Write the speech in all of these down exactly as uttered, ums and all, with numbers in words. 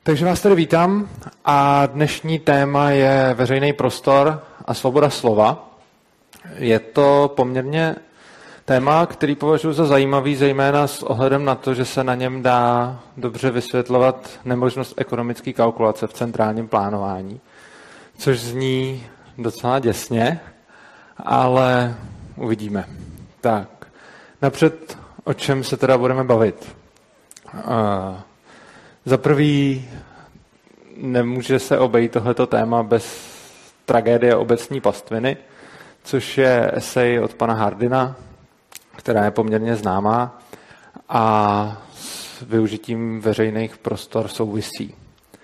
Takže vás tady vítám a dnešní téma je veřejný prostor a svoboda slova. Je to poměrně téma, který považuji za zajímavý, zejména s ohledem na to, že se na něm dá dobře vysvětlovat nemožnost ekonomické kalkulace v centrálním plánování, což zní docela děsně, ale uvidíme. Tak, napřed, o čem se teda budeme bavit. Uh, Za prvý nemůže se obejít tohleto téma bez tragédie obecní pastviny, což je esej od pana Hardina, která je poměrně známá a s využitím veřejných prostor souvisí.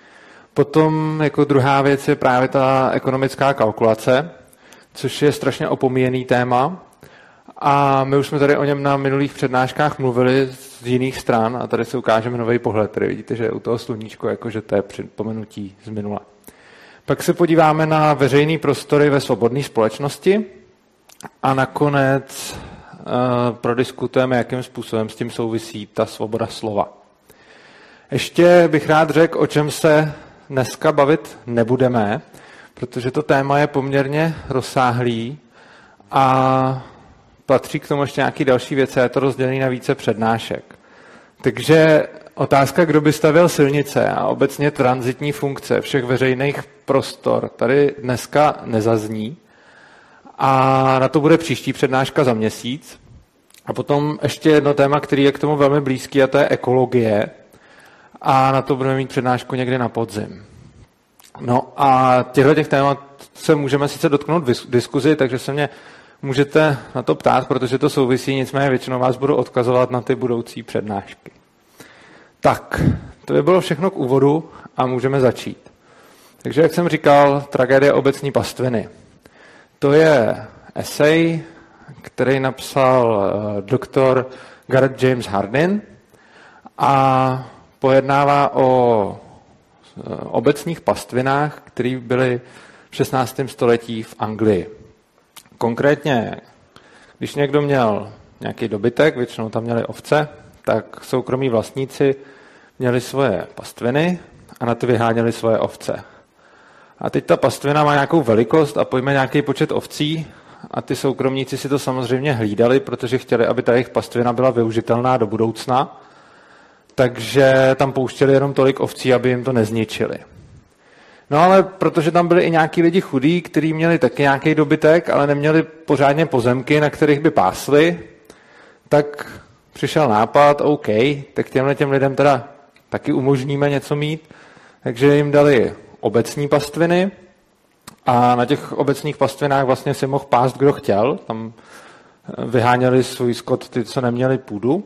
Potom jako druhá věc je právě ta ekonomická kalkulace, což je strašně opomíjený téma. A my už jsme tady o něm na minulých přednáškách mluvili z jiných stran a tady se ukážeme nový pohled. Tady vidíte, že u toho sluníčku, jakože to je připomenutí z minula. Pak se podíváme na veřejné prostory ve svobodné společnosti a nakonec uh, prodiskutujeme, jakým způsobem s tím souvisí ta svoboda slova. Ještě bych rád řekl, o čem se dneska bavit nebudeme, protože to téma je poměrně rozsáhlý a patří k tomu ještě nějaký další věci, je to rozdělené na více přednášek. Takže otázka, kdo by stavěl silnice a obecně tranzitní funkce všech veřejných prostor, tady dneska nezazní. A na to bude příští přednáška za měsíc. A potom ještě jedno téma, který je k tomu velmi blízký, a to je ekologie. A na to budeme mít přednášku někdy na podzim. No a těchto těch témat se můžeme sice dotknout v diskuzi, takže se mě můžete na to ptát, protože to souvisí, nicméně většinou vás budu odkazovat na ty budoucí přednášky. Tak, to by bylo všechno k úvodu a můžeme začít. Takže, jak jsem říkal, tragédie obecní pastviny. To je esej, který napsal doktor Gareth James Hardin a pojednává o obecních pastvinách, které byly v šestnáctém století v Anglii. Konkrétně, když někdo měl nějaký dobytek, většinou tam měli ovce, tak soukromí vlastníci měli svoje pastviny a na ty vyháněli svoje ovce. A teď ta pastvina má nějakou velikost a pojme nějaký počet ovcí a ty soukromníci si to samozřejmě hlídali, protože chtěli, aby ta jejich pastvina byla využitelná do budoucna, takže tam pouštěli jenom tolik ovcí, aby jim to nezničili. No ale protože tam byli i nějaký lidi chudí, kteří měli taky nějaký dobytek, ale neměli pořádně pozemky, na kterých by pásli, tak přišel nápad, OK, tak těmhle těm lidem teda taky umožníme něco mít, takže jim dali obecní pastviny a na těch obecních pastvinách vlastně si mohl pást, kdo chtěl, tam vyháněli svůj skot ty, co neměli půdu,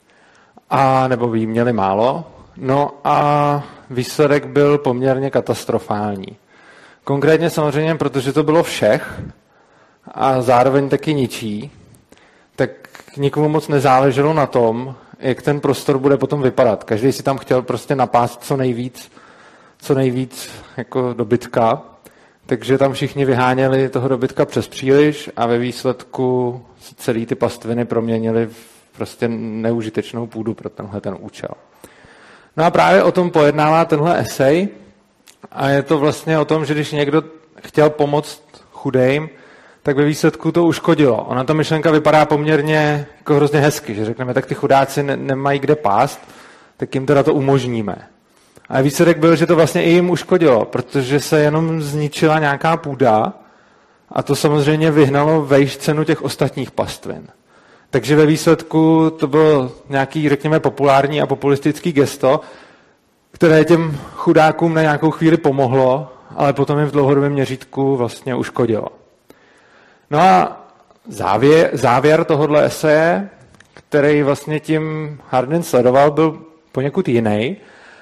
a nebo by jí měli málo. No a výsledek byl poměrně katastrofální. Konkrétně samozřejmě, protože to bylo všech a zároveň taky ničí, tak nikomu moc nezáleželo na tom, jak ten prostor bude potom vypadat. Každý si tam chtěl prostě napást co nejvíc, co nejvíc jako dobytka, takže tam všichni vyháněli toho dobytka přes příliš a ve výsledku celý ty pastviny proměnili v prostě neužitečnou půdu pro tenhle ten účel. No a právě o tom pojednává tenhle esej a je to vlastně o tom, že když někdo chtěl pomoct chudým, tak ve výsledku to uškodilo. Ona ta myšlenka vypadá poměrně jako hrozně hezky, že řekneme, tak ty chudáci ne- nemají kde pást, tak jim teda to umožníme. A výsledek byl, že to vlastně i jim uškodilo, protože se jenom zničila nějaká půda a to samozřejmě vyhnalo vejš cenu těch ostatních pastvin. Takže ve výsledku to bylo nějaký, řekněme, populární a populistický gesto, které těm chudákům na nějakou chvíli pomohlo, ale potom jim v dlouhodobém měřítku vlastně uškodilo. No a závěr, závěr tohohle eseje, který vlastně tím Hardin sledoval, byl poněkud jiný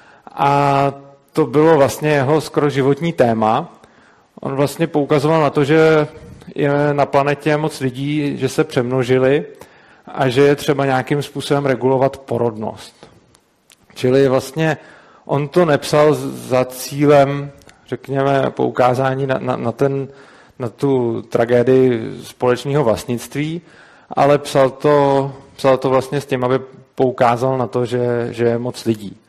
a to bylo vlastně jeho skoro životní téma. On vlastně poukazoval na to, že je na planetě moc lidí, že se přemnožili a že je třeba nějakým způsobem regulovat porodnost. Čili vlastně on to nepsal za cílem, řekněme, poukázání na, na, na, ten, na tu tragédii společného vlastnictví, ale psal to, psal to vlastně s tím, aby poukázal na to, že, že je moc lidí.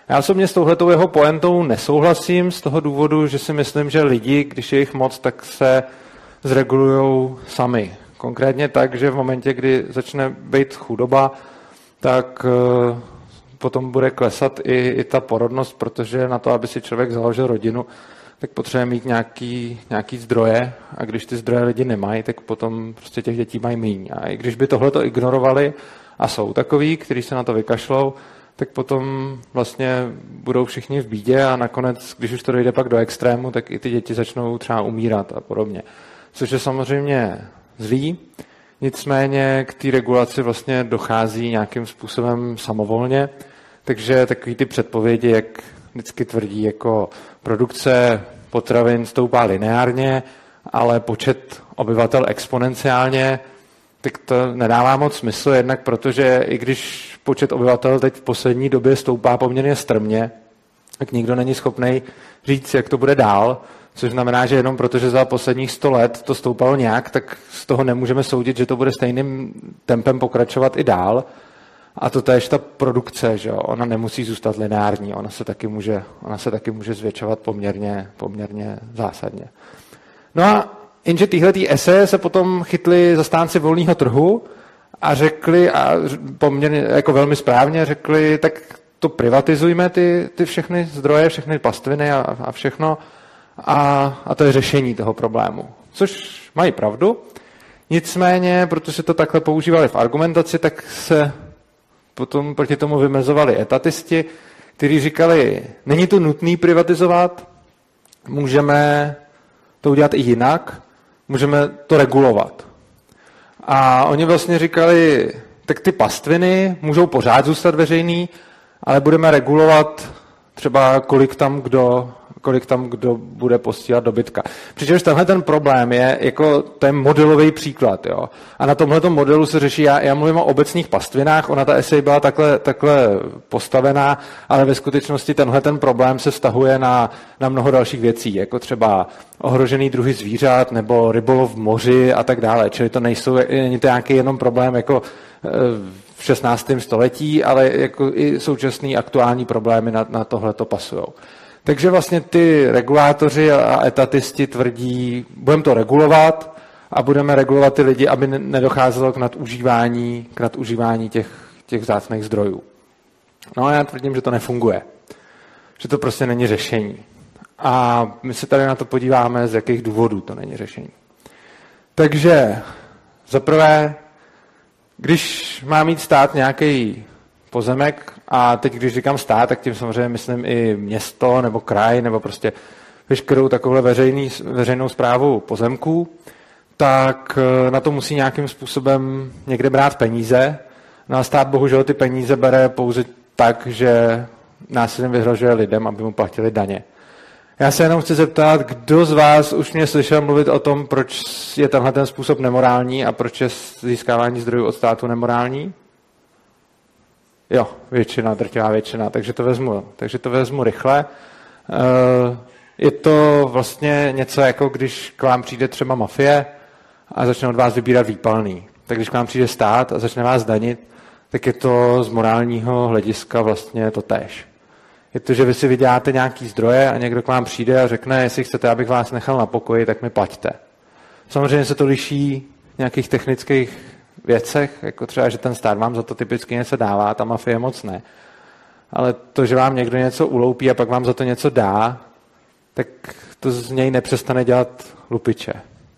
Já osobně s touhletou jeho pointou nesouhlasím z toho důvodu, že si myslím, že lidi, když je jich moc, tak se zregulujou sami. Konkrétně tak, že v momentě, kdy začne být chudoba, tak potom bude klesat i, i ta porodnost, protože na to, aby si člověk založil rodinu, tak potřebuje mít nějaký, nějaký zdroje a když ty zdroje lidi nemají, tak potom prostě těch dětí mají míň. A i když by tohleto ignorovali a jsou takový, kteří se na to vykašlou, tak potom vlastně budou všichni v bídě a nakonec, když už to dojde pak do extrému, tak i ty děti začnou třeba umírat a podobně. Což je samozřejmě zlý, nicméně k té regulaci vlastně dochází nějakým způsobem samovolně, takže takový ty předpovědi, jak vždycky tvrdí, jako produkce potravin stoupá lineárně, ale počet obyvatel exponenciálně, tak to nedává moc smysl, jednak protože i když počet obyvatel teď v poslední době stoupá poměrně strmě, tak nikdo není schopný říct, jak to bude dál, což znamená, že jenom protože za posledních sto let to stoupalo nějak, tak z toho nemůžeme soudit, že to bude stejným tempem pokračovat i dál. A to též ta produkce, že jo? Ona nemusí zůstat lineární, ona se taky může, ona se taky může zvětšovat poměrně, poměrně zásadně. No a jenže tyhle eseje se potom chytli zastánci volného trhu a řekli, a poměrně jako velmi správně řekli, tak to privatizujme ty, ty všechny zdroje, všechny pastviny a, a všechno a, a to je řešení toho problému. Což mají pravdu, nicméně, protože to takhle používali v argumentaci, tak se potom proti tomu vymezovali etatisti, kteří říkali, není to nutný privatizovat, můžeme to udělat i jinak, můžeme to regulovat. A oni vlastně říkali, tak ty pastviny můžou pořád zůstat veřejný, ale budeme regulovat třeba kolik tam kdo, kolik tam kdo bude posílat dobytka. Přičemž tenhle ten problém je jako ten modelový příklad. Jo? A na tomhletom modelu se řeší, já, já mluvím o obecných pastvinách, ona ta esej byla takhle, takhle postavená, ale ve skutečnosti tenhle ten problém se vztahuje na, na mnoho dalších věcí, jako třeba ohrožený druhy zvířat nebo rybolov v moři a tak dále. Čili to nejsou, není to nějaký jenom problém jako v šestnáctém století, ale jako i současný aktuální problémy na, na tohleto pasujou. Takže vlastně ty regulátoři a etatisti tvrdí, budeme to regulovat a budeme regulovat ty lidi, aby nedocházelo k nadužívání, k nadužívání těch, těch vzácných zdrojů. No a já tvrdím, že to nefunguje. Že to prostě není řešení. A my se tady na to podíváme, z jakých důvodů to není řešení. Takže za prvé, když má mít stát nějaký pozemek, a teď, když říkám stát, tak tím samozřejmě myslím i město nebo kraj, nebo prostě veškerou takovou veřejný, veřejnou správu pozemků, tak na to musí nějakým způsobem někde brát peníze. No a stát bohužel ty peníze bere pouze tak, že násilím vyhrožuje lidem, aby mu platili daně. Já se jenom chci zeptat, kdo z vás už mě slyšel mluvit o tom, proč je tenhle ten způsob nemorální a proč je získávání zdrojů od státu nemorální? Jo, většina, drtivá většina, takže to vezmu, takže to vezmu rychle. Je to vlastně něco jako když k vám přijde třeba mafie a začne od vás vybírat výpalný. Tak když k vám přijde stát a začne vás danit, tak je to z morálního hlediska vlastně to též. Je to, že vy si vyděláte nějaký zdroje a někdo k vám přijde a řekne, jestli chcete, abych vás nechal na pokoji, tak mi plaťte. Samozřejmě se to liší v nějakých technických věcech, jako třeba, že ten stát vám za to typicky něco dává, ta mafie moc ne. Ale to, že vám někdo něco uloupí a pak vám za to něco dá, tak to z něj nepřestane dělat lupiče.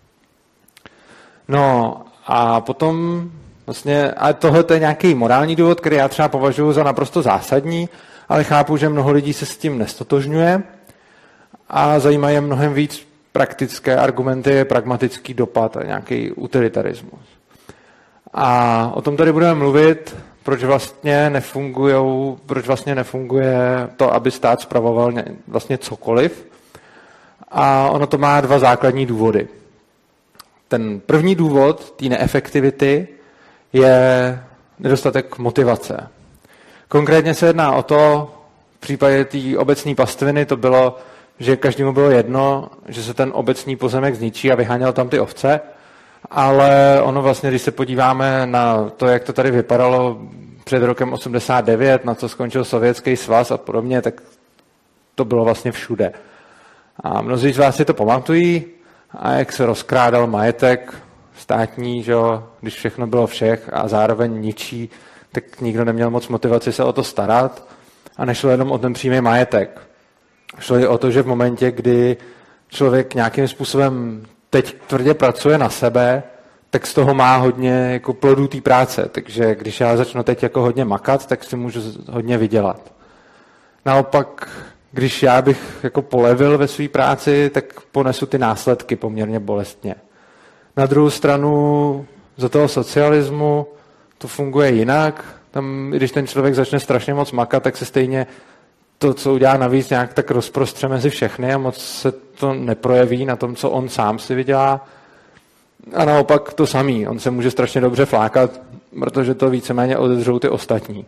No a potom vlastně, ale tohle je nějaký morální důvod, který já třeba považuji za naprosto zásadní, ale chápu, že mnoho lidí se s tím nestotožňuje a zajímají je mnohem víc praktické argumenty, pragmatický dopad a nějaký utilitarismus. A o tom tady budeme mluvit, proč vlastně nefungujou, proč vlastně nefunguje to, aby stát spravoval vlastně cokoliv. A ono to má dva základní důvody. Ten první důvod té neefektivity je nedostatek motivace. Konkrétně se jedná o to, v případě té obecní pastviny to bylo, že každému bylo jedno, že se ten obecní pozemek zničí a vyháněl tam ty ovce, ale ono vlastně, když se podíváme na to, jak to tady vypadalo před rokem osmdesát devět, na co skončil Sovětský svaz a podobně, tak to bylo vlastně všude. A mnozí z vás si to pamatují, a jak se rozkrádal majetek státní, že jo, když všechno bylo všech a zároveň ničí, tak nikdo neměl moc motivaci se o to starat a nešlo jenom o ten přímý majetek. Šlo i o to, že v momentě, kdy člověk nějakým způsobem teď tvrdě pracuje na sebe, tak z toho má hodně jako plodů té práce. Takže když já začnu teď jako hodně makat, tak si můžu hodně vydělat. Naopak, když já bych jako polevil ve své práci, tak ponesu ty následky poměrně bolestně. Na druhou stranu za toho socialismu to funguje jinak. Tam, když ten člověk začne strašně moc makat, tak se stejně to, co udělá navíc, nějak tak rozprostře mezi všechny a moc se to neprojeví na tom, co on sám si vydělá. A naopak to samý. On se může strašně dobře flákat, protože to víceméně odedřou ty ostatní.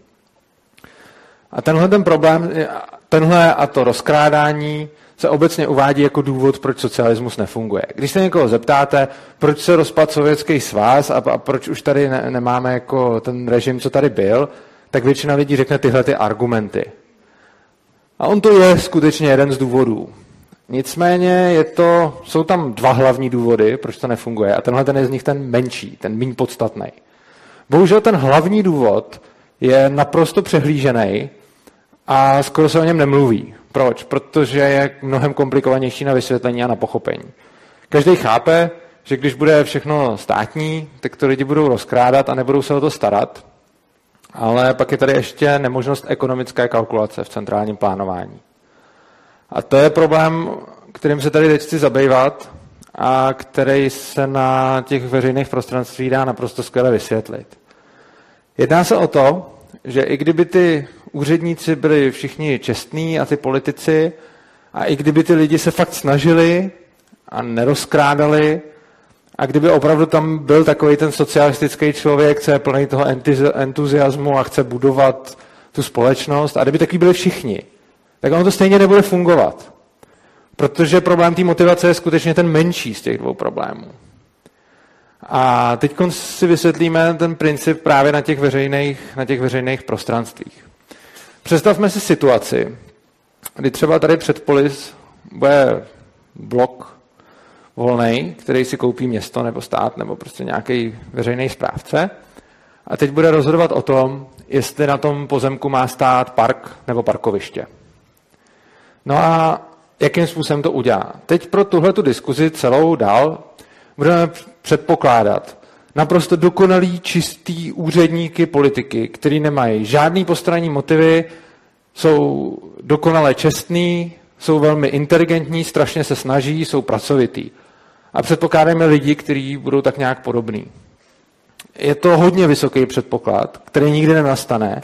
A tenhle ten problém, tenhle a to rozkrádání se obecně uvádí jako důvod, proč socialismus nefunguje. Když se někoho zeptáte, proč se rozpadl Sovětský svaz a, a proč už tady ne, nemáme jako ten režim, co tady byl, tak většina lidí řekne tyhle ty argumenty. A on to je skutečně jeden z důvodů. Nicméně je to, jsou tam dva hlavní důvody, proč to nefunguje. A tenhle ten je z nich ten menší, ten méně podstatný. Bohužel ten hlavní důvod je naprosto přehlížený a skoro se o něm nemluví. Proč? Protože je mnohem komplikovanější na vysvětlení a na pochopení. Každý chápe, že když bude všechno státní, tak to lidi budou rozkrádat a nebudou se o to starat. Ale pak je tady ještě nemožnost ekonomické kalkulace v centrálním plánování. A to je problém, kterým se tady teď chci zabývat a který se na těch veřejných prostranstvích dá naprosto skvěle vysvětlit. Jedná se o to, že i kdyby ty úředníci byli všichni čestní a ty politici a i kdyby ty lidi se fakt snažili a nerozkrádali a kdyby opravdu tam byl takový ten socialistický člověk, co je plný toho entuziasmu a chce budovat tu společnost a kdyby taky byli všichni, tak ono to stejně nebude fungovat. Protože problém té motivace je skutečně ten menší z těch dvou problémů. A teď si vysvětlíme ten princip právě na těch veřejných, na těch veřejných prostranstvích. Představme si situaci, kdy třeba tady před Polis bude blok volnej, který si koupí město nebo stát nebo prostě nějaký veřejný správce a teď bude rozhodovat o tom, jestli na tom pozemku má stát park nebo parkoviště. No a jakým způsobem to udělá? Teď pro tuhletu diskuzi celou dál budeme předpokládat naprosto dokonalý, čistý úředníky politiky, který nemají žádný postranní motivy, jsou dokonale čestní, jsou velmi inteligentní, strašně se snaží, jsou pracovitý. A předpokládáme lidi, kteří budou tak nějak podobný. Je to hodně vysoký předpoklad, který nikdy nenastane,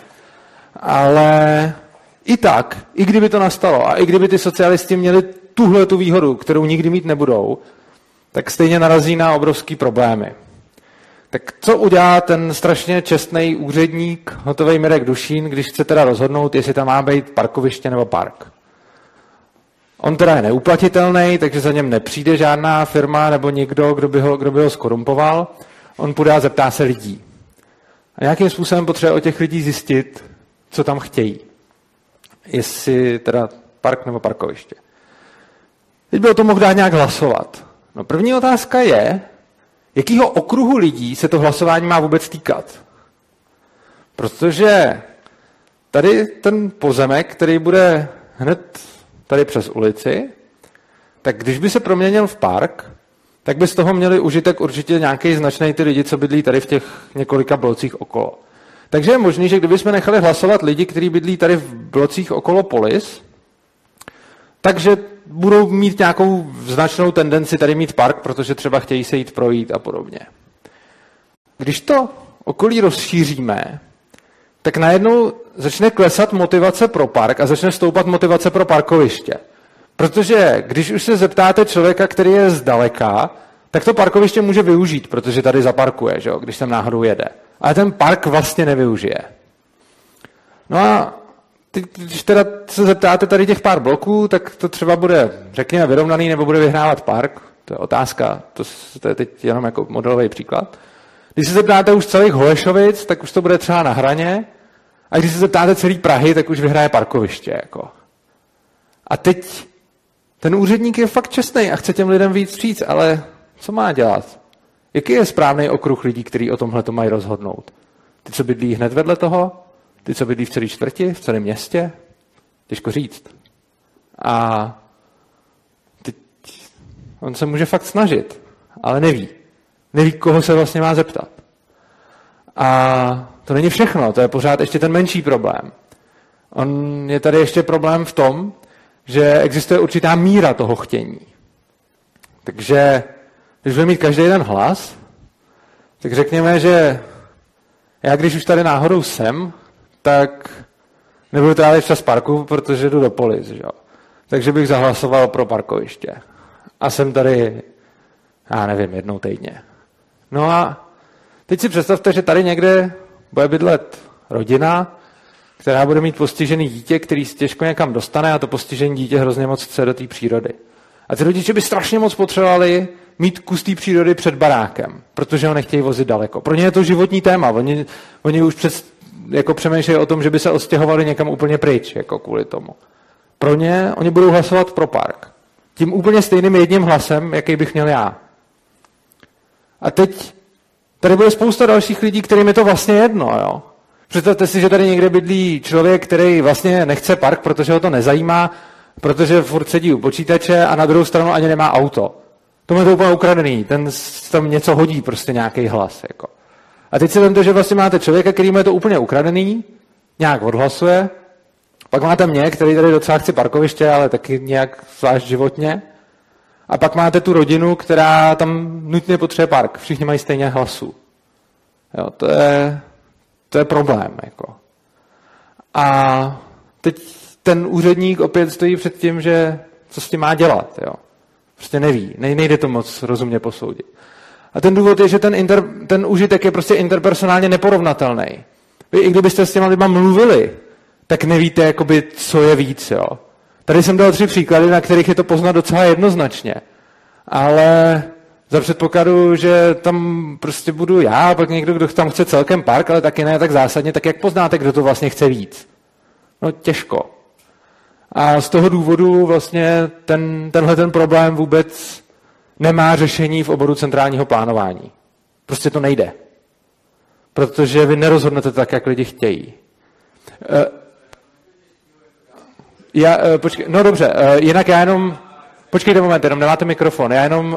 ale i tak, i kdyby to nastalo a i kdyby ty socialisti měli tuhle tu výhodu, kterou nikdy mít nebudou, tak stejně narazí na obrovský problémy. Tak co udělá ten strašně čestný úředník, hotovej Mirek Dušín, když chce teda rozhodnout, jestli tam má být parkoviště nebo park? On teda je neuplatitelný, takže za něm nepřijde žádná firma nebo někdo, kdo by ho, kdo by ho skorumpoval. On půjde a zeptá se lidí. A nějakým způsobem potřebuje od těch lidí zjistit, co tam chtějí. Jestli teda park nebo parkoviště. Teď by o tom mohl dát nějak hlasovat. No první otázka je, jakýho okruhu lidí se to hlasování má vůbec týkat. Protože tady ten pozemek, který bude hned tady přes ulici, tak když by se proměnil v park, tak by z toho měli užitek určitě nějaký značný ty lidi, co bydlí tady v těch několika blocích okolo. Takže je možný, že kdybychom nechali hlasovat lidi, kteří bydlí tady v blocích okolo Polis, takže budou mít nějakou značnou tendenci tady mít park, protože třeba chtějí se jít projít a podobně. Když to okolí rozšíříme, tak najednou začne klesat motivace pro park a začne stoupat motivace pro parkoviště. Protože když už se zeptáte člověka, který je zdaleka, tak to parkoviště může využít, protože tady zaparkuje, že jo, když sem náhodou jede. Ale ten park vlastně nevyužije. No a ty, když teda se zeptáte tady těch pár bloků, tak to třeba bude, řekněme, vyrovnaný nebo bude vyhrávat park. To je otázka, to, to je teď jenom jako modelový příklad. Když se zeptáte už celých Holešovic, tak už to bude třeba na hraně. A když se zeptáte celý Prahy, tak už vyhraje parkoviště. Jako. A teď ten úředník je fakt čestný a chce těm lidem víc říct, ale co má dělat? Jaký je správný okruh lidí, kteří o tomhle to mají rozhodnout? Ty, co bydlí hned vedle toho? Ty, co bydlí v celé čtvrti, v celém městě? Těžko říct. A teď on se může fakt snažit, ale neví. Neví, koho se vlastně má zeptat. A to není všechno, to je pořád ještě ten menší problém. On je tady ještě problém v tom, že existuje určitá míra toho chtění. Takže když bude mít každý jeden hlas, tak řekněme, že já když už tady náhodou jsem, tak nebudu trávit čas parku, protože jdu do Polis. Že? Takže bych zahlasoval pro parkoviště. A jsem tady, já nevím, jednou týdně. No a teď si představte, že tady někde bude bydlet rodina, která bude mít postižený dítě, který se těžko někam dostane a to postižené dítě hrozně moc chce do té přírody. A ty rodiče by strašně moc potřebovali mít kus té přírody před barákem, protože ho nechtějí vozit daleko. Pro ně je to životní téma. Oni, oni už před, jako přemýšlejí o tom, že by se odstěhovali někam úplně pryč, jako kvůli tomu. Pro ně oni budou hlasovat pro park. Tím úplně stejným jedním hlasem, jaký bych měl já. A teď tady bude spousta dalších lidí, kterým je to vlastně jedno, jo. Představte si, že tady někde bydlí člověk, který vlastně nechce park, protože ho to nezajímá, protože furt sedí u počítače a na druhou stranu ani nemá auto. Tomu je to úplně ukradený, ten tam něco hodí, prostě nějaký hlas. Jako. A teď si vemte, že vlastně máte člověka, kterýmu je to úplně ukradený, nějak odhlasuje, pak máte mě, který tady docela chce parkoviště, ale taky nějak zvlášť životně, a pak máte tu rodinu, která tam nutně potřebuje park. Všichni mají stejně hlasů. Jo, to je... To je problém. Jako. A teď ten úředník opět stojí před tím, že co s tím má dělat. Jo. Prostě neví. Nejde to moc rozumně posoudit. A ten důvod je, že ten, inter, ten užitek je prostě interpersonálně neporovnatelný. Vy, i kdybyste s těma lidma mluvili, tak nevíte, jakoby, co je víc. Jo. Tady jsem dal tři příklady, na kterých je to poznat docela jednoznačně. Ale... Za předpokladu, že tam prostě budu já, pak někdo, kdo tam chce celkem park, ale taky ne tak zásadně, tak jak poznáte, kdo to vlastně chce víc? No těžko. A z toho důvodu vlastně ten, tenhle ten problém vůbec nemá řešení v oboru centrálního plánování. Prostě to nejde. Protože vy nerozhodnete tak, jak lidi chtějí. Já, počkej, no dobře, jinak já jenom... Počkejte moment, jenom nemáte mikrofon. Já jenom...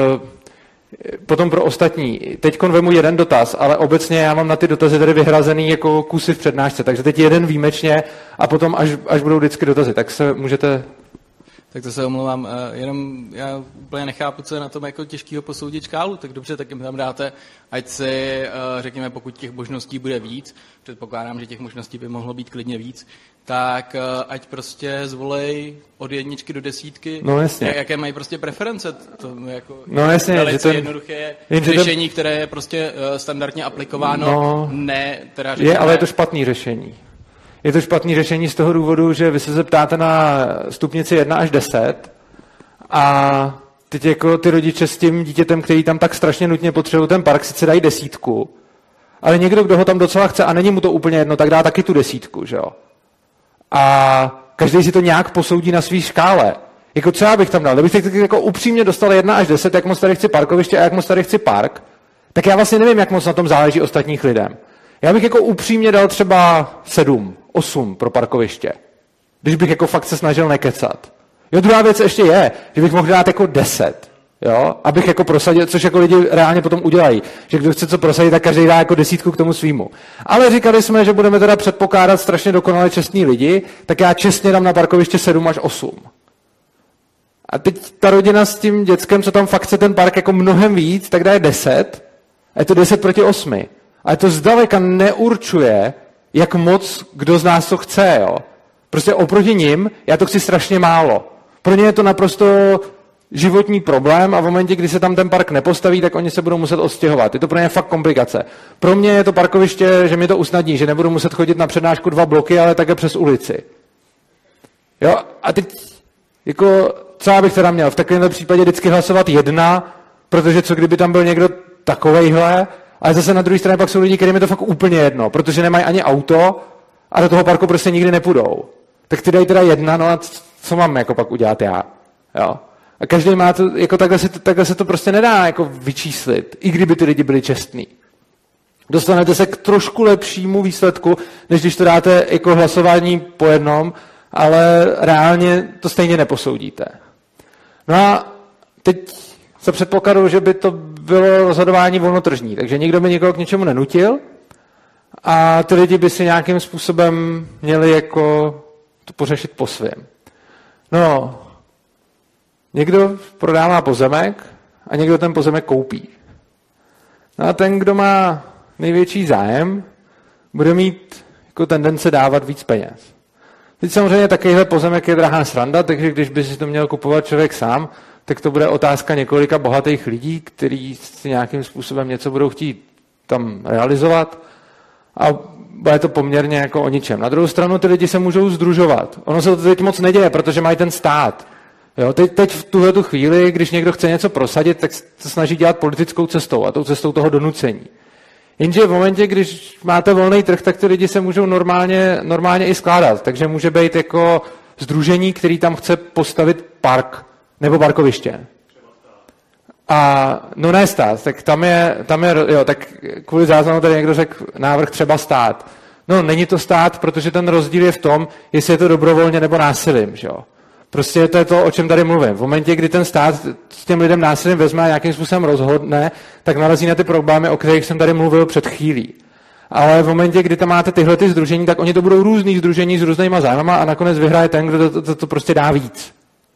Potom pro ostatní. Teď vemu jeden dotaz, ale obecně já mám na ty dotazy tady vyhrazený jako kusy v přednášce, takže teď jeden výjimečně a potom, až, až budou vždycky dotazy, tak se můžete... Tak to se omlouvám, jenom já úplně nechápu, co je na tom jako těžkýho posoudit škálu, tak dobře, tak jim tam dáte, ať si, řekněme, pokud těch možností bude víc, předpokládám, že těch možností by mohlo být klidně víc, tak ať prostě zvolej od jedničky do desítky, no, jasně. jaké mají prostě preference. To jako no jasně, že to jednoduché řešení, které je prostě standardně aplikováno, no, ne teda řekněme... Je, ale je to špatný řešení. Je to špatný řešení z toho důvodu, že vy se zeptáte na stupnici jedna až deset a teď jako ty rodiče s tím dítětem, který tam tak strašně nutně potřebují ten park, sice dají desítku, ale někdo, kdo ho tam docela chce a není mu to úplně jedno, tak dá taky tu desítku, že jo. A každý si to nějak posoudí na svý škále. Jako co já bych tam dal? Kdybych tak jako upřímně dostal jedna až deset, jak moc tady chci parkoviště a jak moc tady chci park, tak já vlastně nevím, jak moc na tom záleží ostatních lidem. Já bych jako upřímně dal třeba sedm, osm pro parkoviště. Když bych jako fakt se snažil nekecat. Jo, druhá věc ještě je, že bych mohl dát jako deset. Jo, abych jako prosadil, což jako lidi reálně potom udělají. Že kdo chce co prosadit, tak každý dá jako desítku k tomu svýmu. Ale říkali jsme, že budeme teda předpokládat strašně dokonale čestní lidi, tak já čestně dám na parkoviště sedm až osm. A teď ta rodina s tím dětskem, co tam fakt chce ten park jako mnohem víc, tak dá deset. A je to deset proti osmi. Ale to zdaleka neurčuje, jak moc kdo z nás to chce, jo. Prostě oproti nim, já to chci strašně málo. Pro ně je to naprosto životní problém a v momentě, kdy se tam ten park nepostaví, tak oni se budou muset odstěhovat. Je to pro ně fakt komplikace. Pro mě je to parkoviště, že mi to usnadní, že nebudu muset chodit na přednášku dva bloky, ale také přes ulici. Jo, a teď, jako, co já bych teda měl? V takovémhle případě vždycky hlasovat jedna, protože co kdyby tam byl někdo takovejhle, ale zase na druhé straně pak jsou lidi, kterým je to fakt úplně jedno, protože nemají ani auto a do toho parku prostě nikdy nepůjdou. Tak ty dají teda jedna, no a co mám jako pak udělat já? Jo? A každý má to, jako takhle se to, takhle se to prostě nedá jako vyčíslit, i kdyby ty lidi byli čestní. Dostanete se k trošku lepšímu výsledku, než když to dáte jako hlasování po jednom, ale reálně to stejně neposoudíte. No a teď se předpokladu, že by to bylo rozhodování volnotržní, takže nikdo by nikoho k něčemu nenutil a ty lidi by si nějakým způsobem měli jako to pořešit po svém. No, někdo prodává pozemek a někdo ten pozemek koupí. No a ten, kdo má největší zájem, bude mít jako tendence dávat víc peněz. Teď samozřejmě takovýhle pozemek je drahá sranda, takže když by si to měl kupovat člověk sám, tak to bude otázka několika bohatých lidí, kteří si nějakým způsobem něco budou chtít tam realizovat a bude to poměrně jako o ničem. Na druhou stranu ty lidi se můžou sdružovat. Ono se to teď moc neděje, protože mají ten stát. Jo, teď, teď v tuhle tu chvíli, když někdo chce něco prosadit, tak se snaží dělat politickou cestou a tou cestou toho donucení. Jenže v momentě, když máte volný trh, tak ty lidi se můžou normálně, normálně i skládat. Takže může být jako sdružení, který tam chce postavit park nebo parkoviště. A no ne stát, tak tam je, tam je, jo, tak kvůli záznamu tady někdo řekl návrh třeba stát. No není to stát, protože ten rozdíl je v tom, jestli je to dobrovolně nebo násilím, že jo. Prostě to je to, o čem tady mluvím. V momentě, kdy ten stát s těm lidem násilím vezme a nějakým způsobem rozhodne, tak narazí na ty problémy, o kterých jsem tady mluvil před chvílí. Ale v momentě, kdy tam máte tyhle ty sdružení, tak oni to budou různý sdružení s různýma zájmama a nakonec vyhraje ten, kdo to, to, to prostě dá víc.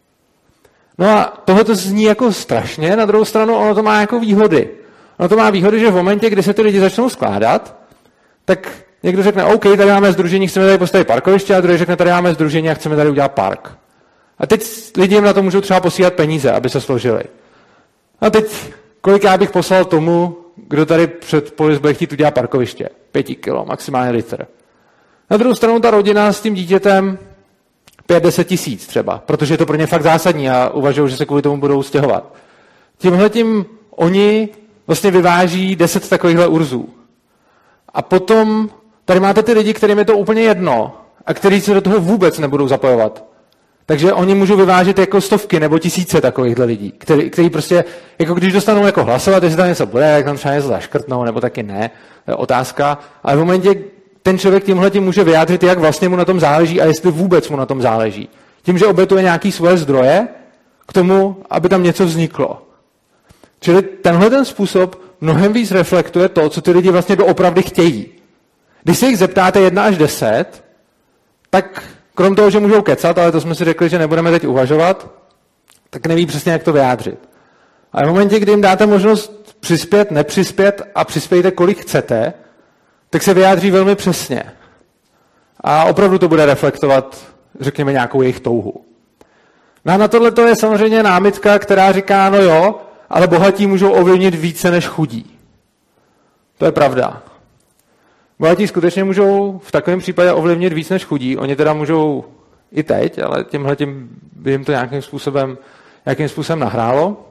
No a tohle to zní jako strašně, na druhou stranu ono to má jako výhody. Ono to má výhody, že v momentě, kdy se ty lidi začnou skládat, tak někdo řekne, OK, tady máme sdružení, chceme tady postavit parkoviště, a druhý řekne, tady máme sdružení a chceme tady udělat park. A teď lidi jim na to můžou třeba posílat peníze, aby se složili. A teď, kolik já bych poslal tomu, kdo tady před polis bude chtít udělat parkoviště? Pěti kilo, maximálně litr. Na druhou stranu ta rodina s tím dítětem pět, deset tisíc třeba, protože je to pro ně fakt zásadní a uvažují, že se kvůli tomu budou stěhovat. Tímhletím oni vlastně vyváží deset takovýchhle urzů. A potom tady máte ty lidi, kterým je to úplně jedno a kteří se do toho vůbec nebudou zapojovat. Takže oni můžou vyvážet jako stovky nebo tisíce takovýchhle lidí, který, který prostě, jako když dostanou jako hlasovat, jestli tam něco bude, jak tam třeba něco zaškrtnou, nebo taky ne, to je otázka. Ale v momentě ten člověk tímhletím může vyjádřit, jak vlastně mu na tom záleží a jestli vůbec mu na tom záleží. Tím, že obětuje nějaký svoje zdroje k tomu, aby tam něco vzniklo. Čili tenhle ten způsob mnohem víc reflektuje to, co ty lidi vlastně doopravdy chtějí. Když se jich zeptáte jedna až deset, tak krom toho, že můžou kecat, ale to jsme si řekli, že nebudeme teď uvažovat, tak neví přesně, jak to vyjádřit. Ale v momentě, kdy jim dáte možnost přispět, nepřispět a přispějte, kolik chcete, tak se vyjádří velmi přesně. A opravdu to bude reflektovat, řekněme, nějakou jejich touhu. No a na tohle to je samozřejmě námitka, která říká, no jo, ale bohatí můžou ovlivnit více než chudí. To je pravda. Bohatí skutečně můžou v takovém případě ovlivnit víc než chudí. Oni teda můžou i teď, ale tímhletím by jim to nějakým způsobem, nějakým způsobem nahrálo.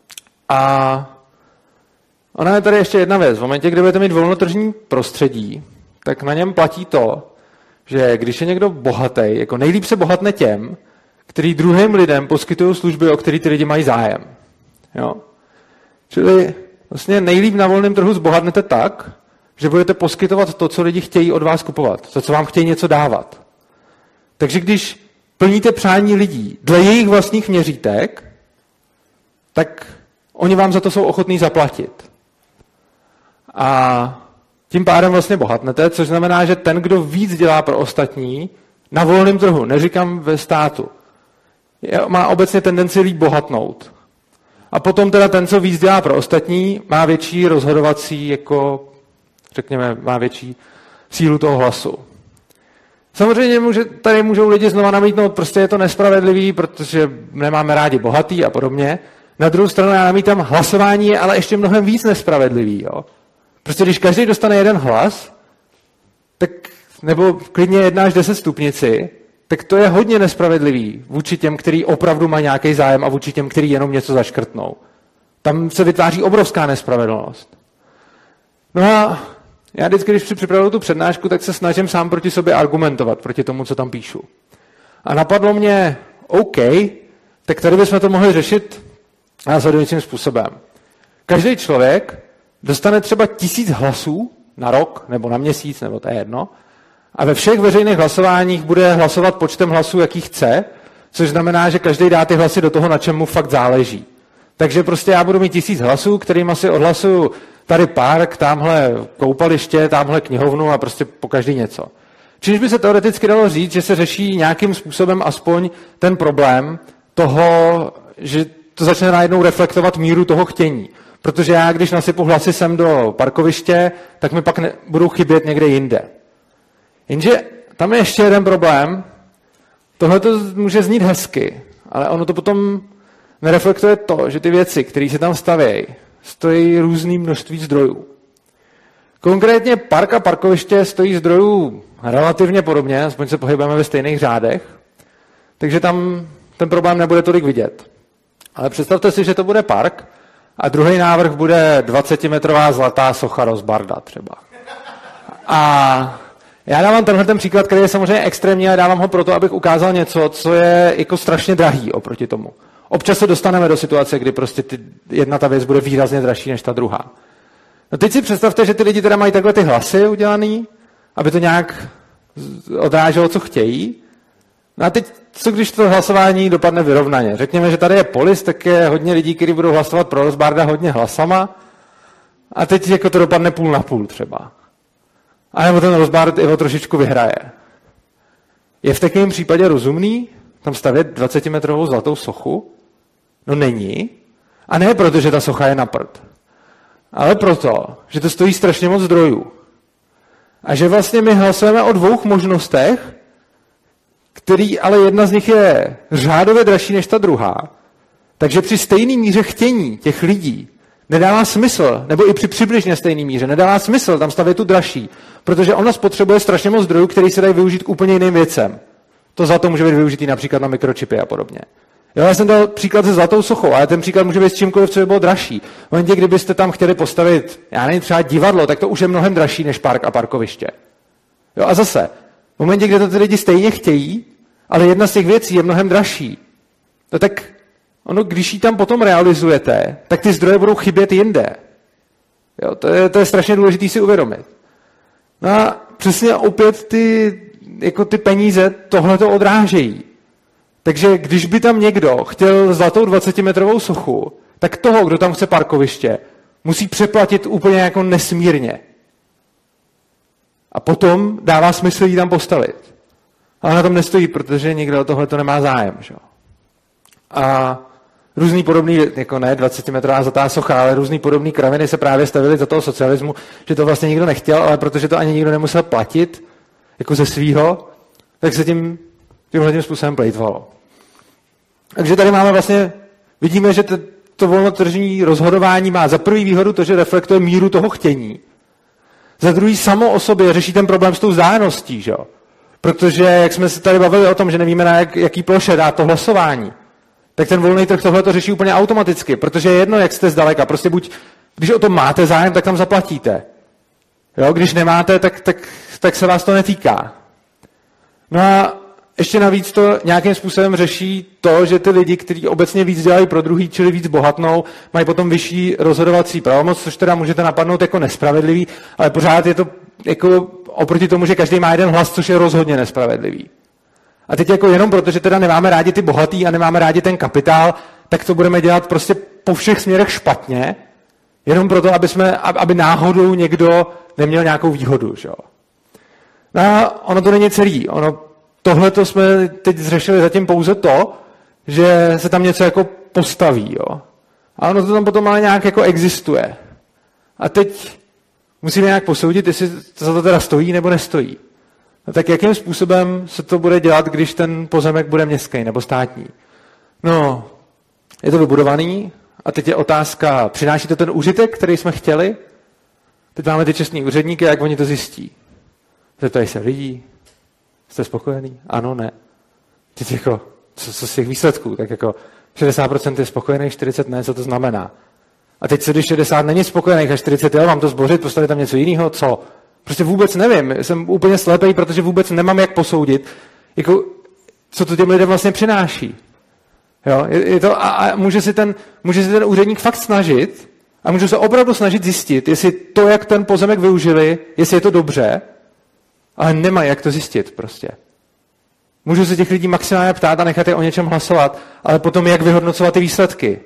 A ona je tady ještě jedna věc. V momentě, kdy budete mít volnotržní prostředí, tak na něm platí to, že když je někdo bohatý, jako nejlíp se bohatne těm, který druhým lidem poskytují služby, o který ty lidi mají zájem. Jo? Čili vlastně nejlíp na volném trhu zbohatnete tak, že budete poskytovat to, co lidi chtějí od vás kupovat, to, co vám chtějí něco dávat. Takže když plníte přání lidí dle jejich vlastních měřítek, tak oni vám za to jsou ochotní zaplatit. A tím pádem vlastně bohatnete, což znamená, že ten, kdo víc dělá pro ostatní, na volném trhu, neříkám ve státu, má obecně tendenci líp bohatnout. A potom teda ten, co víc dělá pro ostatní, má větší rozhodovací, jako, řekněme, má větší sílu toho hlasu. Samozřejmě může, tady můžou lidi znova namítnout, prostě je to nespravedlivý, protože nemáme rádi bohatý a podobně. Na druhou stranu já namítám, hlasování je ale ještě mnohem víc nespravedlivý. Jo? Prostě když každý dostane jeden hlas, tak, nebo klidně jedna až deset stupnici, tak to je hodně nespravedlivý vůči těm, který opravdu mají nějaký zájem a vůči těm, který jenom něco zaškrtnou. Tam se vytváří obrovská nespravedlnost. No a já vždycky, když si připravuju tu přednášku, tak se snažím sám proti sobě argumentovat, proti tomu, co tam píšu. A napadlo mě, OK, tak tady bychom to mohli řešit následujícím způsobem. Každý člověk dostane třeba tisíc hlasů na rok, nebo na měsíc, nebo to je jedno, a ve všech veřejných hlasováních bude hlasovat počtem hlasů, jaký chce, což znamená, že každý dá ty hlasy do toho, na čem mu fakt záleží. Takže prostě já budu mít tisíc hlasů, kterým si odhlasuju tady park, tamhle koupaliště, tamhle knihovnu a prostě po každý něco. Čímž by se teoreticky dalo říct, že se řeší nějakým způsobem aspoň ten problém toho, že to začne najednou reflektovat míru toho chtění. Protože já, když nasypu hlasy sem do parkoviště, tak mi pak ne- budou chybět někde jinde. Jenže tam je ještě jeden problém. Tohle to může znít hezky, ale ono to potom nereflektuje to, že ty věci, které se tam stavějí, stojí různý množství zdrojů. Konkrétně park a parkoviště stojí zdrojů relativně podobně, aspoň se pohybujeme ve stejných řádech, takže tam ten problém nebude tolik vidět. Ale představte si, že to bude park a druhý návrh bude dvacetimetrová zlatá socha Rosbarda třeba. A já dávám tenhle ten příklad, který je samozřejmě extrémní, ale dávám ho proto, abych ukázal něco, co je jako strašně drahý oproti tomu. Občas se dostaneme do situace, kdy prostě ty, jedna ta věc bude výrazně dražší než ta druhá. No teď si představte, že ty lidi teda mají takhle ty hlasy udělaný, aby to nějak odráželo, co chtějí. No a teď, co když to hlasování dopadne vyrovnaně? Řekněme, že tady je polis, tak je hodně lidí, kteří budou hlasovat pro Rosbarda hodně hlasama a teď jako to dopadne půl na půl třeba. A nebo ten Rosbard jeho trošičku vyhraje. Je v takovém případě rozumný tam stavět dvacetimetrovou zlatou sochu? No není. A ne proto, že ta socha je na prd. Ale proto, že to stojí strašně moc zdrojů. A že vlastně my hlasujeme o dvou možnostech, který ale jedna z nich je řádově dražší než ta druhá. Takže při stejné míře chtění těch lidí nedává smysl, nebo i při přibližně stejné míře, nedává smysl tam stavět tu dražší, protože ona spotřebuje strašně moc zdrojů, které se dají využít k úplně jiným věcem. To zlato může být využitý například na mikročipy a podobně. Jo, já jsem dal příklad se zlatou sochou, ale ten příklad může být s čímkoliv, co by bylo dražší. V momentě, kdybyste tam chtěli postavit, já nevím, třeba divadlo, tak to už je mnohem dražší než park a parkoviště. Jo, a zase, v momentě, kdy to ty lidi stejně chtějí, ale jedna z těch věcí je mnohem dražší, no tak ono, když ji tam potom realizujete, tak ty zdroje budou chybět jinde. Jo, to je, to je strašně důležité si uvědomit. No a přesně opět ty, jako ty peníze tohle to odrážejí. Takže když by tam někdo chtěl zlatou dvacetimetrovou sochu, tak toho, kdo tam chce parkoviště, musí přeplatit úplně jako nesmírně. A potom dává smysl ji tam postavit. Ale na tom nestojí, protože nikdo tohle to nemá zájem. Že? A různý podobný, jako ne dvacetimetrová zlatá socha, ale různý podobný kraviny se právě stavily za toho socialismu, že to vlastně nikdo nechtěl, ale protože to ani nikdo nemusel platit, jako ze svýho, tak se tím tímhle tím způsobem plejtvalo. Takže tady máme vlastně, vidíme, že to, to volnotržní rozhodování má za první výhodu to, že reflektuje míru toho chtění. Za druhý samo o sobě řeší ten problém s tou vzdáleností, že jo? Protože, jak jsme se tady bavili o tom, že nevíme, na jak, jaký ploše dá to hlasování, tak ten volný trh tohle to řeší úplně automaticky, protože je jedno, jak jste zdaleka. Prostě buď, když o tom máte zájem, tak tam zaplatíte. Jo? Když nemáte, tak, tak, tak se vás to netýká. No a ještě navíc to nějakým způsobem řeší to, že ty lidi, kteří obecně víc dělají pro druhý, čili víc bohatnou, mají potom vyšší rozhodovací pravomoc, což teda můžete napadnout jako nespravedlivý, ale pořád je to jako oproti tomu, že každý má jeden hlas, což je rozhodně nespravedlivý. A teď jako jenom proto, že teda nemáme rádi ty bohatý a nemáme rádi ten kapitál, tak to budeme dělat prostě po všech směrech špatně, jenom proto, aby, jsme, aby náhodou někdo neměl nějakou výhodu. Že? No a ono to není celý. Ono Tohle to jsme teď zřešili zatím pouze to, že se tam něco jako postaví. Jo? A ono to tam potom ale nějak jako existuje. A teď musíme nějak posoudit, jestli to za to teda stojí nebo nestojí. No tak jakým způsobem se to bude dělat, když ten pozemek bude městský nebo státní? No, je to vybudovaný a teď je otázka, přináší to ten užitek, který jsme chtěli? Teď máme ty čestní úředníky, jak oni to zjistí. Zeptají se lidí, jste spokojený? Ano, ne. Teď jako, co, co z těch výsledků? Tak jako šedesát procent je spokojených, čtyřicet procent ne, co to znamená? A teď co, když šedesát není spokojených a čtyřicet jo, mám to zbořit, postavit tam něco jiného? Co? Prostě vůbec nevím. Jsem úplně slepý, protože vůbec nemám jak posoudit, jako, co to těm lidem vlastně přináší. Jo? Je, je to, a, a může, si ten, může si ten úředník fakt snažit a může se opravdu snažit zjistit, jestli to, jak ten pozemek využili, jestli je to dobře, ale nemají jak to zjistit prostě. Můžu se těch lidí maximálně ptát a nechat je o něčem hlasovat, ale potom jak vyhodnocovat ty výsledky?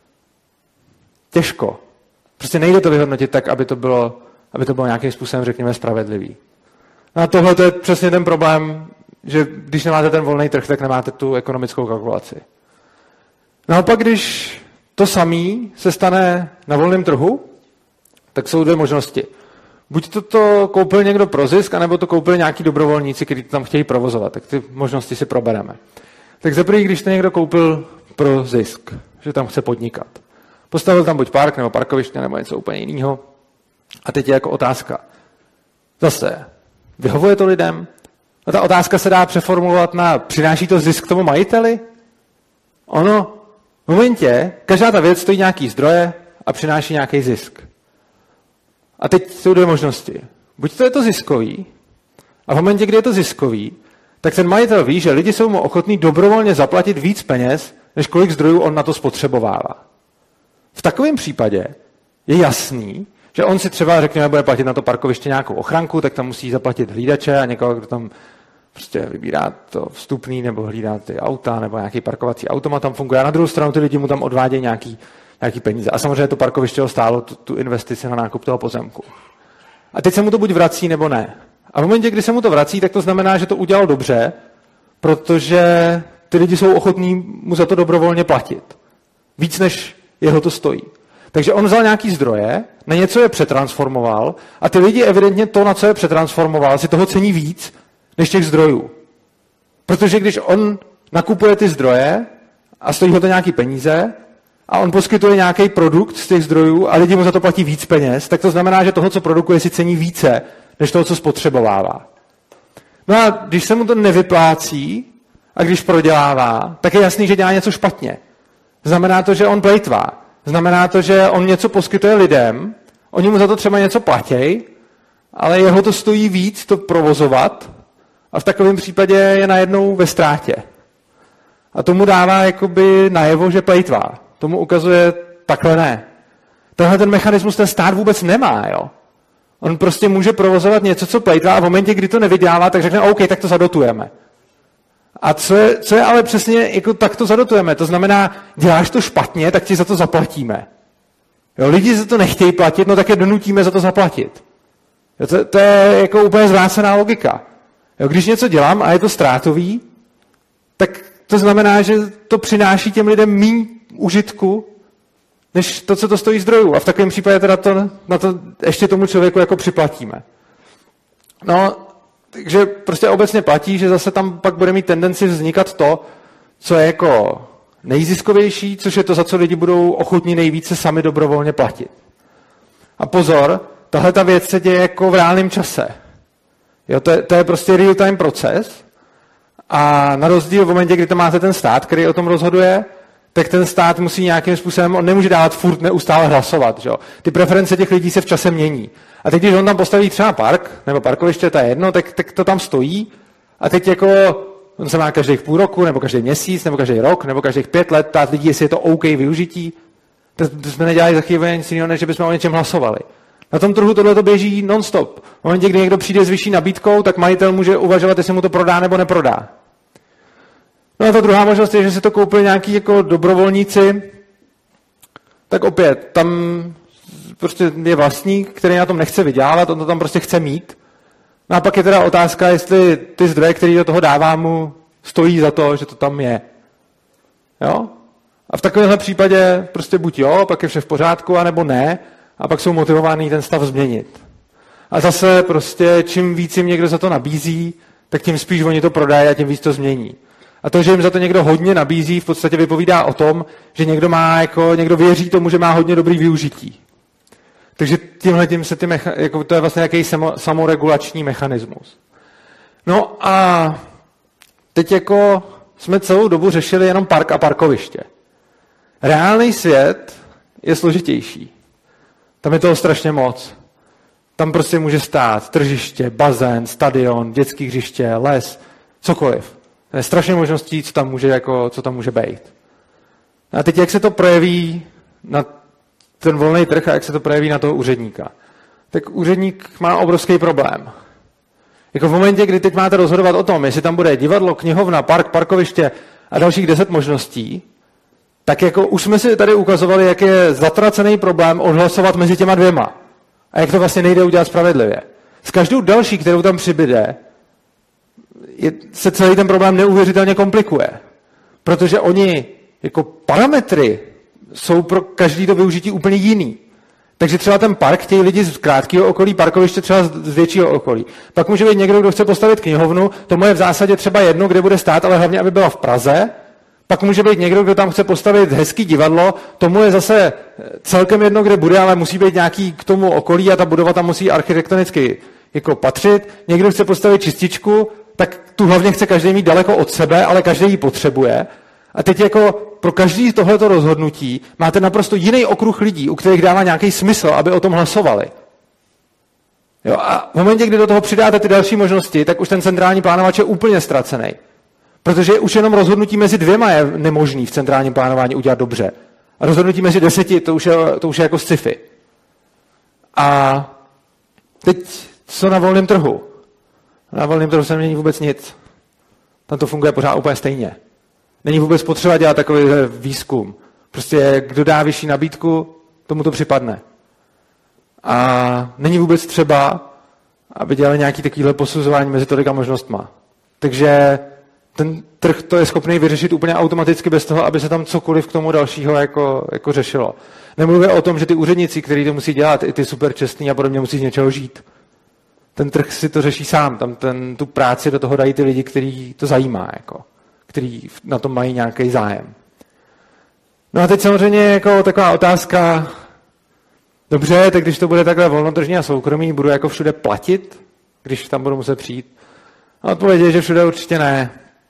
Těžko. Prostě nejde to vyhodnotit tak, aby to bylo, aby to bylo nějakým způsobem, řekněme, spravedlivý. No a tohle to je přesně ten problém, že když nemáte ten volný trh, tak nemáte tu ekonomickou kalkulaci. Naopak, když to samý se stane na volném trhu, tak jsou dvě možnosti. Buď to, to koupil někdo pro zisk, anebo to koupili nějaký dobrovolníci, kteří to tam chtějí provozovat. Tak ty možnosti si probereme. Tak za první, když to někdo koupil pro zisk, že tam chce podnikat. Postavil tam buď park, nebo parkoviště, nebo něco úplně jiného. A teď je jako otázka. Zase, vyhovuje to lidem? A ta otázka se dá přeformulovat na přináší to zisk tomu majiteli? Ono, v momentě, každá ta věc stojí nějaký zdroje a přináší nějaký zisk. A teď jsou dvě možnosti. Buď to je to ziskový, a v momentě, kdy je to ziskový, tak ten majitel ví, že lidi jsou mu ochotní dobrovolně zaplatit víc peněz, než kolik zdrojů on na to spotřebovává. V takovém případě je jasný, že on si třeba, řekněme, bude platit na to parkoviště nějakou ochranku, tak tam musí zaplatit hlídače a někoho, kdo tam prostě vybírá to vstupný, nebo hlídá ty auta, nebo nějaký parkovací automat tam funguje. A na druhou stranu ty lidi mu tam odvádějí nějaký, nějaký peníze. A samozřejmě to parkoviště ho stálo tu, tu investici na nákup toho pozemku. A teď se mu to buď vrací, nebo ne. A v momentě, kdy se mu to vrací, tak to znamená, že to udělal dobře, protože ty lidi jsou ochotní mu za to dobrovolně platit. Víc, než jeho to stojí. Takže on vzal nějaký zdroje, na něco je přetransformoval a ty lidi evidentně to, na co je přetransformoval, si toho cení víc, než těch zdrojů. Protože když on nakupuje ty zdroje a stojí ho to nějaký peníze a on poskytuje nějaký produkt z těch zdrojů a lidi mu za to platí víc peněz, tak to znamená, že toho, co produkuje, si cení více, než toho, co spotřebovává. No a když se mu to nevyplácí a když prodělává, tak je jasný, že dělá něco špatně. Znamená to, že on plejtvá. Znamená to, že on něco poskytuje lidem, oni mu za to třeba něco platí, ale jeho to stojí víc to provozovat a v takovém případě je najednou ve ztrátě. A tomu dává jakoby najevo, že plejtvá. Tomu ukazuje takhle ne. Tenhle ten mechanismus ten stát vůbec nemá, jo. On prostě může provozovat něco, co plejtvá a v momentě, kdy to nevydělává, tak řekne, OK, tak to zadotujeme. A co je, co je ale přesně, jako tak to zadotujeme. To znamená, děláš to špatně, tak ti za to zaplatíme. Jo, lidi za to nechtějí platit, no tak je donutíme za to zaplatit. Jo, to, to je jako úplně zvrácená logika. Jo, když něco dělám a je to ztrátový, tak to znamená, že to přináší těm lidem míň užitku, než to, co to stojí zdrojů. A v takovém případě teda to, na to ještě tomu člověku jako připlatíme. No, takže prostě obecně platí, že zase tam pak bude mít tendenci vznikat to, co je jako nejziskovější, což je to, za co lidi budou ochotní nejvíce sami dobrovolně platit. A pozor, tahle ta věc se děje jako v reálném čase. Jo, to, je, to je prostě real-time proces a na rozdíl v momentě, kdy to máte ten stát, který o tom rozhoduje, tak ten stát musí nějakým způsobem, on nemůže dávat furt neustále hlasovat. Že? Ty preference těch lidí se v čase mění. A teď, když on tam postaví třeba park, nebo parkoviště, to je jedno, tak, tak to tam stojí a teď jako on se má každých půl roku, nebo každý měsíc, nebo každý rok, nebo každých pět let ptát lidí, jestli je to OK využití. To, to jsme nedělali za chvíli nic jiného, než že bychom o něčem hlasovali. Na tom trhu tohle to běží non-stop. V momentě, kdy někdo přijde s vyšší nabídkou, tak majitel může uvažovat, jestli mu to prodá nebo neprodá. No a ta druhá možnost je, že si to koupili nějaký jako dobrovolníci, tak opět, tam prostě je vlastník, který na tom nechce vydělávat, on to tam prostě chce mít. No a pak je teda otázka, jestli ty zdroje, které do toho dává, mu stojí za to, že to tam je. Jo? A v takovémhle případě prostě buď jo, pak je vše v pořádku, anebo ne, a pak jsou motivovaný ten stav změnit. A zase prostě, čím víc jim někdo za to nabízí, tak tím spíš oni to prodají a tím víc to změní. A to, že jim za to někdo hodně nabízí, v podstatě vypovídá o tom, že někdo má jako, někdo věří tomu, že má hodně dobrý využití. Takže tímhletím se ty mecha, jako to je vlastně nějaký samo, samoregulační mechanismus. No a teď jako jsme celou dobu řešili jenom park a parkoviště. Reálný svět je složitější. Tam je toho strašně moc. Tam prostě může stát tržiště, bazén, stadion, dětský hřiště, les, cokoliv. To je strašně možností, co tam může, jako, co tam může být. A teď jak se to projeví na ten volný trh a jak se to projeví na toho úředníka? Tak úředník má obrovský problém. Jako v momentě, kdy teď máte rozhodovat o tom, jestli tam bude divadlo, knihovna, park, parkoviště a dalších deset možností, tak jako už jsme si tady ukazovali, jak je zatracený problém odhlasovat mezi těma dvěma. A jak to vlastně nejde udělat spravedlivě. S každou další, kterou tam přibyde, je, se celý ten problém neuvěřitelně komplikuje. Protože oni jako parametry jsou pro každý to využití úplně jiný. Takže třeba ten park chtějí lidi z krátkého okolí, parkoviště třeba z většího okolí. Pak může být někdo, kdo chce postavit knihovnu, tomu je v zásadě třeba jedno, kde bude stát, ale hlavně, aby byla v Praze. Pak může být někdo, kdo tam chce postavit hezký divadlo, tomu je zase celkem jedno, kde bude, ale musí být nějaký k tomu okolí a ta budova tam musí architektonicky jako patřit. Někdo chce postavit čističku, tak tu hlavně chce každý mít daleko od sebe, ale každý ji potřebuje. A teď jako pro každý tohleto rozhodnutí máte naprosto jiný okruh lidí, u kterých dává nějaký smysl, aby o tom hlasovali. Jo, a v momentě, kdy do toho přidáte ty další možnosti, tak už ten centrální plánovač je úplně ztracený. Protože už jenom rozhodnutí mezi dvěma je nemožný v centrálním plánování udělat dobře. A rozhodnutí mezi deseti, to už je, to už je jako sci-fi. A teď co na volném trhu? Na volném trhu se nemění vůbec nic. Tam to funguje pořád úplně stejně. Není vůbec potřeba dělat takový výzkum. Prostě kdo dá vyšší nabídku, tomu to připadne. A není vůbec třeba, aby dělali nějaké takovéhle posuzování mezi tolika možnostma. Takže ten trh to je schopný vyřešit úplně automaticky bez toho, aby se tam cokoliv k tomu dalšího jako, jako řešilo. Nemluvím o tom, že ty úředníci, kteří to musí dělat, i ty super čestní a podobně, musí z něčeho žít. Ten trh si to řeší sám. Tam ten, tu práci do toho dají ty lidi, který to zajímá, jako, který na tom mají nějaký zájem. No a teď samozřejmě jako taková otázka, dobře, tak když to bude takhle volnotržní a soukromý, budu jako všude platit, když tam budu muset přijít? A odpověď je, že všude určitě ne.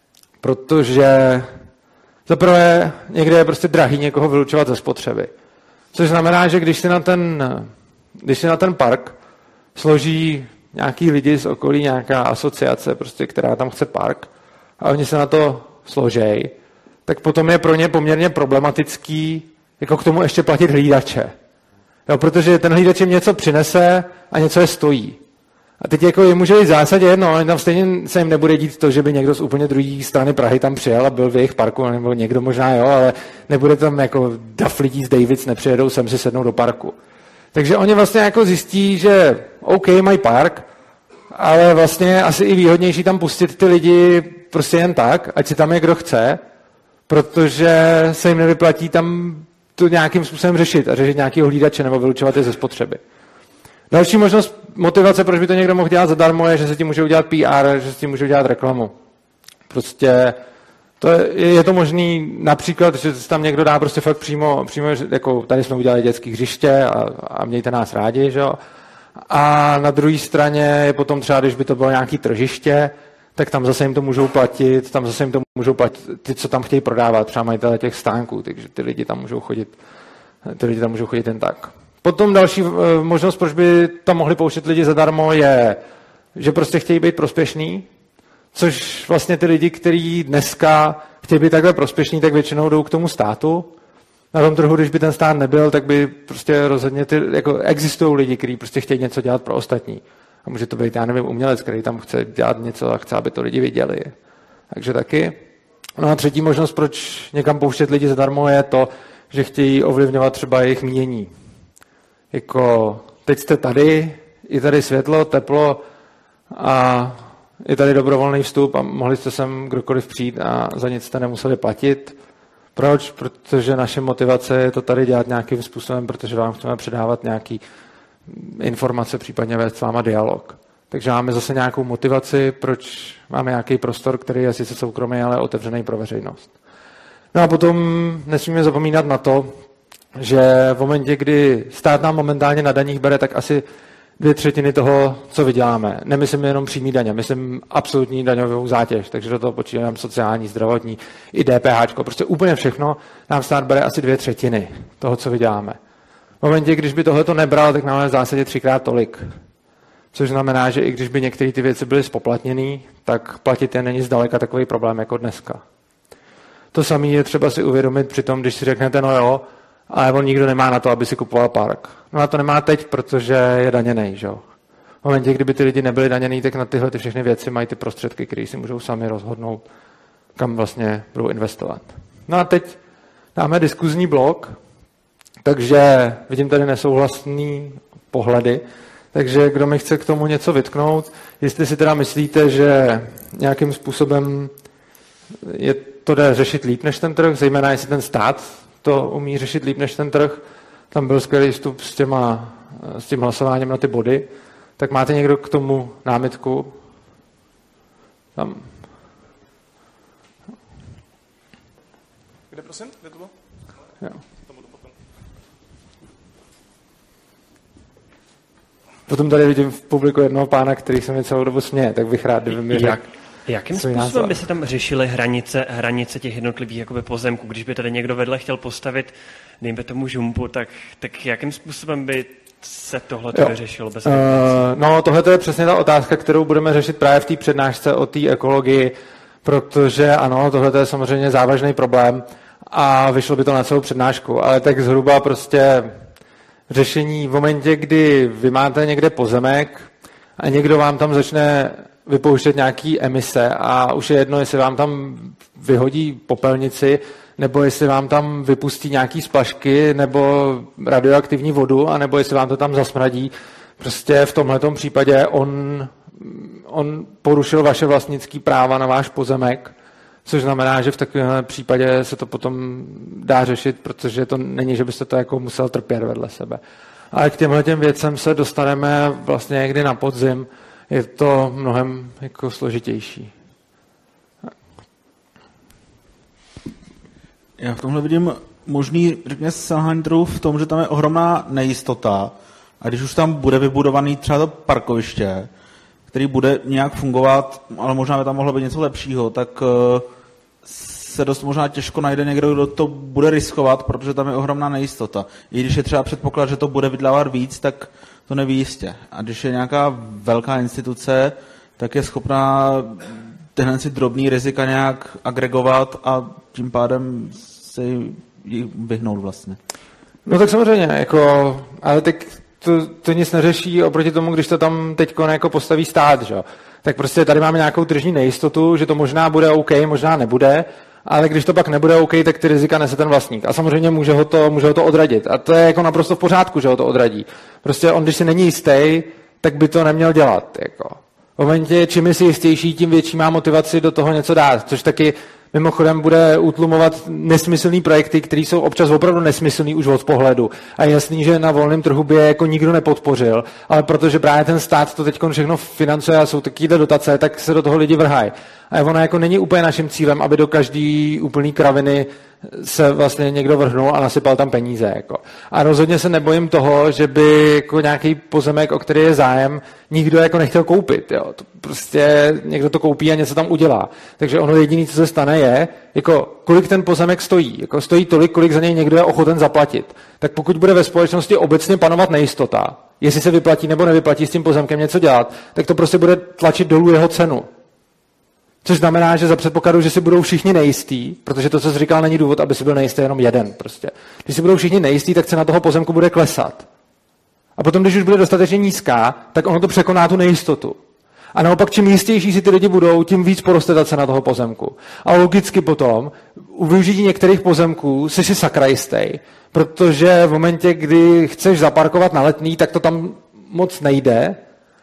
Protože zaprvé někde je prostě drahý někoho vylučovat ze spotřeby. Což znamená, že když si na ten, když si na ten park složí nějaký lidi z okolí, nějaká asociace, prostě, která tam chce park, a oni se na to složej, tak potom je pro ně poměrně problematický jako k tomu ještě platit hlídače. Jo, protože ten hlídač jim něco přinese a něco je stojí. A teď jako je může jít v zásadě jedno, ale tam stejně se jim nebude dít to, že by někdo z úplně druhé strany Prahy tam přijel a byl v jejich parku, nebo někdo možná jo, ale nebude tam jako dav lidí z Davids nepřijedou sem si sednou do parku. Takže oni vlastně jako zjistí, že OK, mají park, ale vlastně asi i výhodnější tam pustit ty lidi prostě jen tak, ať si tam je kdo chce, protože se jim nevyplatí tam to nějakým způsobem řešit a řešit nějakého hlídače nebo vylučovat je ze spotřeby. Další možnost motivace, proč by to někdo mohl dělat zadarmo, je, že se tím může udělat P R, že se tím může udělat reklamu. Prostě to je, je to možný například, že se tam někdo dá prostě fakt přímo, přímo jako tady jsme udělali dětské hřiště a, a mějte nás rádi, že jo. A na druhé straně je potom třeba, když by to bylo nějaké tržiště, tak tam zase jim to můžou platit, tam zase jim to můžou platit ty, co tam chtějí prodávat, třeba majitele těch stánků, takže ty lidi tam můžou chodit, ty lidi tam můžou chodit jen tak. Potom další možnost, proč by tam mohli pouštět lidi zadarmo, je, že prostě chtějí být prospěšný, což vlastně ty lidi, kteří dneska chtějí být takhle prospěšní, tak většinou jdou k tomu státu. Na tom trhu, když by ten stát nebyl, tak by prostě rozhodně ty, jako existují lidi, kteří prostě chtějí něco dělat pro ostatní. A může to být, já nevím, umělec, který tam chce dělat něco a chce, aby to lidi viděli. Takže taky. No a třetí možnost, proč někam pouštět lidi zadarmo, je to, že chtějí ovlivňovat třeba jejich mínění. Jako teď jste tady, je tady světlo, teplo a je tady dobrovolný vstup a mohli jste sem kdokoliv přijít a za nic jste nemuseli platit. Proč? Protože naše motivace je to tady dělat nějakým způsobem, protože vám chceme předávat nějaký informace, případně vést s váma dialog. Takže máme zase nějakou motivaci, proč máme nějaký prostor, který je sice soukromý, ale otevřený pro veřejnost. No a potom nesmíme zapomínat na to, že v momentě, kdy stát nám momentálně na daních bere, tak asi dvě třetiny toho, co vyděláme. Nemyslím jenom přímý daně, myslím absolutní daňovou zátěž, takže do toho počítám sociální, zdravotní, i D P H, prostě úplně všechno nám stát bere asi dvě třetiny toho, co vyděláme. V momentě, když by tohle to nebral, tak máme v zásadě třikrát tolik. Což znamená, že i když by některé ty věci byly spoplatněné, tak platit je není zdaleka takový problém jako dneska. To samé je třeba si uvědomit při tom, když si řeknete, no jo, ale on nikdo nemá na to, aby si kupoval park. No a to nemá teď, protože je daněnej, že jo. V momentě, kdyby ty lidi nebyli daněný, tak na tyhle ty všechny věci mají ty prostředky, které si můžou sami rozhodnout, kam vlastně budou investovat. No a teď dáme diskuzní blok, takže vidím tady nesouhlasný pohledy, takže kdo mi chce k tomu něco vytknout, jestli si teda myslíte, že nějakým způsobem je to jde řešit líp než ten trh, zejména jestli ten stát to umí řešit líp než ten trh, tam byl skvělý vstup s, těma, s tím hlasováním na ty body, tak máte někdo k tomu námitku? Tam. Kde prosím? Kde to bylo? Jo. Potom tady vidím v publiku jednoho pána, který se mi celou dobu směje, tak bych rád, kdyby mi řekl. Jak, jakým způsobem by se tam řešily hranice, hranice těch jednotlivých jakoby pozemků? Když by tady někdo vedle chtěl postavit, dejme tomu žumpu, tak, tak jakým způsobem by se tohle vyřešilo bez uh, No, tohle je přesně ta otázka, kterou budeme řešit právě v té přednášce o té ekologii, protože ano, tohle je samozřejmě závažný problém a vyšlo by to na celou přednášku, ale tak zhruba prostě řešení v momentě, kdy vy máte někde pozemek a někdo vám tam začne vypouštět nějaký emise a už je jedno, jestli vám tam vyhodí popelnici, nebo jestli vám tam vypustí nějaký splašky, nebo radioaktivní vodu, anebo jestli vám to tam zasmradí. Prostě v tomhletom případě on, on porušil vaše vlastnické práva na váš pozemek, což znamená, že v takovém případě se to potom dá řešit, protože to není, že byste to jako musel trpět vedle sebe. Ale k těmhletěm věcem se dostaneme vlastně někdy na podzim. Je to mnohem jako složitější. Já v tomhle vidím možný, řekněme, selhání trhu v tom, že tam je ohromná nejistota a když už tam bude vybudovaný třeba to parkoviště, který bude nějak fungovat, ale možná by tam mohlo být něco lepšího, tak se dost možná těžko najde někdo, kdo to bude riskovat, protože tam je ohromná nejistota. I když je třeba předpoklad, že to bude vydělávat víc, tak to neví jistě. A když je nějaká velká instituce, tak je schopná tenhle si drobný rizika nějak agregovat a tím pádem se jí vyhnout vlastně. No tak samozřejmě, jako, ale tak to, to nic neřeší oproti tomu, když to tam teď jako postaví stát, že? Tak prostě tady máme nějakou tržní nejistotu, že to možná bude OK, možná nebude, ale když to pak nebude OK, tak ty rizika nese ten vlastník. A samozřejmě může ho to, může ho to odradit. A to je jako naprosto v pořádku, že ho to odradí. Prostě on, když si není jistý, tak by to neměl dělat. Jako. V momentě, čím je si jistější, tím větší má motivaci do toho něco dát, což taky mimochodem bude utlumovat nesmyslný projekty, které jsou občas opravdu nesmyslný už od pohledu. A je jasný, že na volném trhu by je jako nikdo nepodpořil, ale protože právě ten stát to teď všechno financuje a jsou takovýhle dotace, tak se do toho lidi vrhají. A ono jako není úplně naším cílem, aby do každý úplný kraviny se vlastně někdo vrhnul a nasypal tam peníze. Jako. A rozhodně se nebojím toho, že by jako nějaký pozemek, o který je zájem, nikdo jako nechtěl koupit. Jo. To prostě někdo to koupí a něco tam udělá. Takže ono jediné, co se stane, je, jako, kolik ten pozemek stojí. Jako, stojí tolik, kolik za něj někdo je ochoten zaplatit. Tak pokud bude ve společnosti obecně panovat nejistota, jestli se vyplatí nebo nevyplatí s tím pozemkem něco dělat, tak to prostě bude tlačit dolů jeho cenu. Což znamená, že za předpokladu, že si budou všichni nejistí, protože to, co jsi říkal, není důvod, aby si byl nejistý jenom jeden. Prostě. Když si budou všichni nejistí, tak cena toho pozemku bude klesat. A potom, když už bude dostatečně nízká, tak ono to překoná tu nejistotu. A naopak, čím jistější si ty lidi budou, tím víc poroste ta cena toho pozemku. A logicky potom, u využití některých pozemků jsi si sakra jistý, protože v momentě, kdy chceš zaparkovat na Letný, tak to tam moc nejde.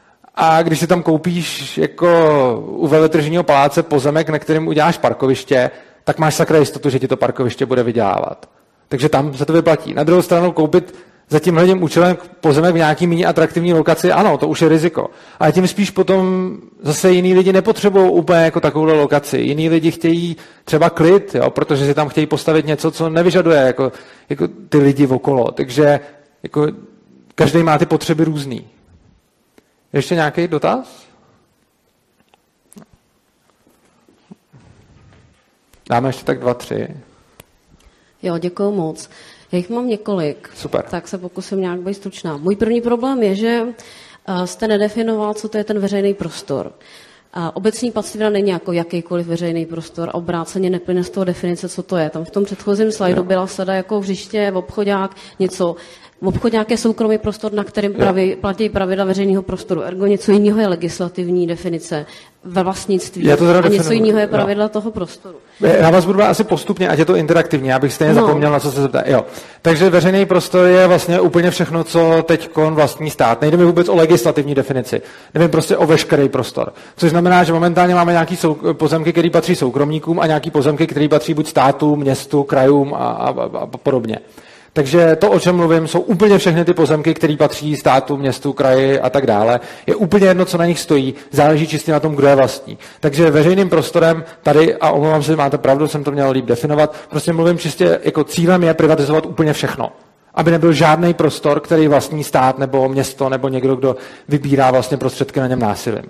A když si tam koupíš jako u veletržního paláce pozemek, na kterém uděláš parkoviště, tak máš sakra jistotu, že ti to parkoviště bude vydělávat. Takže tam se to vyplatí. Na druhou stranu koupit za tímhledím účelem pozemek v nějaký méně atraktivní lokaci, ano, to už je riziko. Ale tím spíš potom zase jiní lidi nepotřebují úplně jako takovou lokaci. Jiní lidi chtějí třeba klid, jo, protože si tam chtějí postavit něco, co nevyžaduje jako, jako ty lidi okolo. Takže jako, každý má ty potřeby různý. Ještě nějaký dotaz? Dáme ještě tak dva, tři. Jo, děkuju moc. Já jich mám několik. Super. Tak se pokusím nějak být stručná. Můj první problém je, že jste nedefinoval, co to je ten veřejný prostor. A obecní pasivita není jako jakýkoliv veřejný prostor a obráceně neplyne z toho definice, co to je. Tam v tom předchozím slajdu byla sada jako hřiště, obchodák, něco. Obchodák je soukromý prostor, na kterém pravi, platí pravidla veřejného prostoru. Ergo něco jiného je legislativní definice ve vlastnictví. A něco jiného je pravidla no. toho prostoru. Já vás budu asi postupně, ať je to interaktivní, abych stejně no. zapomněl, na co se zeptá. Jo. Takže veřejný prostor je vlastně úplně všechno, co teď vlastní stát. Nejde mi vůbec o legislativní definici. Nevím prostě o veškerý prostor. Což znamená, že momentálně máme nějaký sou, pozemky, které patří soukromníkům a nějaký pozemky, které patří buď státu, městu, krajům a, a, a, a podobně. Takže to, o čem mluvím, jsou úplně všechny ty pozemky, které patří státu, městu, kraji a tak dále. Je úplně jedno, co na nich stojí, záleží čistě na tom, kdo je vlastní. Takže veřejným prostorem tady, a omlouvám se, máte pravdu, jsem to měl líp definovat, prostě mluvím čistě, jako cílem je privatizovat úplně všechno. Aby nebyl žádný prostor, který vlastní stát nebo město nebo někdo, kdo vybírá vlastně prostředky na něm násilím.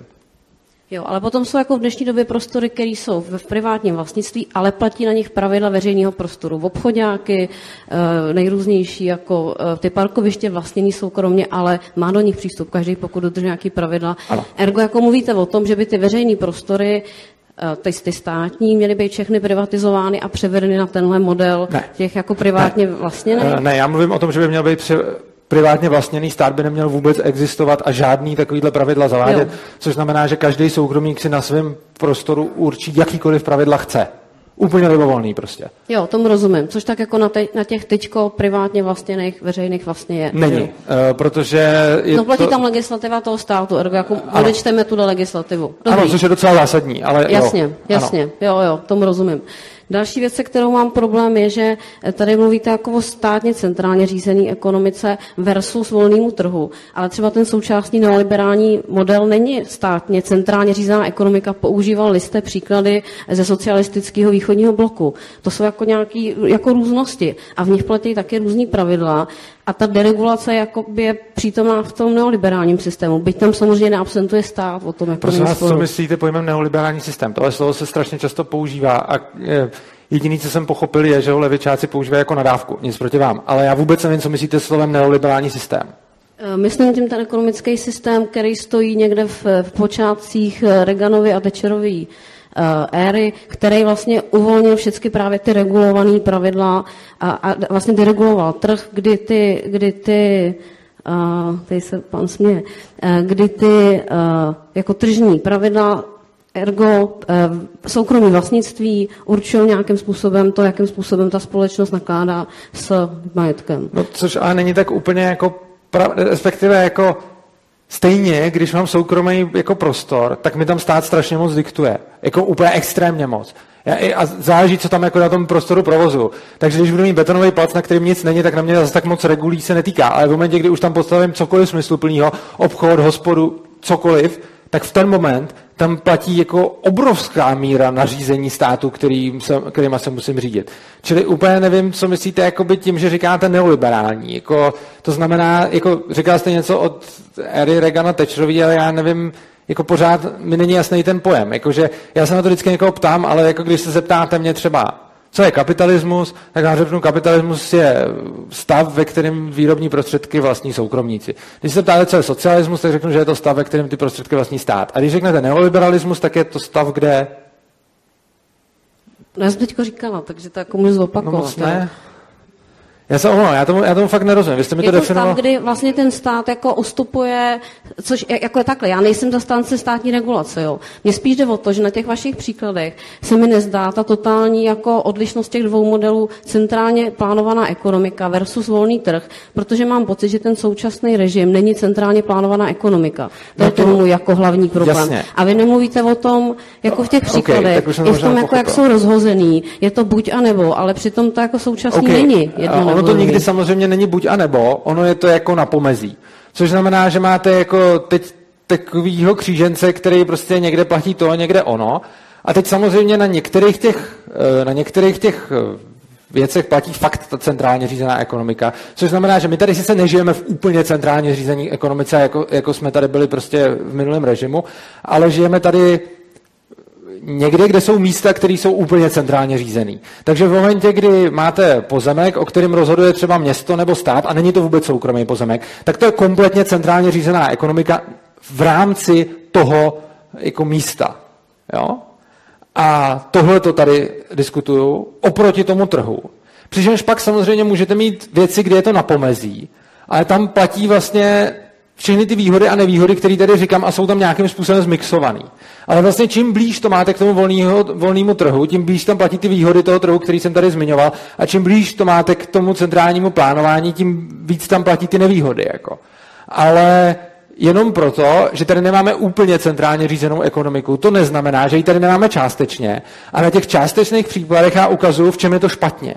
Jo, ale potom jsou jako v dnešní době prostory, které jsou v privátním vlastnictví, ale platí na nich pravidla veřejného prostoru. Obchoďáky, nejrůznější, jako ty parkoviště vlastněný soukromně, ale má do nich přístup každý, pokud dodrží nějaký pravidla. Ano. Ergo, jako mluvíte o tom, že by ty veřejné prostory, ty, ty státní, měly být všechny privatizovány a převedeny na tenhle model ne. těch jako privátně ne. vlastněných? Ne, já mluvím o tom, že by měl být pře- privátně vlastněný stát by neměl vůbec existovat a žádný takovýhle pravidla zavádět, jo. což znamená, že každý soukromník si na svém prostoru určí jakýkoliv pravidla chce. Úplně libovolný prostě. Jo, tomu rozumím. Což tak jako na, te, na těch teďko privátně vlastněných, veřejných vlastně je. Není, uh, protože... Je no platí to... tam legislativa toho státu, ergo jako odečteme tuhle legislativu. Dobrý. Ano, což je docela zásadní, ale jasně, jo. Jasně, ano. jo, jo, tomu rozumím. Další věc, se kterou mám problém, je, že tady mluvíte jako o státně centrálně řízený ekonomice versus volnému trhu, ale třeba ten současný neoliberální model není státně centrálně řízená ekonomika, používal listé příklady ze socialistického východního bloku. To jsou jako nějaké jako různosti a v nich platí také různý pravidla a ta deregulace jakoby je přítomná v tom neoliberálním systému, byť tam samozřejmě neabsentuje stát o tom, jako prosím vás, co myslíte pojmem neoliberální systém? Tohle slovo se strašně často používá a jediný, co jsem pochopil, je, že ho levičáci používají jako nadávku. Nic proti vám. Ale já vůbec nevím, co myslíte slovem neoliberální systém. Myslím tím ten ekonomický systém, který stojí někde v, v počátcích Reaganovy a Thatcherovy éry, který vlastně uvolnil všechny právě ty regulované pravidla a, a vlastně dereguloval trh, kdy ty, kdy ty uh, tady se pan směje, uh, kdy ty uh, jako tržní pravidla ergo uh, soukromí vlastnictví určují nějakým způsobem to, jakým způsobem ta společnost nakládá s majetkem. No, což ale není tak úplně jako, pra, respektive jako stejně, když mám soukromý jako prostor, tak mi tam stát strašně moc diktuje. Jako úplně extrémně moc. A záleží, co tam jako na tom prostoru provozu. Takže když budu mít betonový plac, na kterým nic není, tak na mě zase tak moc regulí se netýká. Ale v momentě, kdy už tam postavím cokoliv smysluplného, obchod, hospodu, cokoliv, tak v ten moment tam platí jako obrovská míra nařízení státu, kterým se, kterýma se musím řídit. Čili úplně nevím, co myslíte jakoby tím, že říkáte neoliberální. Jako, to znamená, jako říkal jste něco od éry Reagana Thatcherový, ale já nevím, jako pořád mi není jasný ten pojem. Jakože já se na to vždycky někoho ptám, ale jako když se zeptáte mě třeba, co je kapitalismus, tak já řeknu, kapitalismus je stav, ve kterém výrobní prostředky vlastní soukromníci. Když se ptáte, co je socialismus, tak řeknu, že je to stav, ve kterém ty prostředky vlastní stát. A když řeknete neoliberalismus, tak je to stav, kde... No, já jsem teďko říkala, takže to jako můžu zopakovat. No moc ne. Já se omlouvám, já tomu, já tomu fakt nerozumím. Vy jste mi je to definoval. Je to stav, kdy vlastně ten stát jako ustupuje, což jako je takhle, já nejsem zastánce státní regulace, jo. Mně spíš jde o to, že na těch vašich příkladech se mi nezdá ta totální jako odlišnost těch dvou modelů centrálně plánovaná ekonomika versus volný trh, protože mám pocit, že ten současný režim není centrálně plánovaná ekonomika. To no je to můj jako hlavní problém. Jasně. A vy nemluvíte o tom, jako v těch příkladech, okay, je v tom jako, jak jsou rozhozený, je to buď a nebo, ale přitom to jako současný okay. není jedno. Ono to nikdy samozřejmě není buď a nebo, ono je to jako na pomezí. Což znamená, že máte jako teď takovýho křížence, který prostě někde platí to, někde ono. A teď samozřejmě na některých těch, na některých těch věcech platí fakt ta centrálně řízená ekonomika. Což znamená, že my tady sice nežijeme v úplně centrálně řízené ekonomice, jako, jako jsme tady byli prostě v minulém režimu, ale žijeme tady někde, kde jsou místa, které jsou úplně centrálně řízený. Takže v momentě, kdy máte pozemek, o kterém rozhoduje třeba město nebo stát, a není to vůbec soukromý pozemek, tak to je kompletně centrálně řízená ekonomika v rámci toho jako místa. Jo? A tohle to tady diskutuju oproti tomu trhu. Přičemž pak samozřejmě můžete mít věci, kde je to na pomezí, ale tam platí vlastně všechny ty výhody a nevýhody, které tady říkám, a jsou tam nějakým způsobem zmixovaný. Ale vlastně čím blíž to máte k tomu volnýho, volnému trhu, tím blíž tam platí ty výhody toho trhu, který jsem tady zmiňoval, a čím blíž to máte k tomu centrálnímu plánování, tím víc tam platí ty nevýhody. Jako. Ale jenom proto, že tady nemáme úplně centrálně řízenou ekonomiku, to neznamená, že ji tady nemáme částečně. A na těch částečných příkladech já ukazuju, v čem je to špatně.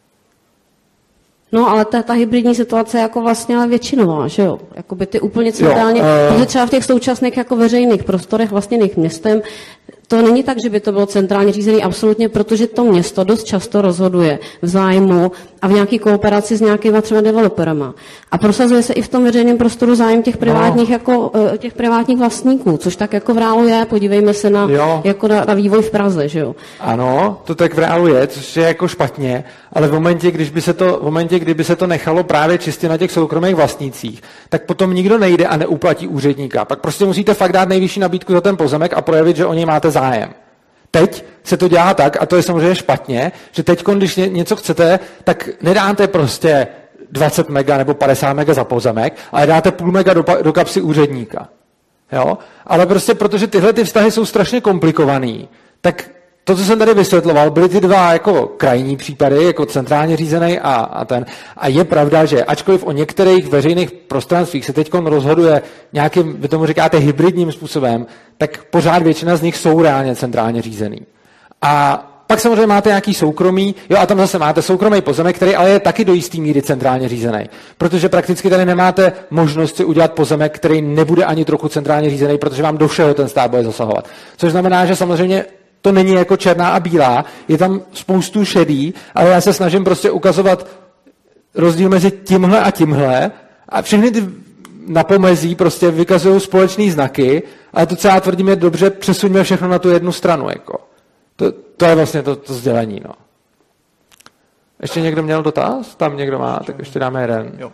No, ale ta, ta hybridní situace je jako vlastně ale většinová, že jo? Jakoby ty úplně centrálně, jo, uh... protože třeba v těch současných jako veřejných prostorech vlastněných městem, to není tak, že by to bylo centrálně řízený absolutně, protože to město dost často rozhoduje v zájmu a v nějaké kooperaci s nějakýma třeba developerama. A prosazuje se i v tom veřejném prostoru zájem těch privátních, no. jako, těch privátních vlastníků, což tak jako v reálu je. Podívejme se na, jako na, na vývoj v Praze, že jo? Ano, to tak v reálu je, což je jako špatně, ale v momentě, když by se to, v momentě, kdyby se to nechalo právě čistě na těch soukromých vlastnících, tak potom nikdo nejde a neuplatí úředníka. Pak prostě musíte fakt dát nejvyšší nabídku za ten pozemek a projevit, že o něj máte zájem. Teď se to dělá tak, a to je samozřejmě špatně, že teď, když něco chcete, tak nedáte prostě dvacet mega nebo padesát mega za pozemek, ale dáte půl mega do, do kapsy úředníka. Jo? Ale prostě protože tyhle ty vztahy jsou strašně komplikovaný, tak to, co jsem tady vysvětloval, byly ty dva jako krajní případy, jako centrálně řízený a, a ten. A je pravda, že ačkoliv o některých veřejných prostranstvích se teď rozhoduje nějakým, vy tomu říkáte, hybridním způsobem, tak pořád většina z nich jsou reálně centrálně řízený. A pak samozřejmě máte nějaký soukromý, jo, a tam zase máte soukromý pozemek, který ale je taky do jistý míry centrálně řízený. Protože prakticky tady nemáte možnost si udělat pozemek, který nebude ani trochu centrálně řízený, protože vám do všeho ten stát bude zasahovat. Což znamená, že samozřejmě to není jako černá a bílá, je tam spoustu šedý, ale já se snažím prostě ukazovat rozdíl mezi tímhle a tímhle a všechny ty napomezí prostě vykazují společný znaky, ale to, co já tvrdím, je dobře, přesuňme všechno na tu jednu stranu. Jako. To, to je vlastně to, to sdělení. No. Ještě někdo měl dotaz? Tam někdo má, tak ještě dáme jeden. Jo.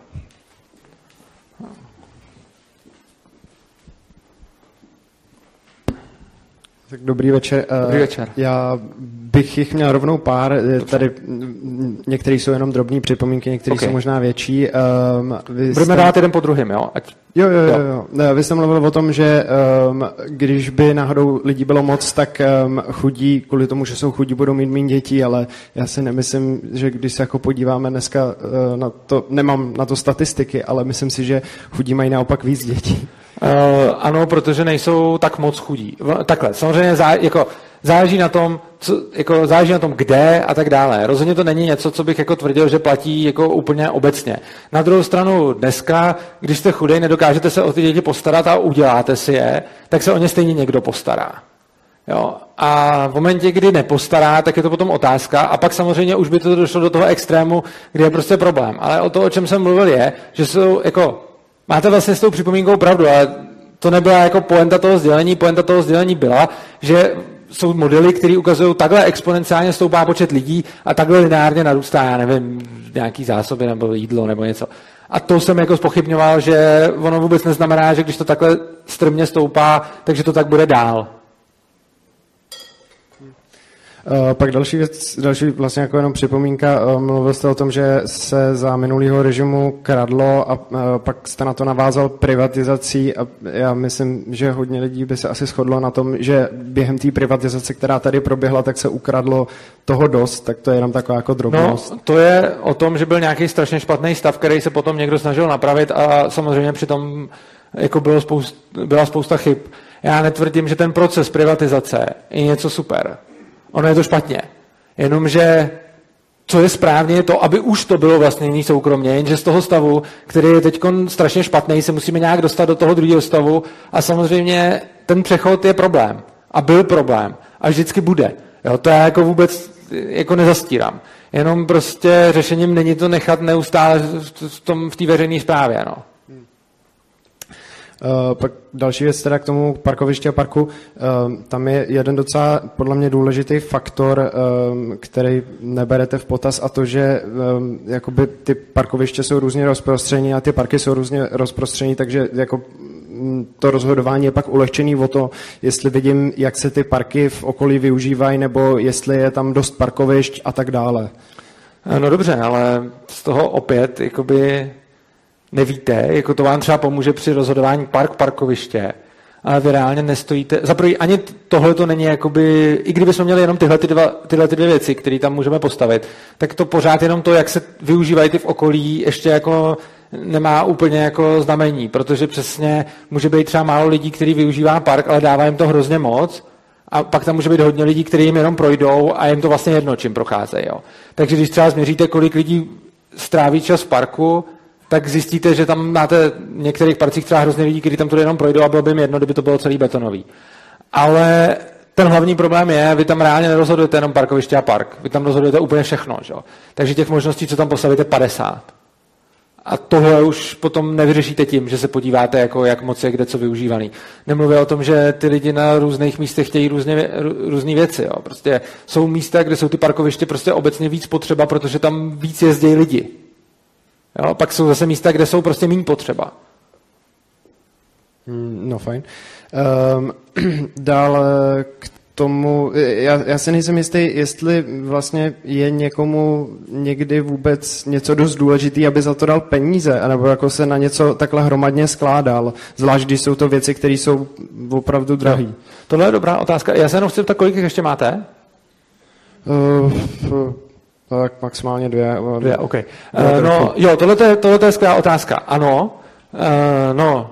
Tak dobrý večer. Dobrý večer. Já bych jich měl rovnou pár. Tady některé jsou jenom drobné připomínky, některé okay. jsou možná větší. Um, Budeme jste... dát jeden po druhém, jo? Ať... Jo, jo, jo, jo. Vy jste mluvil o tom, že um, když by náhodou lidí bylo moc, tak um, chudí, kvůli tomu, že jsou chudí, budou mít méně dětí, ale já si nemyslím, že když se jako podíváme dneska uh, na to, nemám na to statistiky, ale myslím si, že chudí mají naopak víc dětí. Uh, ano, protože nejsou tak moc chudí. Takhle, samozřejmě zá, jako, záleží na tom, co, jako, záleží na tom, kde a tak dále. Rozhodně to není něco, co bych jako tvrdil, že platí jako úplně obecně. Na druhou stranu dneska, když jste chudej, nedokážete se o ty děti postarat a uděláte si je, tak se o ně stejně někdo postará. Jo? A v momentě, kdy nepostará, tak je to potom otázka a pak samozřejmě už by to došlo do toho extrému, kde je prostě problém. Ale o to, o čem jsem mluvil, je, že jsou jako máte vlastně s tou připomínkou pravdu, ale to nebyla jako poenta toho sdělení. Poenta toho sdělení byla, že jsou modely, které ukazují, takhle exponenciálně stoupá počet lidí a takhle lineárně narůstá, já nevím, nějaký zásoby nebo jídlo nebo něco. A to jsem jako zpochybňoval, že ono vůbec neznamená, že když to takhle strmě stoupá, takže to tak bude dál. Uh, pak další věc, další vlastně jako jenom připomínka, uh, mluvil jste o tom, že se za minulého režimu kradlo a uh, pak jste na to navázal privatizací a já myslím, že hodně lidí by se asi shodlo na tom, že během té privatizace, která tady proběhla, tak se ukradlo toho dost, tak to je jenom taková jako drobnost. No, to je o tom, že byl nějaký strašně špatný stav, který se potom někdo snažil napravit a samozřejmě přitom jako bylo spoust, byla spousta chyb. Já netvrdím, že ten proces privatizace je něco super. Ono je to špatně. Jenomže co je správně, je to, aby už to bylo vlastnění soukromně, jenže z toho stavu, který je teď strašně špatný, se musíme nějak dostat do toho druhého stavu a samozřejmě ten přechod je problém. A byl problém. A vždycky bude. Jo, to já jako vůbec jako nezastírám. Jenom prostě řešením není to nechat neustále v tom, v té veřejné správě. No. Pak další věc teda k tomu parkovišti a parku. Tam je jeden docela podle mě důležitý faktor, který neberete v potaz, a to, že jakoby ty parkoviště jsou různě rozprostření a ty parky jsou různě rozprostření, takže jako to rozhodování je pak ulehčený o to, jestli vidím, jak se ty parky v okolí využívají, nebo jestli je tam dost parkovišť a tak dále. No dobře, ale z toho opět jakoby nevíte, jako to vám třeba pomůže při rozhodování park, parkoviště, ale vy reálně nestojíte, za první ani tohle to není jakoby, i kdybychom měli jenom tyhle, ty dva, tyhle ty dvě věci, které tam můžeme postavit, tak to pořád jenom to, jak se využívají ty v okolí, ještě jako nemá úplně jako znamení, protože přesně může být třeba málo lidí, kteří využívá park, ale dává jim to hrozně moc, a pak tam může být hodně lidí, kteří jim jenom projdou a jim to vlastně jedno, čím procházejí. Jo. Takže když třeba změříte, kolik lidí stráví čas v parku, tak zjistíte, že tam máte v některých parcích třeba hrozně lidí, kteří tam to jenom projdou a bylo by jim jedno, kdyby to bylo celý betonový. Ale ten hlavní problém je, vy tam reálně nerozhodujete jenom parkoviště a park. Vy tam rozhodujete úplně všechno. Že? Takže těch možností, co tam postavíte, pěťdesát. A tohle už potom nevyřešíte tím, že se podíváte, jako jak moc je kde co využívaný. Nemluvím o tom, že ty lidi na různých místech chtějí různě, různé věci. Jo. Prostě jsou místa, kde jsou ty parkoviště prostě obecně víc potřeba, protože tam víc jezdí lidi. Jo. Pak jsou zase místa, kde jsou prostě méně potřeba. No fajn. Um, dál k tomu, já, já si nejsem jistý, jestli vlastně je někomu někdy vůbec něco dost důležitý, aby za to dal peníze, anebo jako se na něco takhle hromadně skládal, zvlášť když jsou to věci, které jsou opravdu drahé. No. Tohle je dobrá otázka. Já se jenom chci ptat, kolik jich ještě máte? Uh, tak maximálně dvě. Dvě, OK. Uh, no, jo, tohle je, tohle je skvělá otázka. Ano, uh, no,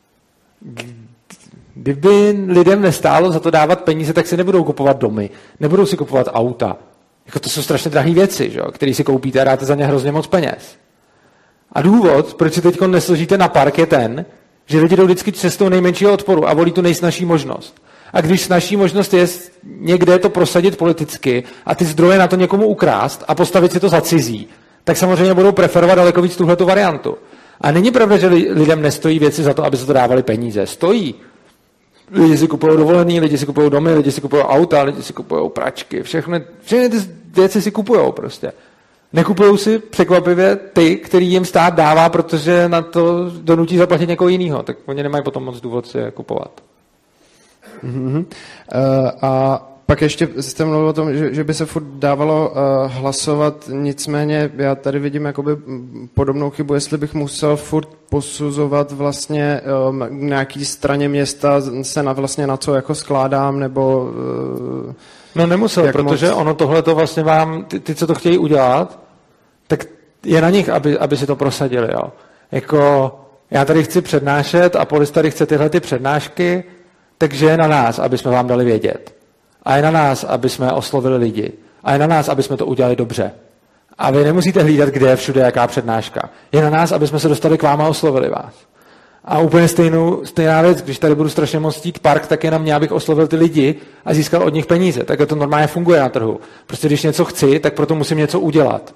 kdyby lidem nestálo za to dávat peníze, tak si nebudou kupovat domy, nebudou si kupovat auta. Jako to jsou strašně drahé věci, že? Které si koupíte a dáte za ně hrozně moc peněz. A důvod, proč si teď nesložíte na park, je ten, že lidi jdou vždycky cestou nejmenšího odporu a volí tu nejsnažší možnost. A když snažší možnost je někde to prosadit politicky a ty zdroje na to někomu ukrást a postavit si to za cizí, tak samozřejmě budou preferovat daleko víc tuhletu variantu. A není pravda, že lidem nestojí věci za to, aby se to dávali peníze. Stojí. Lidi si kupují dovolený, lidi si kupují domy, lidi si kupují auta, lidi si kupují pračky, všechny, všechny ty věci si kupují prostě. Nekupují si překvapivě ty, který jim stát dává, protože na to donutí zaplatit někoho jiného, tak oni nemají potom moc důvod si je kupovat. Mm-hmm. Uh, a pak ještě jste mluvil o tom, že, že by se furt dávalo uh, hlasovat, nicméně já tady vidím jakoby podobnou chybu, jestli bych musel furt posuzovat vlastně um, nějaký straně města, se na vlastně na co jako skládám, nebo... Uh, no nemusel, protože moc... ono tohle to vlastně vám, ty, ty, co to chtějí udělat, tak je na nich, aby, aby si to prosadili, jo. Jako já tady chci přednášet a Polis tady chce tyhle ty přednášky, takže je na nás, aby jsme vám dali vědět. A je na nás, aby jsme oslovili lidi. A je na nás, aby jsme to udělali dobře. A vy nemusíte hlídat, kde je všude jaká přednáška. Je na nás, aby jsme se dostali k vám a oslovili vás. A úplně stejnou, stejná věc, když tady budu strašně moc chtít park, tak je na mě, abych oslovil ty lidi a získal od nich peníze. Takhle to normálně funguje na trhu. Prostě když něco chci, tak proto musím něco udělat.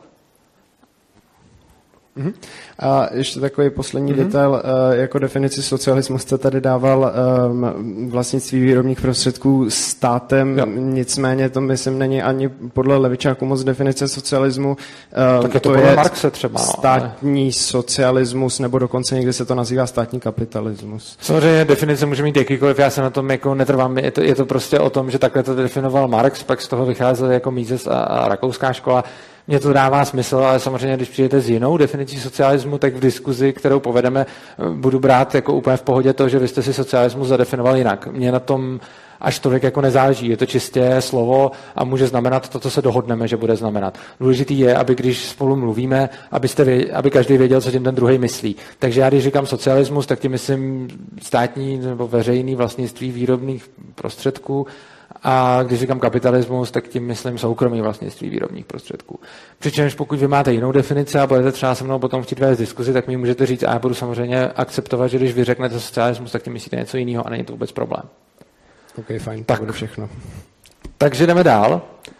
Mm-hmm. A ještě takový poslední mm-hmm. detail, jako definici socialismu jste tady dával um, vlastnictví výrobních prostředků státem, jo. Nicméně to myslím není ani podle levičáků moc definice socialismu. Um, tak je to, to podle je Marxe třeba. No, státní ale... socialismus, nebo dokonce někdy se to nazývá státní kapitalismus. Samozřejmě definice může mít jakýkoliv, já se na tom jako netrvám, je to, je to prostě o tom, že takhle to definoval Marx, pak z toho vycházel jako Mises a, a rakouská škola. Mně to dává smysl, ale samozřejmě, když přijdete s jinou definicí socialismu, tak v diskuzi, kterou povedeme, budu brát jako úplně v pohodě to, že vy jste si socialismus zadefinoval jinak. Mně na tom až tolik jako nezáleží. Je to čistě slovo a může znamenat to, co se dohodneme, že bude znamenat. Důležitý je, aby když spolu mluvíme, abyste věděli, aby každý věděl, co tím ten druhý myslí. Takže já, když říkám socialismus, tak tím myslím státní nebo veřejný vlastnictví výrobních prostředků. A když říkám kapitalismus, tak tím myslím soukromý vlastnictví výrobních prostředků. Přičemž pokud vy máte jinou definici a budete třeba se mnou potom chtít vést diskuzi, tak mi můžete říct, a já budu samozřejmě akceptovat, že když vy řeknete socialismus, tak tím myslíte něco jiného a není to vůbec problém. OK, fajn, tak to bude všechno. Takže jdeme dál.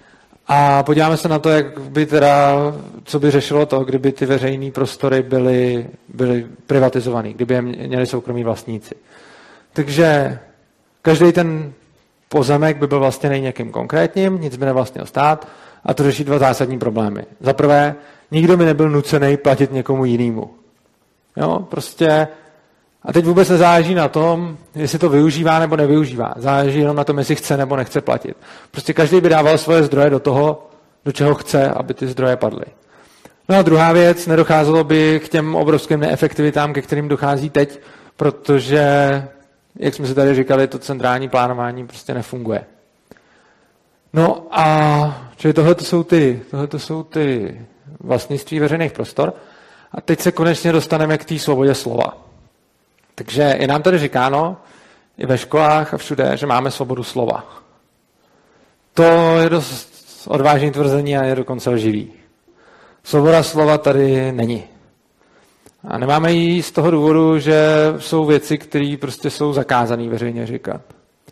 A podíváme se na to, jak by teda, co by řešilo to, kdyby ty veřejné prostory byly, byly privatizované, kdyby je měli soukromí vlastníci. Takže každý ten pozemek by byl vlastněný někým konkrétním, nic by nevlastnil stát a to řeší dva zásadní problémy. Za prvé, nikdo by nebyl nucený platit někomu jinému. Jo, prostě a teď vůbec nezáleží na tom, jestli to využívá nebo nevyužívá. Záleží jenom na tom, jestli chce nebo nechce platit. Prostě každý by dával svoje zdroje do toho, do čeho chce, aby ty zdroje padly. No a druhá věc, nedocházelo by k těm obrovským neefektivitám, ke kterým dochází teď, protože, jak jsme si tady říkali, to centrální plánování prostě nefunguje. No a čili tohle jsou ty, tohleto jsou ty vlastnictví veřejných prostor. A teď se konečně dostaneme k té svobodě slova. Takže je nám tady říkáno, i ve školách a všude, že máme svobodu slova. To je dost odvážné tvrzení a je dokonce lživý. Svoboda slova tady není. A nemáme ji z toho důvodu, že jsou věci, které prostě jsou zakázané veřejně říkat.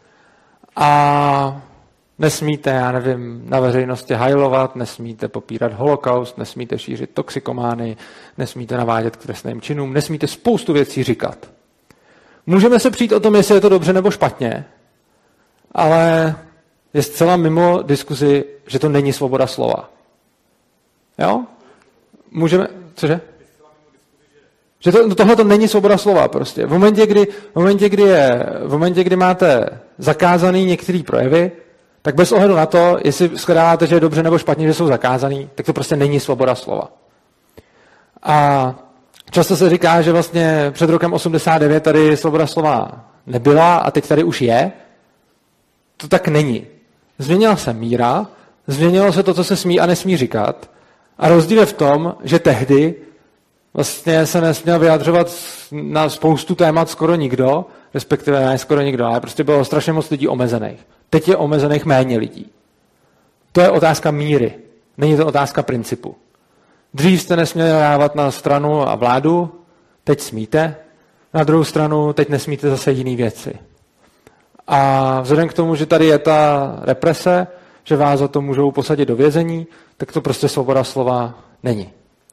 A nesmíte, já nevím, na veřejnosti hajlovat, nesmíte popírat holokaust, nesmíte šířit toxikomány, nesmíte navádět k trestným činům, nesmíte spoustu věcí říkat. Můžeme se přijít o tom, jestli je to dobře nebo špatně, ale je zcela mimo diskuzi, že to není svoboda slova. Jo? Můžeme... Cože? Že to, tohle to není svoboda slova prostě. V momentě, kdy, v momentě, kdy, je, v momentě, kdy máte zakázaný některé projevy, tak bez ohledu na to, jestli shledáváte, že je dobře nebo špatně, že jsou zakázaný, tak to prostě není svoboda slova. A často se říká, že vlastně před rokem osmdesát devět tady svoboda slova nebyla a teď tady už je. To tak není. Změnila se míra, změnilo se to, co se smí a nesmí říkat. A rozdíl je v tom, že tehdy vlastně se nesměl vyjadřovat na spoustu témat skoro nikdo, respektive ne skoro nikdo, ale prostě bylo strašně moc lidí omezených. Teď je omezených méně lidí. To je otázka míry. Není to otázka principu. Dřív jste nesměli dávat na stranu a vládu, teď smíte. Na druhou stranu teď nesmíte zase jiné věci. A vzhledem k tomu, že tady je ta represe, že vás za to můžou posadit do vězení, tak to prostě svoboda slova není.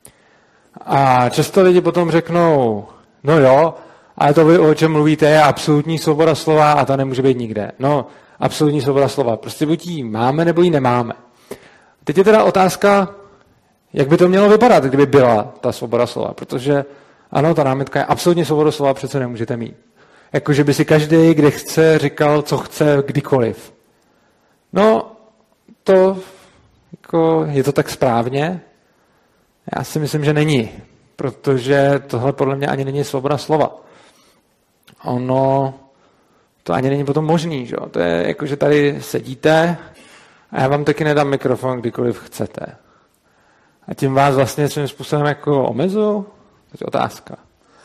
A často lidi potom řeknou, no jo, ale to vy, o čem mluvíte, je absolutní svoboda slova a ta nemůže být nikde. No, absolutní svoboda slova. Prostě buď ji máme, nebo ji nemáme. Teď je teda otázka, jak by to mělo vypadat, kdyby byla ta svoboda slova. Protože ano, ta námitka je absolutně svoboda slova, přece nemůžete mít. Jakože by si každý, kde chce, říkal, co chce, kdykoliv. No, to jako, je to tak správně? Já si myslím, že není. Protože tohle podle mě ani není svoboda slova. Ono to ani není potom možný. Že? To je jako, že tady sedíte a já vám taky nedám mikrofon, kdykoliv chcete. A tím vás vlastně svým způsobem jako omezuju? To je otázka.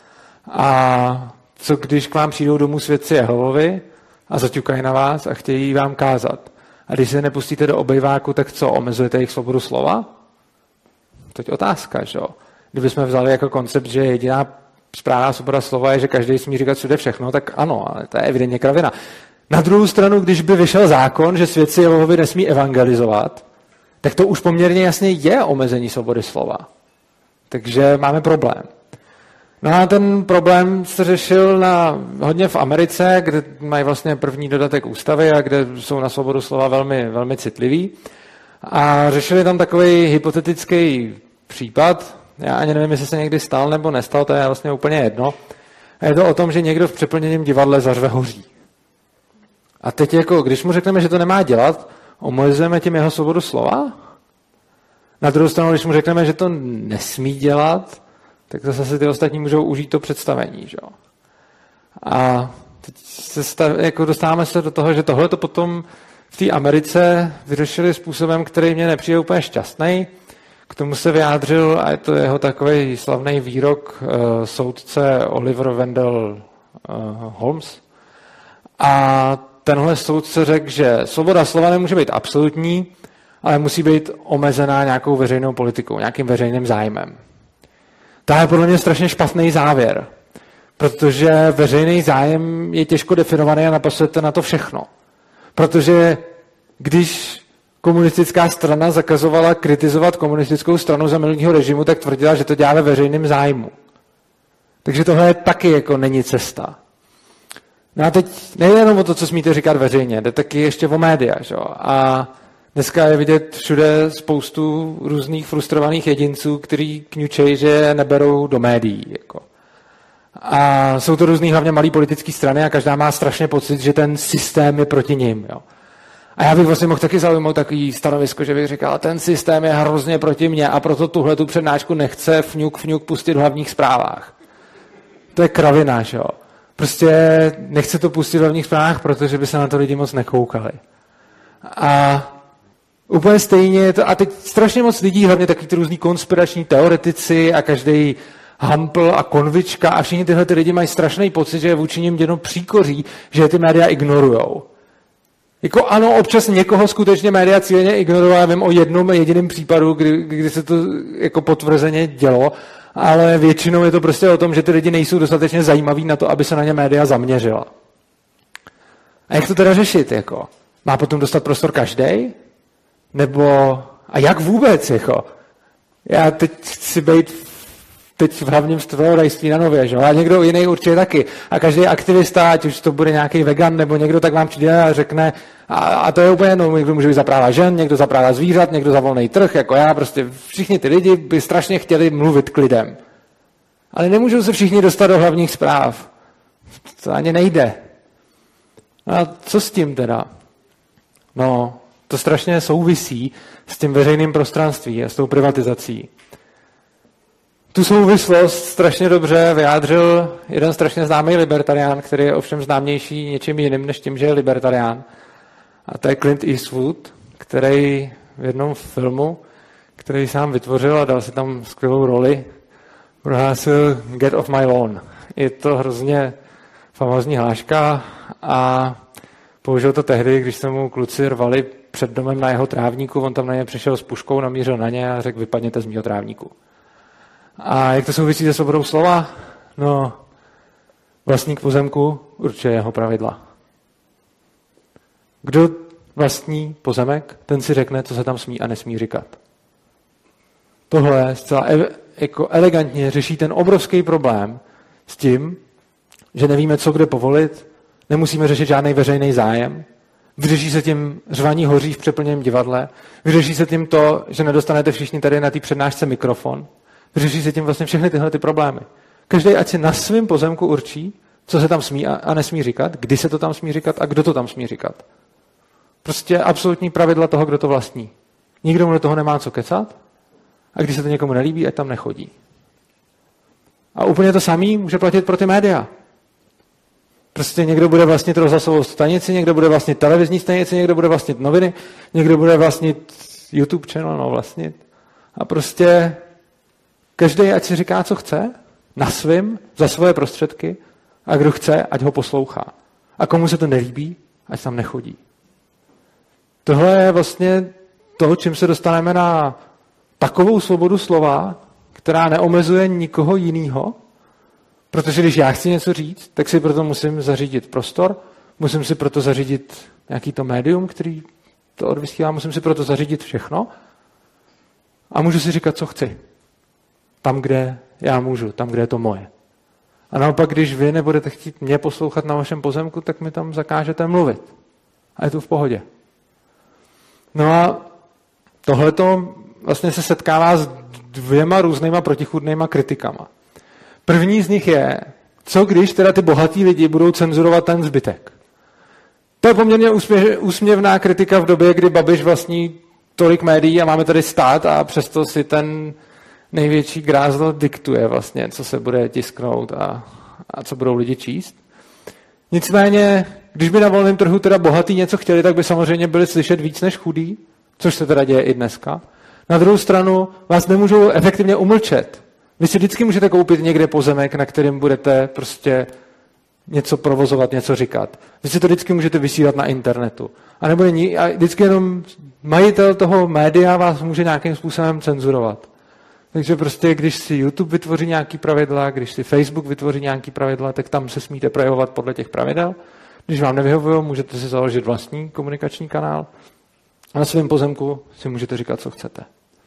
A co když k vám přijdou domů svědci Jehovovi a zaťukají na vás a chtějí vám kázat? A když se nepustíte do obejváku, tak co, omezujete jejich svobodu slova? To je otázka, že jo? Kdybychom vzali jako koncept, že jediná správná svoboda slova je, že každý smí říkat všude všechno, tak ano, ale to je evidentně kravina. Na druhou stranu, když by vyšel zákon, že svědci Jehovovi nesmí evangelizovat, tak to už poměrně jasně je omezení svobody slova. Takže máme problém. No a ten problém se řešil na, hodně v Americe, kde mají vlastně první dodatek ústavy a kde jsou na svobodu slova velmi, velmi citliví. A řešili tam takový hypotetický případ, já ani nevím, jestli se někdy stal nebo nestal, to je vlastně úplně jedno. A je to o tom, že někdo v přeplněném divadle zařve hoří. A teď jako, když mu řekneme, že to nemá dělat, omezujeme tím jeho svobodu slova? Na druhou stranu, když mu řekneme, že to nesmí dělat, tak to zase ty ostatní můžou užít to představení. Že? A teď se stav, jako dostáváme se do toho, že tohle to potom v té Americe vyřešili způsobem, který mě nepřijde úplně šťastný. K tomu se vyjádřil, a je to jeho takový slavný výrok, uh, soudce Oliver Wendell uh, Holmes. A tenhle soudce řekl, že svoboda slova nemůže být absolutní, ale musí být omezená nějakou veřejnou politikou, nějakým veřejným zájmem. To je podle mě strašně špatný závěr, protože veřejný zájem je těžko definovaný a napasujete na to všechno. Protože když komunistická strana zakazovala kritizovat komunistickou stranu za minulého režimu, tak tvrdila, že to dělá ve veřejném zájmu. Takže tohle je taky jako není cesta. No a teď nejde jenom o to, co smíte říkat veřejně, jde taky ještě o média. Že? A dneska je vidět všude spoustu různých frustrovaných jedinců, kteří kňučejí, že neberou do médií. Jako. A jsou to různý hlavně malý politické strany a každá má strašně pocit, že ten systém je proti nim. Jo. A já bych vlastně mohl taky zaujmout takový stanovisko, že bych říkal, ten systém je hrozně proti mně a proto tuhle tu přednášku nechce fňuk fňuk pustit v hlavních zprávách. To je kravina, že jo. Prostě nechce to pustit v hlavních zprávách, protože by se na to lidi moc nekoukali. A úplně stejně je to, a teď strašně moc lidí, hlavně taky ty různý konspirační teoretici a každý Hampl a Konvička a všichni tyhle ty lidi mají strašný pocit, že je vůči nim jenom příkoří, že ty média ignorujou. Jako ano, občas někoho skutečně média cíleně ignorovala, já vím o jednom jediném případu, kdy, kdy se to jako potvrzeně dělo, ale většinou je to prostě o tom, že ty lidi nejsou dostatečně zajímaví na to, aby se na ně média zaměřila. A jak to teda řešit? Jako? Má potom dostat prostor každý? Nebo a jak vůbec? Jako? Já teď chci být teď v hlavním zpravodajství na Nově, že? A někdo jiný určitě taky. A každý aktivista, ať už to bude nějaký vegan nebo někdo, tak vám přijde a řekne, a, a to je úplně jedno, někdo může být za práva žen, někdo za práva zvířat, někdo za volný trh, jako já, prostě všichni ty lidi by strašně chtěli mluvit k lidem. Ale nemůžou se všichni dostat do hlavních zpráv. To ani nejde. A co s tím teda? No, to strašně souvisí s tím veřejným prostranství a s tou privatizací. Tu souvislost strašně dobře vyjádřil jeden strašně známý libertarián, který je ovšem známější něčím jiným, než tím, že je libertarián. A to je Clint Eastwood, který v jednom filmu, který sám vytvořil a dal si tam skvělou roli, prohlásil Get off my lawn. Je to hrozně famózní hláška a použil to tehdy, když se mu kluci rvali před domem na jeho trávníku, on tam na ně přišel s puškou, namířil na ně a řekl, vypadněte z mýho trávníku. A jak to souvisí se svobodou slova? No, vlastník pozemku určuje jeho pravidla. Kdo vlastní pozemek, ten si řekne, co se tam smí a nesmí říkat. Tohle zcela e- jako elegantně řeší ten obrovský problém s tím, že nevíme, co kde povolit, nemusíme řešit žádný veřejný zájem, vyřeší se tím řvaní hoří v přeplněném divadle, vyřeší se tím to, že nedostanete všichni tady na té přednášce mikrofon, vyřeší se tím vlastně všechny tyhle ty problémy. Každý ať si na svém pozemku určí, co se tam smí a nesmí říkat, kdy se to tam smí říkat a kdo to tam smí říkat. Prostě absolutní pravidla toho, kdo to vlastní. Nikdo mu do toho nemá co kecat a když se to někomu nelíbí, ať tam nechodí. A úplně to samé může platit pro ty média. Prostě někdo bude vlastnit rozhlasovou stanici, někdo bude vlastnit televizní stanici, někdo bude vlastnit noviny, někdo bude vlastnit YouTube channel, no vlastnit. A prostě každý, ať si říká, co chce, na svým, za svoje prostředky, a kdo chce, ať ho poslouchá. A komu se to nelíbí, ať tam nechodí. Tohle je vlastně to, čím se dostaneme na takovou svobodu slova, která neomezuje nikoho jiného, protože když já chci něco říct, tak si proto musím zařídit prostor, musím si proto zařídit nějaký to médium, který to odvysílá, musím si proto zařídit všechno a můžu si říkat, co chci. Tam, kde já můžu, tam, kde je to moje. A naopak, když vy nebudete chtít mě poslouchat na vašem pozemku, tak mi tam zakážete mluvit. A je to v pohodě. No a tohleto vlastně se setkává s dvěma různýma protichůdnýma kritikama. První z nich je, co když teda ty bohatí lidi budou cenzurovat ten zbytek. To je poměrně úsměvná kritika v době, kdy Babiš vlastní tolik médií a máme tady stát a přesto si ten největší grázlo diktuje vlastně, co se bude tisknout a, a co budou lidi číst. Nicméně, když by na volném trhu teda bohatí něco chtěli, tak by samozřejmě byli slyšet víc než chudí, což se teda děje i dneska. Na druhou stranu vás nemůžou efektivně umlčet. Vy si vždycky můžete koupit někde pozemek, na kterém budete prostě něco provozovat, něco říkat. Vy si to vždycky můžete vysílat na internetu. A nebo není, a vždycky jenom majitel toho média vás může nějakým způsobem cenzurovat. Takže prostě, když si YouTube vytvoří nějaký pravidla, když si Facebook vytvoří nějaký pravidla, tak tam se smíte projevovat podle těch pravidel. Když vám nevyhovují, můžete si založit vlastní komunikační kanál. A na svém pozemku si můžete říkat, co chcete.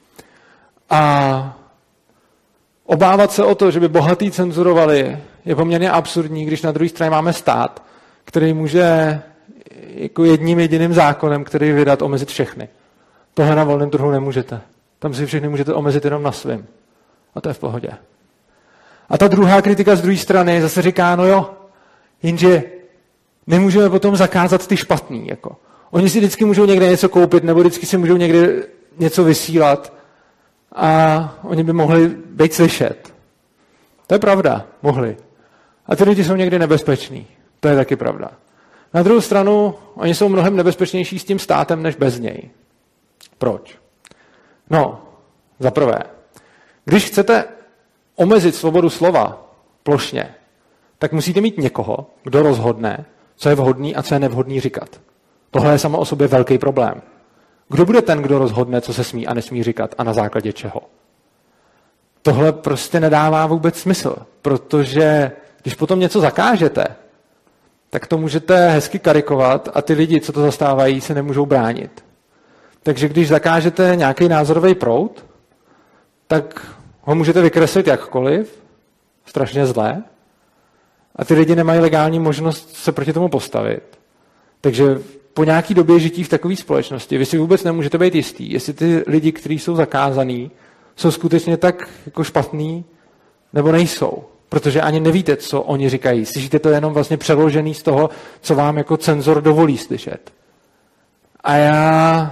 A obávat se o to, že by bohatí cenzurovali, je poměrně absurdní, když na druhé straně máme stát, který může jako jedním jediným zákonem, který vydat, omezit všechny. Tohle na volném trhu nemůžete. Tam si všechny můžete omezit jenom na svým. A to je v pohodě. A ta druhá kritika z druhé strany zase říká, no jo, jenže nemůžeme potom zakázat ty špatný. Jako. Oni si vždycky můžou někde něco koupit, nebo vždycky si můžou někde něco vysílat a oni by mohli být slyšet. To je pravda, mohli. A ty lidi jsou někdy nebezpeční. To je taky pravda. Na druhou stranu, oni jsou mnohem nebezpečnější s tím státem, než bez něj. Proč? No, za prvé, když chcete omezit svobodu slova plošně, tak musíte mít někoho, kdo rozhodne, co je vhodný a co je nevhodný říkat. Tohle je samo o sobě velký problém. Kdo bude ten, kdo rozhodne, co se smí a nesmí říkat a na základě čeho? Tohle prostě nedává vůbec smysl, protože když potom něco zakážete, tak to můžete hezky karikovat a ty lidi, co to zastávají, se nemůžou bránit. Takže když zakážete nějaký názorový proud, tak ho můžete vykreslit jakkoliv, strašně zlé, a ty lidi nemají legální možnost se proti tomu postavit. Takže po nějaký době žití v takové společnosti vy si vůbec nemůžete být jistý, jestli ty lidi, kteří jsou zakázaný, jsou skutečně tak jako špatný, nebo nejsou. Protože ani nevíte, co oni říkají. Slyšíte to jenom vlastně přeložený z toho, co vám jako cenzor dovolí slyšet. A já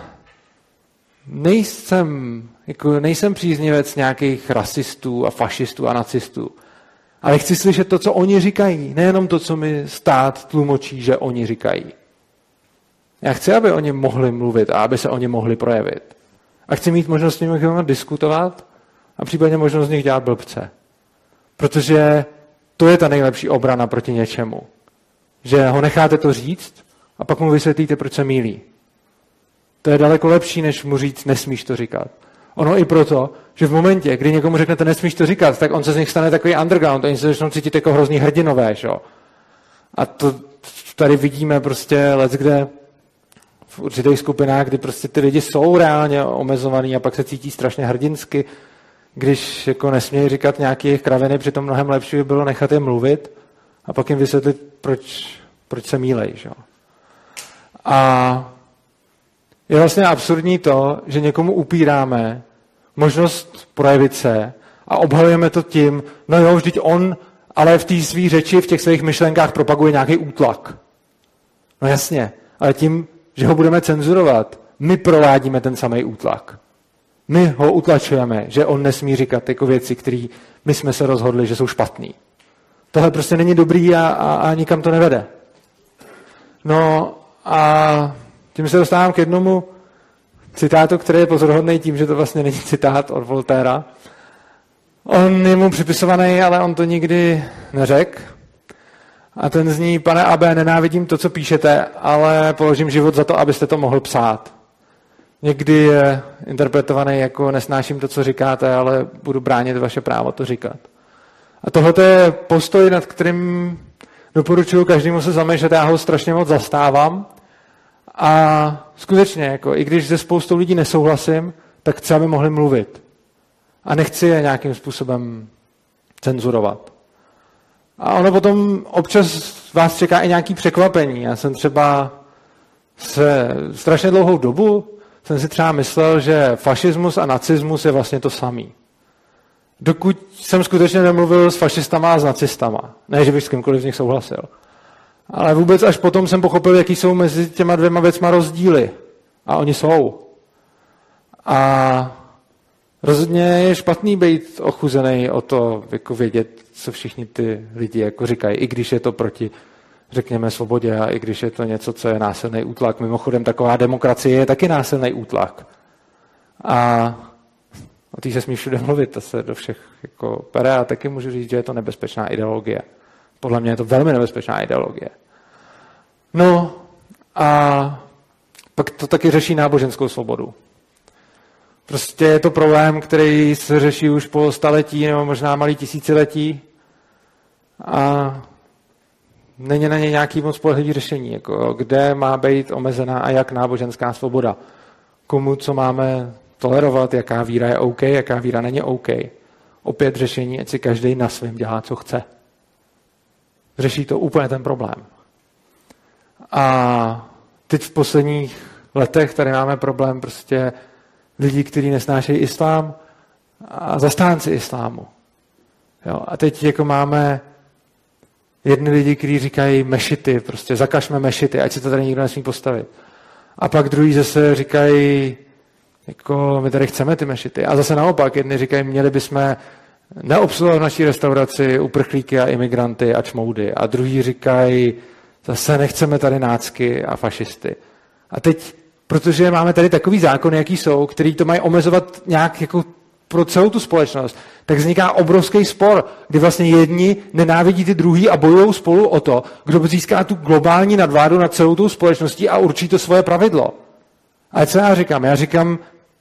nejsem, jako nejsem příznivec nějakých rasistů a fašistů a nacistů. Ale chci slyšet to, co oni říkají. Nejenom to, co mi stát tlumočí, že oni říkají. Já chci, aby oni mohli mluvit a aby se oni mohli projevit. A chci mít možnost s nimi diskutovat a případně možnost z nich dělat blbce. Protože to je ta nejlepší obrana proti něčemu. Že ho necháte to říct a pak mu vysvětlíte, proč se mýlí. To je daleko lepší, než mu říct, nesmíš to říkat. Ono i proto, že v momentě, kdy někomu řeknete, nesmíš to říkat, tak on se z nich stane takový underground, oni se začnou cítit jako hrozný hrdinové. Šo? A to tady vidíme prostě leckde v určitých skupinách, kdy prostě ty lidi jsou reálně omezovaný a pak se cítí strašně hrdinsky, když jako nesmějí říkat nějaké jejich kraviny, přitom mnohem lepší by bylo nechat je mluvit a pak jim vysvětlit, proč, proč se mýlej. Že? A je vlastně absurdní to, že někomu upíráme možnost projevit se a obhajujeme to tím, no jo, vždyť on ale v té své řeči, v těch svých myšlenkách propaguje nějaký útlak. No jasně, ale tím, že ho budeme cenzurovat, my provádíme ten samý útlak. My ho utlačujeme, že on nesmí říkat jako věci, které my jsme se rozhodli, že jsou špatný. Tohle prostě není dobrý a, a, a nikam to nevede. No a tím se dostávám k jednomu citátu, který je pozoruhodný tím, že to vlastně není citát od Voltaira. On je mu připisovaný, ale on to nikdy neřekl. A ten zní, pane Abe, nenávidím to, co píšete, ale položím život za to, abyste to mohl psát. Někdy je interpretovaný jako nesnáším to, co říkáte, ale budu bránit vaše právo to říkat. A tohle je postoj, nad kterým doporučuji každému se zamýšlet, já ho strašně moc zastávám. A skutečně, jako, i když se spoustou lidí nesouhlasím, tak chci, aby mohli mluvit. A nechci je nějakým způsobem cenzurovat. A ono potom občas vás čeká i nějaké překvapení. Já jsem třeba se strašně dlouhou dobu jsem si třeba myslel, že fašismus a nacismus je vlastně to samý. Dokud jsem skutečně nemluvil s fašistama a s nacistama. Ne, že bych s kýmkoliv z nich souhlasil. Ale vůbec až potom jsem pochopil, jaký jsou mezi těma dvěma věcma rozdíly. A oni jsou. A rozhodně je špatný být ochuzený o to, jako vědět, co všichni ty lidi jako říkají, i když je to proti, řekněme, svobodě a i když je to něco, co je násilný útlak. Mimochodem, taková demokracie je taky násilný útlak. A o té se smí všude mluvit, to se do všech jako pere a taky můžu říct, že je to nebezpečná ideologie. Podle mě je to velmi nebezpečná ideologie. No a pak to taky řeší náboženskou svobodu. Prostě je to problém, který se řeší už po staletí nebo možná malý tisíciletí a není na něj nějaký moc spolehlivý řešení, jako kde má být omezená a jak náboženská svoboda. komu co máme tolerovat, jaká víra je OK, jaká víra není OK. Opět řešení, ať si každý na svém dělá, co chce. Řeší to úplně ten problém. A teď v posledních letech tady máme problém prostě lidí, kteří nesnášejí islám a zastánci islámu. Jo, a teď jako máme jedny lidi, kteří říkají mešity, prostě zakažme mešity, ať si to tady nikdo nesmí postavit. A pak druhý zase říkají, jako my tady chceme ty mešity. A zase naopak, jedni říkají, měli bychom neobsluhovat v naší restauraci uprchlíky a imigranty a čmoudy. A druhý říkají, zase nechceme tady nácky a fašisty. A teď, protože máme tady takový zákony, jaký jsou, který to mají omezovat nějak jako pro celou tu společnost, tak vzniká obrovský spor, kdy vlastně jedni nenávidí ty druhý a bojují spolu o to, kdo získá tu globální nadvládu nad celou tou společností a určí to svoje pravidlo. Ale co já říkám? Já říkám,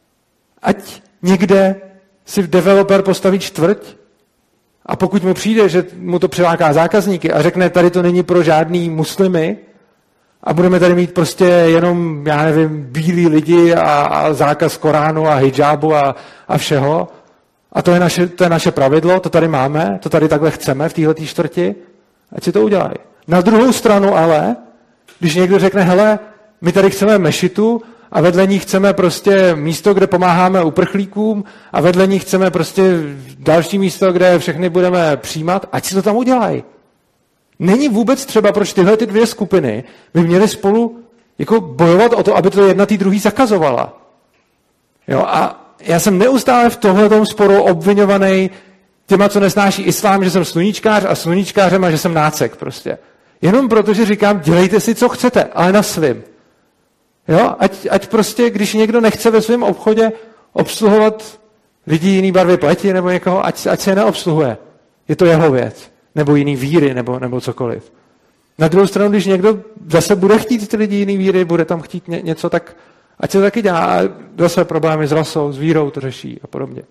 ať někde si developer postaví čtvrť a pokud mu přijde, že mu to přiláká zákazníky a řekne, tady to není pro žádný muslimy a budeme tady mít prostě jenom, já nevím, bílí lidi a, a zákaz Koránu a hijabu a, a všeho a to je, naše, to je naše pravidlo, to tady máme, to tady takhle chceme v téhletý čtvrti, ať si to udělají. Na druhou stranu ale, když někdo řekne, hele, my tady chceme mešitu a vedle ní chceme prostě místo, kde pomáháme uprchlíkům a vedle ní chceme prostě další místo, kde všechny budeme přijímat, ať si to tam udělají. Není vůbec třeba, proč tyhle ty dvě skupiny by měly spolu jako bojovat o to, aby to jedna tý druhý zakazovala. Jo, a já jsem neustále v tohletom sporu obviňovaný těma, co nesnáší islám, že jsem sluníčkář a sluníčkářem a že jsem nácek prostě. Jenom proto, že říkám, dělejte si, co chcete, ale na svým. Jo, ať, ať prostě, když někdo nechce ve svém obchodě obsluhovat lidi jiný barvy pleti nebo někoho, ať, ať se je neobsluhuje. Je to jeho věc. Nebo jiný víry, nebo, nebo cokoliv. Na druhou stranu, když někdo zase bude chtít ty lidi jiný víry, bude tam chtít ně, něco, tak ať se to taky dělá. A zase problémy s rasou, s vírou to řeší a podobně.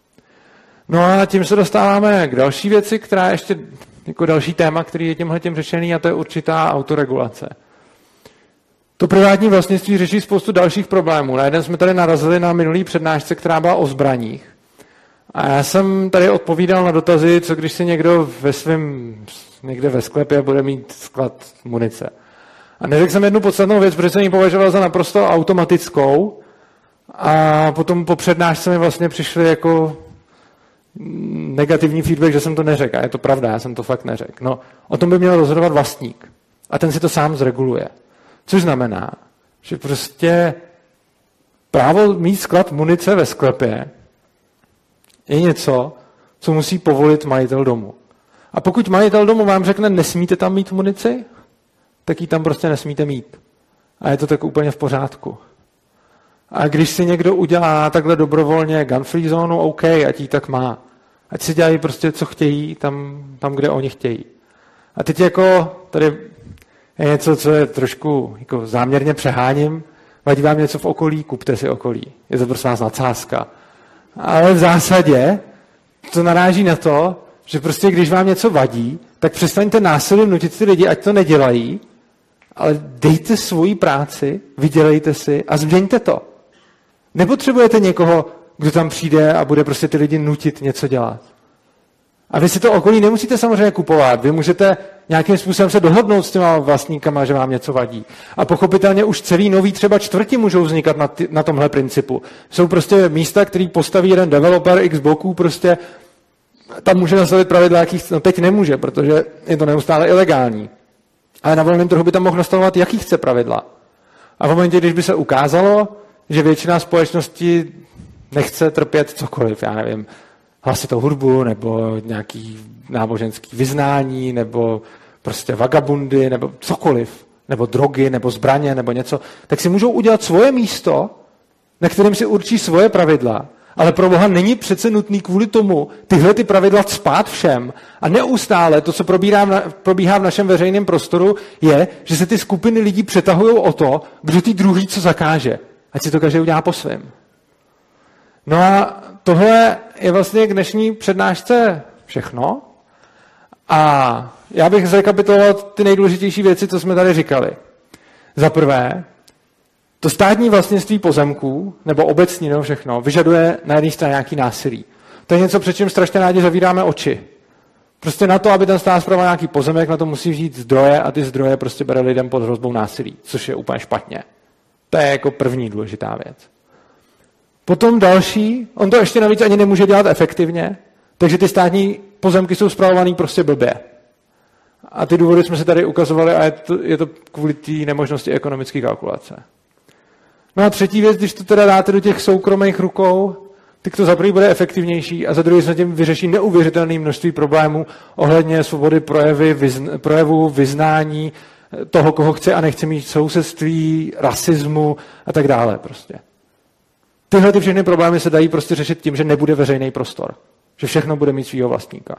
No a tím se dostáváme k další věci, která je ještě jako další téma, který je tímhletím řešený, a to je určitá autoregulace. To privátní vlastnictví řeší spoustu dalších problémů. Na jeden jsme tady narazili na minulý přednášce, která byla o zbraních. A já jsem tady odpovídal na dotazy, co když si někdo ve svém, někde ve sklepě bude mít sklad munice. A neřekl jsem jednu podstatnou věc, protože jsem ji považoval za naprosto automatickou. A potom po přednášce mi vlastně přišly jako negativní feedback, že jsem to neřekl. A je to pravda, já jsem to fakt neřekl. No, o tom by měl rozhodovat vlastník. A ten si to sám zreguluje. Což znamená, že prostě právo mít sklad munice ve sklepě je něco, co musí povolit majitel domu. A pokud majitel domu vám řekne, nesmíte tam mít munici, tak ji tam prostě nesmíte mít. A je to tak úplně v pořádku. A když si někdo udělá takhle dobrovolně gun-free zónu, OK, ať ji tak má. Ať si dělají prostě, co chtějí, tam, tam kde oni chtějí. A teď jako tady je něco, co je trošku jako záměrně přeháním. Vadí vám něco v okolí, kupte si okolí. Je to prostě vás nadsázka. Ale v zásadě to naráží na to, že prostě když vám něco vadí, tak přestaňte násilím nutit ty lidi, ať to nedělají, ale dejte svoji práci, vydělejte si a změňte to. Nepotřebujete někoho, kdo tam přijde a bude prostě ty lidi nutit něco dělat. A vy si to okolí nemusíte samozřejmě kupovat. Vy můžete nějakým způsobem se dohodnout s těma vlastníkama, že vám něco vadí. A pochopitelně už celý nový třeba čtvrti můžou vznikat na, ty, na tomhle principu. Jsou prostě místa, který postaví jeden developer x bloků, prostě tam může nastavit pravidla, jakých, no teď nemůže, protože je to neustále ilegální. Ale na volném trhu by tam mohl nastavovat, jaký chce pravidla. A v momentě, když by se ukázalo, že většina společnosti nechce trpět cokoliv, já nevím, hlasitou hudbu, nebo nějaký náboženský vyznání, nebo prostě vagabundy, nebo cokoliv, nebo drogy, nebo zbraně, nebo něco, tak si můžou udělat svoje místo, na kterém si určí svoje pravidla, ale pro Boha není přece nutný kvůli tomu tyhle ty pravidla cpát všem. A neustále to, co probíhá, probíhá v našem veřejném prostoru, je, že se ty skupiny lidí přetahují o to, kdo ty druhý co zakáže. Ať si to každý udělá po svém. No a tohle je vlastně k dnešní přednášce všechno. A já bych zrekapituloval ty nejdůležitější věci, co jsme tady říkali. Za prvé, To státní vlastnictví pozemků, nebo obecní, nebo všechno, vyžaduje na jedné straně nějaký násilí. To je něco, před čím strašně rádi zavíráme oči. Prostě na to, aby ten stát spravoval nějaký pozemek, na to musí vzít zdroje a ty zdroje prostě bere lidem pod hrozbou násilí, což je úplně špatně. To je jako první důležitá věc. Potom další, on to ještě navíc ani nemůže dělat efektivně, takže ty státní pozemky jsou spravovaný prostě blbě. A ty důvody jsme se tady ukazovali a je to, je to kvůli té nemožnosti ekonomické kalkulace. No a třetí věc, když to teda dáte do těch soukromých rukou, tak to za první bude efektivnější a za druhý se tím vyřeší neuvěřitelné množství problémů ohledně svobody projevy, vyzn, projevu, vyznání, toho, koho chce a nechce mít sousedství, rasismu a tak dále prostě. Tyhle ty všechny problémy se dají prostě řešit tím, že nebude veřejný prostor. Že všechno bude mít svýho vlastníka.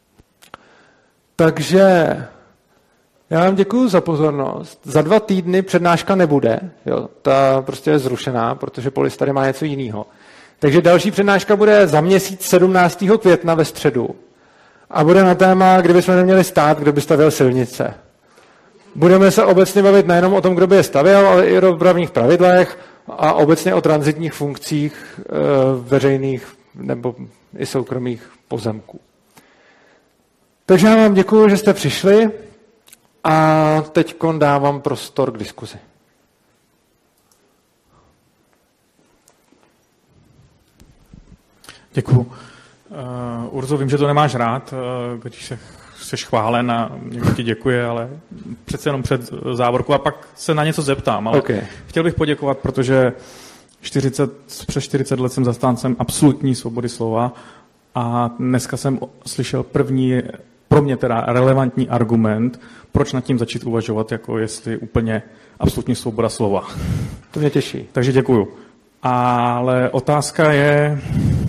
Takže já vám děkuju za pozornost. Za dva týdny přednáška nebude. Jo, ta prostě je zrušená, protože Polis tady má něco jiného. Takže další přednáška bude za měsíc sedmnáctého května ve středu. A bude na téma, kdybychom neměli stát, kdo by stavěl silnice. Budeme se obecně bavit nejenom o tom, kdo by je stavěl, ale i o dopravních pravidlech a obecně o tranzitních funkcích e, veřejných nebo i soukromých pozemků. Takže já vám děkuji, že jste přišli a teď dávám prostor k diskuzi. Děkuji. Uh, Urzo, vím, že to nemáš rád, uh, když se jsi chválen a někdo ti děkuje, ale přece jenom před závorku a pak se na něco zeptám. Ale okay. Chtěl bych poděkovat, protože čtyřicet, přes čtyřicet let jsem zastáncem absolutní svobody slova a dneska jsem slyšel první, pro mě teda relevantní argument, proč nad tím začít uvažovat, jako jestli úplně absolutní svoboda slova. To mě těší. Takže děkuju. Ale otázka je...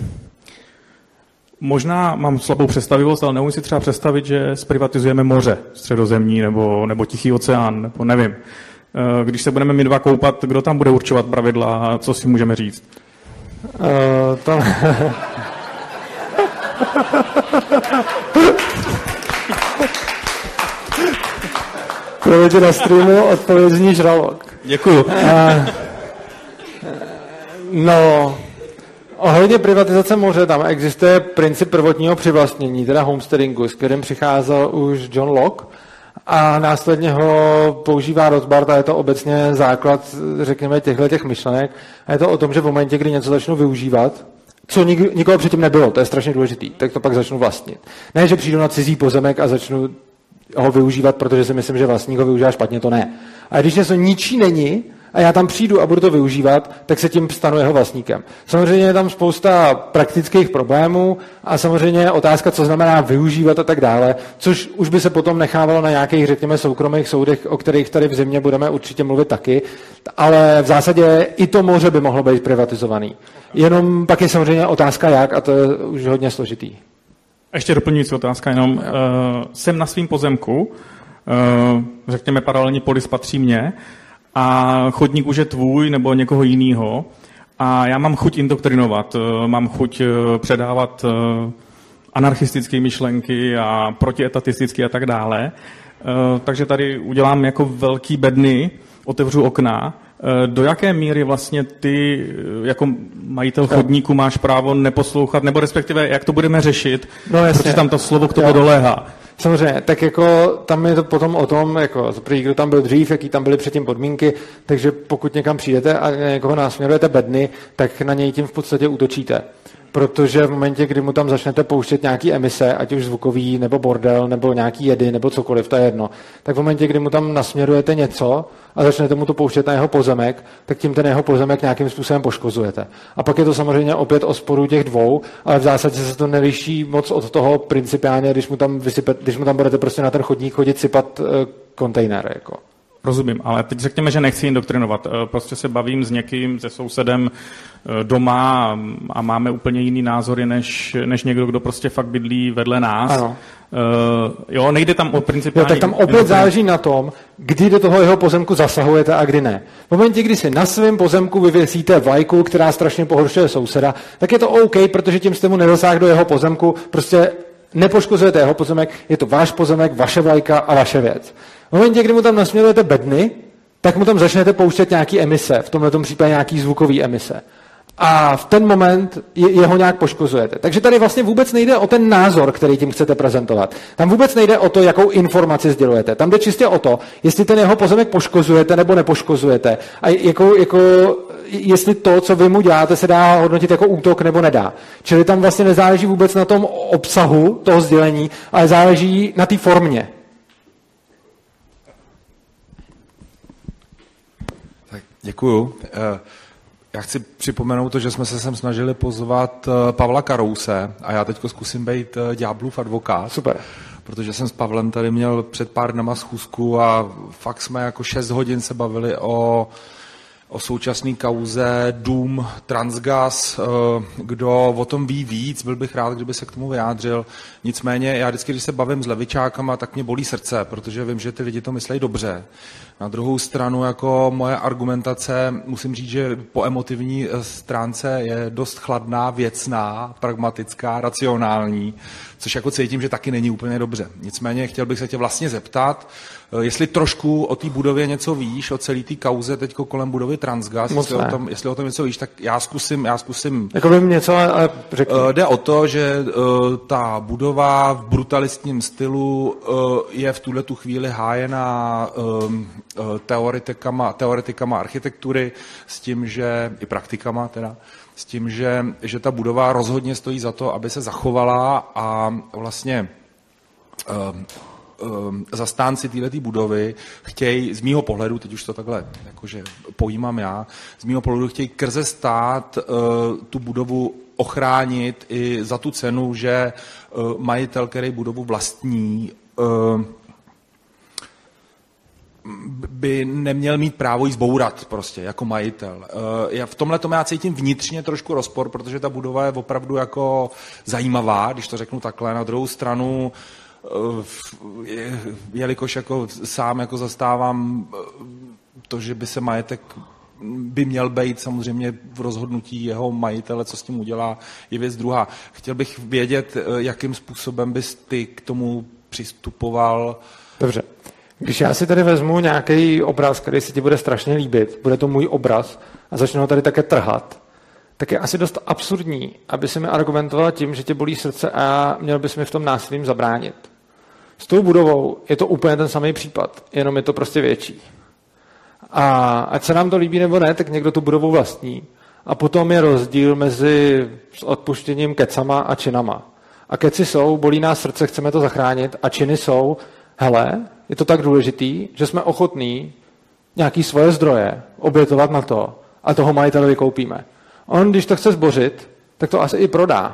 Možná mám slabou představivost, ale neumím si třeba představit, že zprivatizujeme moře středozemní nebo, nebo Tichý oceán, nebo nevím. Když se budeme my dva koupat, kdo tam bude určovat pravidla a co si můžeme říct? Uh, to... Prověď na streamu odpověď zní žralok. Děkuju. Uh, no... Ohledně privatizace moře tam existuje princip prvotního přivlastnění, teda homesteadingu, s kterým přicházel už John Locke a následně ho používá Rothbard a je to obecně základ, řekněme, těchto těch myšlenek. A je to o tom, že v momentě, kdy něco začnu využívat, co nik, nikoho předtím nebylo, to je strašně důležitý, tak to pak začnu vlastnit. Ne, že přijdu na cizí pozemek a začnu ho využívat, protože si myslím, že vlastník ho využívá špatně, to ne. A když něco ničí není, a já tam přijdu a budu to využívat, tak se tím stanu jeho vlastníkem. Samozřejmě je tam spousta praktických problémů a samozřejmě je otázka, co znamená využívat a tak dále, což už by se potom nechávalo na nějakých, řekněme, soukromých soudech, o kterých tady v zimě budeme určitě mluvit taky, ale v zásadě i to moře by mohlo být privatizovaný. Jenom pak je samozřejmě otázka jak a to je už hodně složitý. Ještě doplňující otázka, jenom uh, jsem na svým pozemku, uh, řekněme paralelní Polis patří mně, a chodník už je tvůj nebo někoho jiného a já mám chuť indoktrinovat, mám chuť předávat anarchistické myšlenky a protietatistické a tak dále. Takže tady udělám jako velký bedny, otevřu okna. Do jaké míry vlastně ty jako majitel chodníku máš právo neposlouchat, nebo respektive jak to budeme řešit, no, protože tam to slovo k tomu jo. doléhá. Samozřejmě, tak jako tam je to potom o tom, jako první, kdo tam byl dřív, jaký tam byly předtím podmínky, takže pokud někam přijdete a někoho nasměrujete bedny, tak na něj tím v podstatě útočíte. Protože v momentě, kdy mu tam začnete pouštět nějaký emise, ať už zvukový, nebo bordel, nebo nějaký jedy, nebo cokoliv, to je jedno, tak v momentě, kdy mu tam nasměrujete něco a začnete mu to pouštět na jeho pozemek, tak tím ten jeho pozemek nějakým způsobem poškozujete. A pak je to samozřejmě opět o sporu těch dvou, ale v zásadě se to neliší moc od toho principiálně, když mu tam, vysypet, když mu tam budete prostě na ten chodník chodit sypat uh, kontejner. Jako. Rozumím, ale teď řekněme, že nechci indoktrinovat. Prostě se bavím s někým, se sousedem doma a máme úplně jiný názory, než, než někdo, kdo prostě fakt bydlí vedle nás. Ano. Uh, jo, nejde tam o principiální... Jo, tak tam opět záleží na tom, kdy do toho jeho pozemku zasahujete a kdy ne. V momentě, kdy si na svém pozemku vyvěsíte vlajku, která strašně pohoršuje souseda, tak je to OK, protože tím jste mu nedosáhl do jeho pozemku, prostě nepoškozujete jeho pozemek, je to váš pozemek, vaše vlajka a vaše věc. V momentě, kdy mu tam nasměrujete bedny, tak mu tam začnete pouštět nějaký emise, v tomto případě nějaký zvukový emise. A v ten moment je, jeho nějak poškozujete. Takže tady vlastně vůbec nejde o ten názor, který tím chcete prezentovat. Tam vůbec nejde o to, jakou informaci sdělujete. Tam jde čistě o to, jestli ten jeho pozemek poškozujete nebo nepoškozujete. A jako, jako, jestli to, co vy mu děláte, se dá hodnotit jako útok nebo nedá. Čili tam vlastně nezáleží vůbec na tom obsahu toho sdělení, ale záleží na té formě. Tak, děkuju. Já chci připomenout to, že jsme se sem snažili pozvat Pavla Karouse a já teď zkusím být ďáblův advokát. Super. Protože jsem s Pavlem tady měl před pár dnama schůzku a fakt jsme jako šest hodin se bavili o, o současné kauze Dům, Transgas. Kdo o tom ví víc, byl bych rád, kdyby se k tomu vyjádřil. Nicméně já vždycky, když se bavím s levičákama, tak mě bolí srdce, protože vím, že ty lidi to myslejí dobře. Na druhou stranu, jako moje argumentace, musím říct, že po emotivní stránce je dost chladná, věcná, pragmatická, racionální, což jako cítím, že taky není úplně dobře. Nicméně chtěl bych se tě vlastně zeptat, jestli trošku o té budově něco víš, o celé té kauze teďko kolem budovy Transgas, jestli o, tom, jestli o tom něco víš, tak já zkusím, já zkusím. Jako vím něco, ale řekni. Jde o to, že ta budova v brutalistním stylu je v tuhle tu chvíli hájena teoretikama, teoretikama architektury s tím, že i praktikama teda, s tím, že, že ta budova rozhodně stojí za to, aby se zachovala a vlastně zastánci této budovy chtějí, z mýho pohledu, teď už to takhle jakože pojímám já, z mýho pohledu chtějí krze stát uh, tu budovu ochránit i za tu cenu, že uh, majitel, který budovu vlastní, uh, by neměl mít právo jí zbourat prostě jako majitel. Uh, já v tomhle tomu já cítím vnitřně trošku rozpor, protože ta budova je opravdu jako zajímavá, když to řeknu takhle. Na druhou stranu jelikož jako sám jako zastávám to, že by se majetek by měl být samozřejmě v rozhodnutí jeho majitele, co s tím udělá, je věc druhá. Chtěl bych vědět, jakým způsobem bys ty k tomu přistupoval. Dobře. Když já si tady vezmu nějaký obraz, který se ti bude strašně líbit, bude to můj obraz a začnu ho tady také trhat, tak je asi dost absurdní, aby si mi argumentovala tím, že tě bolí srdce a měl bys mi v tom násilím zabránit. S tou budovou je to úplně ten samý případ, jenom je to prostě větší. A ať se nám to líbí nebo ne, tak někdo tu budovu vlastní. A potom je rozdíl mezi s odpuštěním kecama a činama. A keci jsou, bolí nás srdce, chceme to zachránit, a činy jsou, hele, je to tak důležitý, že jsme ochotní nějaký svoje zdroje obětovat na to a toho majitelovi koupíme. On, když to chce zbořit, tak to asi i prodá.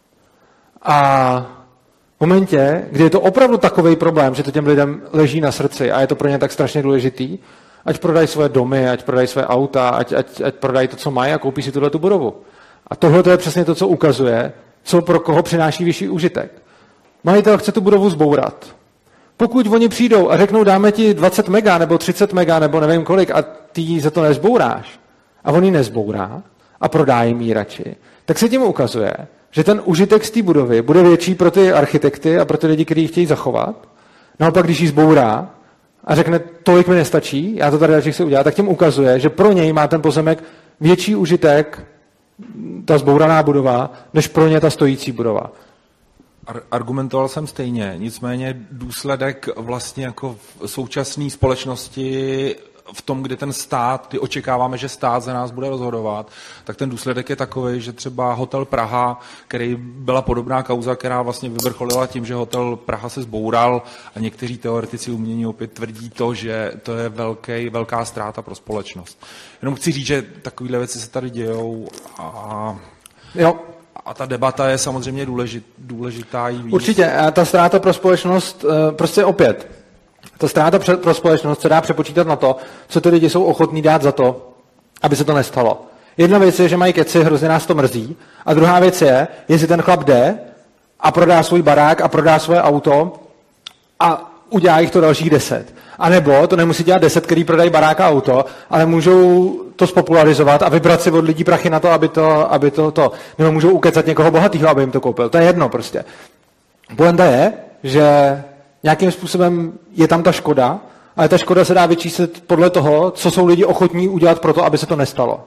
A v momentě, kdy je to opravdu takový problém, že to těm lidem leží na srdci a je to pro ně tak strašně důležitý, ať prodají svoje domy, ať prodají své auta, ať, ať, ať prodají to, co mají a koupí si tuhle tu budovu. A tohle to je přesně to, co ukazuje, co pro koho přináší vyšší užitek. Majitel chce tu budovu zbourat. Pokud oni přijdou a řeknou, dáme ti dvacet mega nebo třicet mega nebo nevím kolik a ty za to nezbouráš a on ji nezbourá a prodá jim ji radši, tak se tím ukazuje, že ten užitek z té budovy bude větší pro ty architekty a pro ty lidi, kteří ji chtějí zachovat. Naopak, když ji zbourá a řekne, tolik mi nestačí, já to tady radši chci udělat, tak tím ukazuje, že pro něj má ten pozemek větší užitek, ta zbouraná budova, než pro ně ta stojící budova. Argumentoval jsem stejně, nicméně důsledek vlastně jako v současné společnosti v tom, kdy ten stát, kdy očekáváme, že stát za nás bude rozhodovat, tak ten důsledek je takový, že třeba Hotel Praha, který byla podobná kauza, která vlastně vyvrcholila tím, že Hotel Praha se zboural a někteří teoretici umění opět tvrdí to, že to je velký, velká ztráta pro společnost. Jenom chci říct, že takovéhle věci se tady dějou a... Jo. A ta debata je samozřejmě důležit, důležitá i víc. Určitě. A ta ztráta pro společnost, prostě opět, ta ztráta pro společnost se dá přepočítat na to, co ty lidi jsou ochotní dát za to, aby se to nestalo. Jedna věc je, že mají keci, hrozně nás to mrzí. A druhá věc je, jestli ten chlap jde a prodá svůj barák a prodá svoje auto a udělá jich to dalších deset. A nebo to nemusí dělat deset, který prodají barák a auto, ale můžou to spopularizovat a vybrat si od lidí prachy na to, aby to, aby to, to nebo můžou ukecat někoho bohatého, aby jim to koupil. To je jedno prostě. Pointa je, že nějakým způsobem je tam ta škoda ale ta škoda se dá vyčíslit podle toho, co jsou lidi ochotní udělat pro to, aby se to nestalo.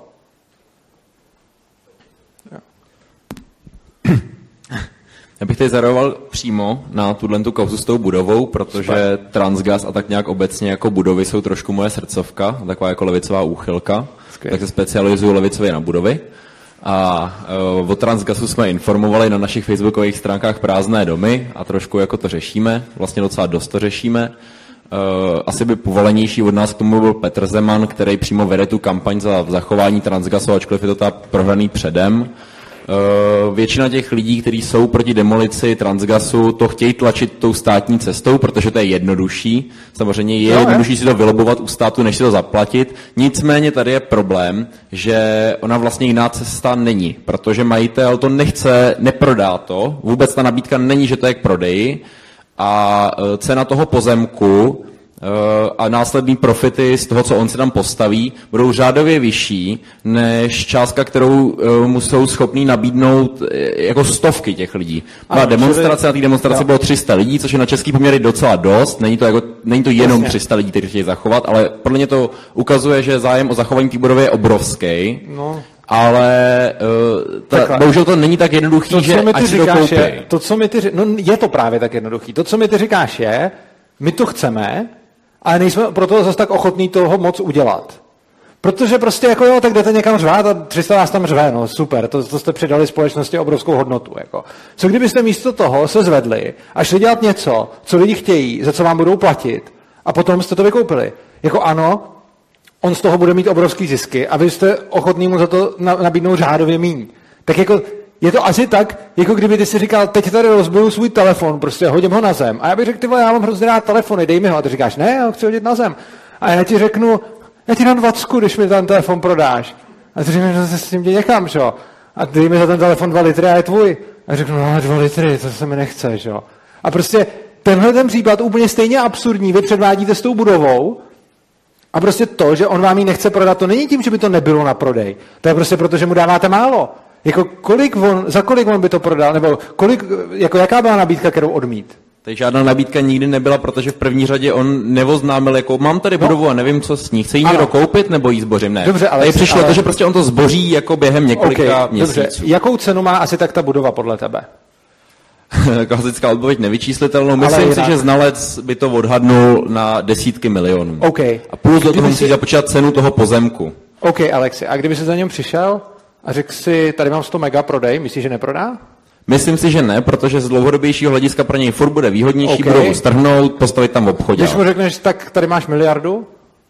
Já bych tady zareagoval přímo na tuto kauzu s tou budovou, protože Transgas a tak nějak obecně jako budovy jsou trošku moje srdcovka, taková jako levicová úchylka, Skvěl. Tak se specializuju levicově na budovy. A uh, o Transgasu jsme informovali na našich facebookových stránkách Prázdné domy a trošku jako to řešíme, vlastně docela dost to řešíme. Uh, asi by povolenější od nás k tomu byl Petr Zeman, který přímo vede tu kampaň za zachování Transgasu, ačkoliv je to ta prohraný předem. Uh, většina těch lidí, kteří jsou proti demolici Transgasu, to chtějí tlačit tou státní cestou, protože to je jednodušší. Samozřejmě je no, jednodušší je. si to vylobovat u státu, než si to zaplatit. Nicméně tady je problém, že ona vlastně jiná cesta není, protože majitel to nechce, neprodá to. Vůbec ta nabídka není, že to je k prodeji. A uh, cena toho pozemku a následný profity z toho, co on si tam postaví, budou řádově vyšší než částka, kterou mu jsou schopní nabídnout jako stovky těch lidí. Byla demonstrace, na té demonstraci bylo tři sta lidí, což je na český poměry docela dost. Není to, jako, není to jenom tři sta lidí, kteří chtějí zachovat, ale podle mě to ukazuje, že zájem o zachování té budovy je obrovský. No. Ale uh, ta, bohužel to není tak jednoduchý, to, že ať si to koupí. Je, to, co mi ty říkáš, no je to právě tak jednoduchý. To, co mi ty říkáš je, my to chceme, ale nejsme proto zase tak ochotní toho moc udělat. Protože prostě jako jo, tak jdete někam řvát a tři sta vás tam řve, no super, to, to jste přidali společnosti obrovskou hodnotu. Jako. Co kdybyste místo toho se zvedli a šli dělat něco, co lidi chtějí, za co vám budou platit a potom jste to vykoupili. Jako ano, on z toho bude mít obrovský zisky a vy jste ochotní mu za to nabídnout řádově míň. Tak jako je to asi tak, jako kdyby ty si říkal, teď tady rozbiju svůj telefon, prostě hodím ho na zem. A já bych řekl, ty vole, já mám hrozně rád telefony, dej mi ho. A ty říkáš, ne, já ho chci hodit na zem. A já ti řeknu, já ti dám dvacku, když mi ten telefon prodáš. A ty řekneš, že se s tím jde někam, že jo. A dej mi za ten telefon dva litry a je tvůj. A řeknu, no dva litry, to se mi nechce, že jo. A prostě tenhle ten případ úplně stejně absurdní, vy předvádíte s tou budovou a prostě to, že on vám ji nechce prodat, to není tím, že by to nebylo na prodej. To je prostě proto, že mu dáváte málo. Jako kolik on, za kolik on by to prodal, nebo kolik, jako jaká byla nabídka, kterou odmít? Tady žádná nabídka nikdy nebyla, protože v první řadě on neoznámil, jako mám tady budovu no. a nevím, co s ní. Chce jí někdo koupit, nebo jí zbořím? Ne. Dobře, ale... Tady přišlo ale... to, že prostě on to zboří jako během několika okay, měsíců. Dobře, jakou cenu má asi tak ta budova podle tebe? Klasická odpověď nevyčíslitelnou. Myslím si, že znalec by to odhadnul na desítky milionů. Okay. A plus do toho musí si... započítat cenu toho pozemku. OK, Alexi, a kdyby se za něm přišel a řekl si, tady mám sto mega prodej, myslíš, že neprodá? Myslím si, že ne, protože z dlouhodobějšího hlediska pro něj furt bude výhodnější, okay. budou strhnout, postavit tam obchodě. Když mu řekneš, tak tady máš miliardu?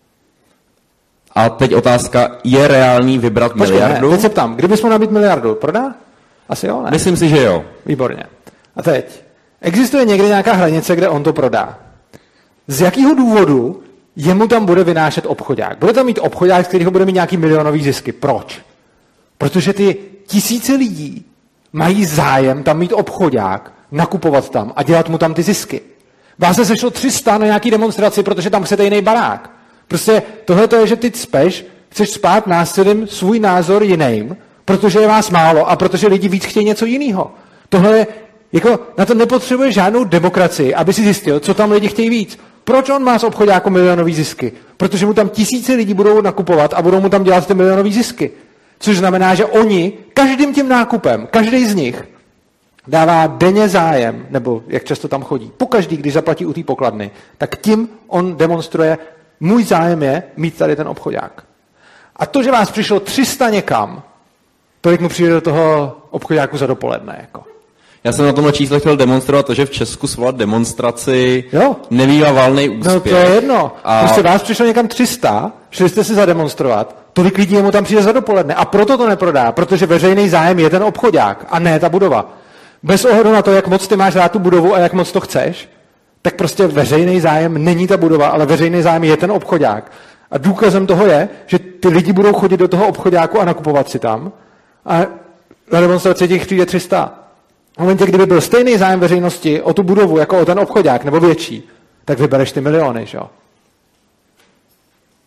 A teď otázka, je reálný vybrat Počkej, miliardu? Ne, teď se ptám, kdybys mu nabít miliardu, prodá? Asi jo, ne? Myslím si, že jo. Výborně. A teď, existuje někde nějaká hranice, kde on to prodá? Z jakého důvodu jemu tam bude vynášet obchodák? Bude tam mít obchodák, z kterého bude mít nějaký milionový zisky. Proč? Protože ty tisíce lidí mají zájem tam mít obchodák, nakupovat tam a dělat mu tam ty zisky. Vás se sešlo tři sta na nějaký demonstraci, protože tam chcete jiný barák. Prostě tohle to je, že ty cpeš, chceš spát násilím svůj názor jiným, protože je vás málo a protože lidi víc chtějí něco jiného. Tohle je, jako, na to nepotřebuje žádnou demokracii, aby si zjistil, co tam lidi chtějí víc. Proč on má z obchodáku milionový zisky? Protože mu tam tisíce lidí budou nakupovat a budou mu tam dělat ty milionový zisky. Což znamená, že oni každým tím nákupem, každý z nich dává denně zájem, nebo jak často tam chodí, pokaždý, když zaplatí u té pokladny, tak tím on demonstruje, můj zájem je mít tady ten obchodák. A to, že vás přišlo tři sta někam, tolik mu přijde do toho obchodáku za dopoledne. Jako. Já jsem na tomhle čísle chtěl demonstrovat to, že v Česku svolat demonstraci nebývá valný úspěch. No to je jedno. A... Prostě vás přišlo někam tři sta, šli jste si zademonstrovat, tolik lidí mu tam přijde za dopoledne. A proto to neprodá, protože veřejný zájem je ten obchodák a ne ta budova. Bez ohledu na to, jak moc ty máš rád tu budovu a jak moc to chceš, tak prostě veřejný zájem není ta budova, ale veřejný zájem je ten obchodák. A důkazem toho je, že ty lidi budou chodit do toho obchodáku a nakupovat si tam. A na demonstraci těch přijde tři sta. V momentě, kdyby byl stejný zájem veřejnosti o tu budovu, jako o ten obchodák, nebo větší, tak vybereš ty miliony, že jo?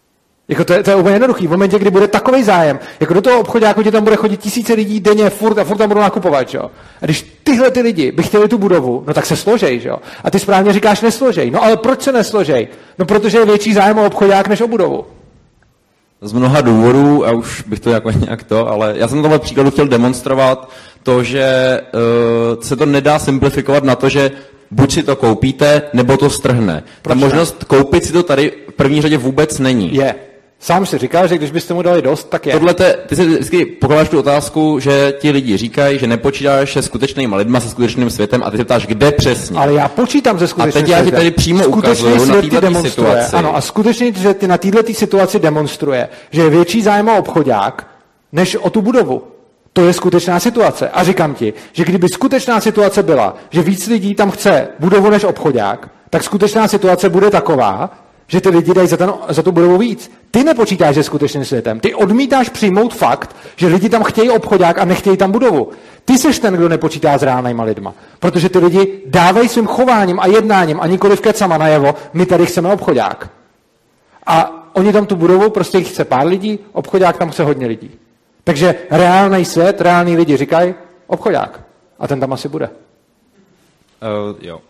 Jako to, je, to je úplně jednoduchý. V momentě, kdy bude takový zájem, jako do toho obchodáku ti tam bude chodit tisíce lidí denně furt a furt tam budou nakupovat, jo. A když tyhle ty lidi by chtěli tu budovu, no tak se složej, jo. A ty správně říkáš nesložej. No ale proč se nesložej? No protože je větší zájem o obchodák než o budovu. Z mnoha důvodů, a už bych to jako nějak to, ale já jsem na tomhle příkladu chtěl demonstrovat to, že uh, se to nedá simplifikovat na to, že buď si to koupíte, nebo to strhne. Proč Ta možnost ne? koupit si to tady v první řadě vůbec není. Je. Sám si říkal, že když byste mu dali dost, tak je. Tohle te, ty si vždycky pokládáš tu otázku, že ti lidi říkají, že nepočítáš se skutečnými lidma, se skutečným světem a ty se ptáš, kde přesně. Ale já počítám se skutečným světem. A teď já ti tady přímo ukazuju na této situaci. Ano, a skutečný svět na této situaci demonstruje, že je větší zájem o obchodák, než o tu budovu. To je skutečná situace. A říkám ti, že kdyby skutečná situace byla, že víc lidí tam chce budovu než obchodák, tak skutečná situace bude taková, že ty lidi dají za, ten, za tu budovu víc. Ty nepočítáš se skutečným světem. Ty odmítáš přijmout fakt, že lidi tam chtějí obchodák a nechtějí tam budovu. Ty seš ten, kdo nepočítá s reálnýma lidma. Protože ty lidi dávají svým chováním a jednáním a nikoliv kecama najevo, my tady chceme obchodák. A oni tam tu budovu, prostě jich chce pár lidí, obchodák tam chce hodně lidí. Takže reálný svět, reální lidi říkají obchodák. A ten tam asi bude. Uh, jo.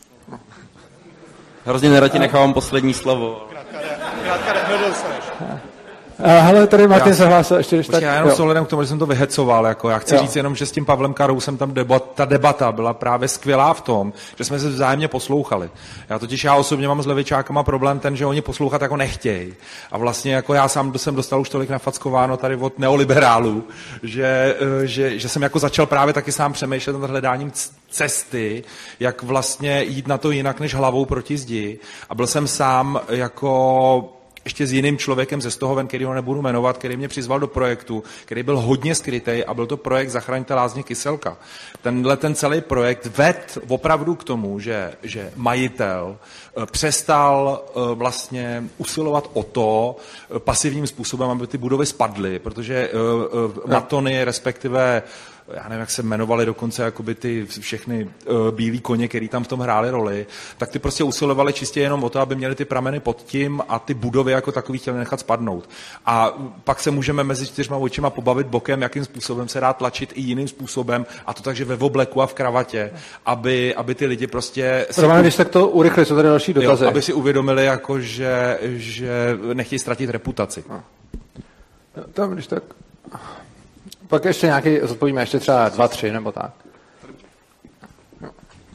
Hrozně nerad nechávám poslední slovo. Krátka nedostaneš. Hele, tady Martin já, se hlásil ještě, když tak... Já jenom s ohledem k tomu, že jsem to vyhecoval. Jako já chci jo. říct jenom, že s tím Pavlem Karousem tam debat, ta debata byla právě skvělá v tom, že jsme se vzájemně poslouchali. Já totiž já osobně mám s levičákama problém ten, že oni poslouchat jako nechtějí. A vlastně jako já sám jsem dostal už tolik nafackováno tady od neoliberálů, že, že, že jsem jako začal právě taky sám přemýšlet nad hledáním cesty, jak vlastně jít na to jinak než hlavou proti zdi. A byl jsem sám jako... ještě s jiným člověkem ze Stohoven, který ho nebudu jmenovat, který mě přizval do projektu, který byl hodně skrytej a byl to projekt Zachraňte lázně Kyselka. Tenhle ten celý projekt ved opravdu k tomu, že, že majitel přestal vlastně usilovat o to pasivním způsobem, aby ty budovy spadly, protože matony, respektive já nevím, jak se jmenovali dokonce jakoby ty všechny uh, bílí koně, který tam v tom hráli roli, tak ty prostě usilovali čistě jenom o to, aby měli ty prameny pod tím a ty budovy jako takový chtěli nechat spadnout. A pak se můžeme mezi čtyřma očima pobavit bokem, jakým způsobem se dá tlačit i jiným způsobem, a to takže ve obleku a v kravatě, aby, aby ty lidi prostě... Roman, když tak to urychli, jsou tady další dotazy. Jo, aby si uvědomili, jako, že, že nechtějí ztratit reputaci. No. Tam, když tak... Pak ještě nějaký, zodpovíme ještě třeba dva, tři, nebo tak. Uh,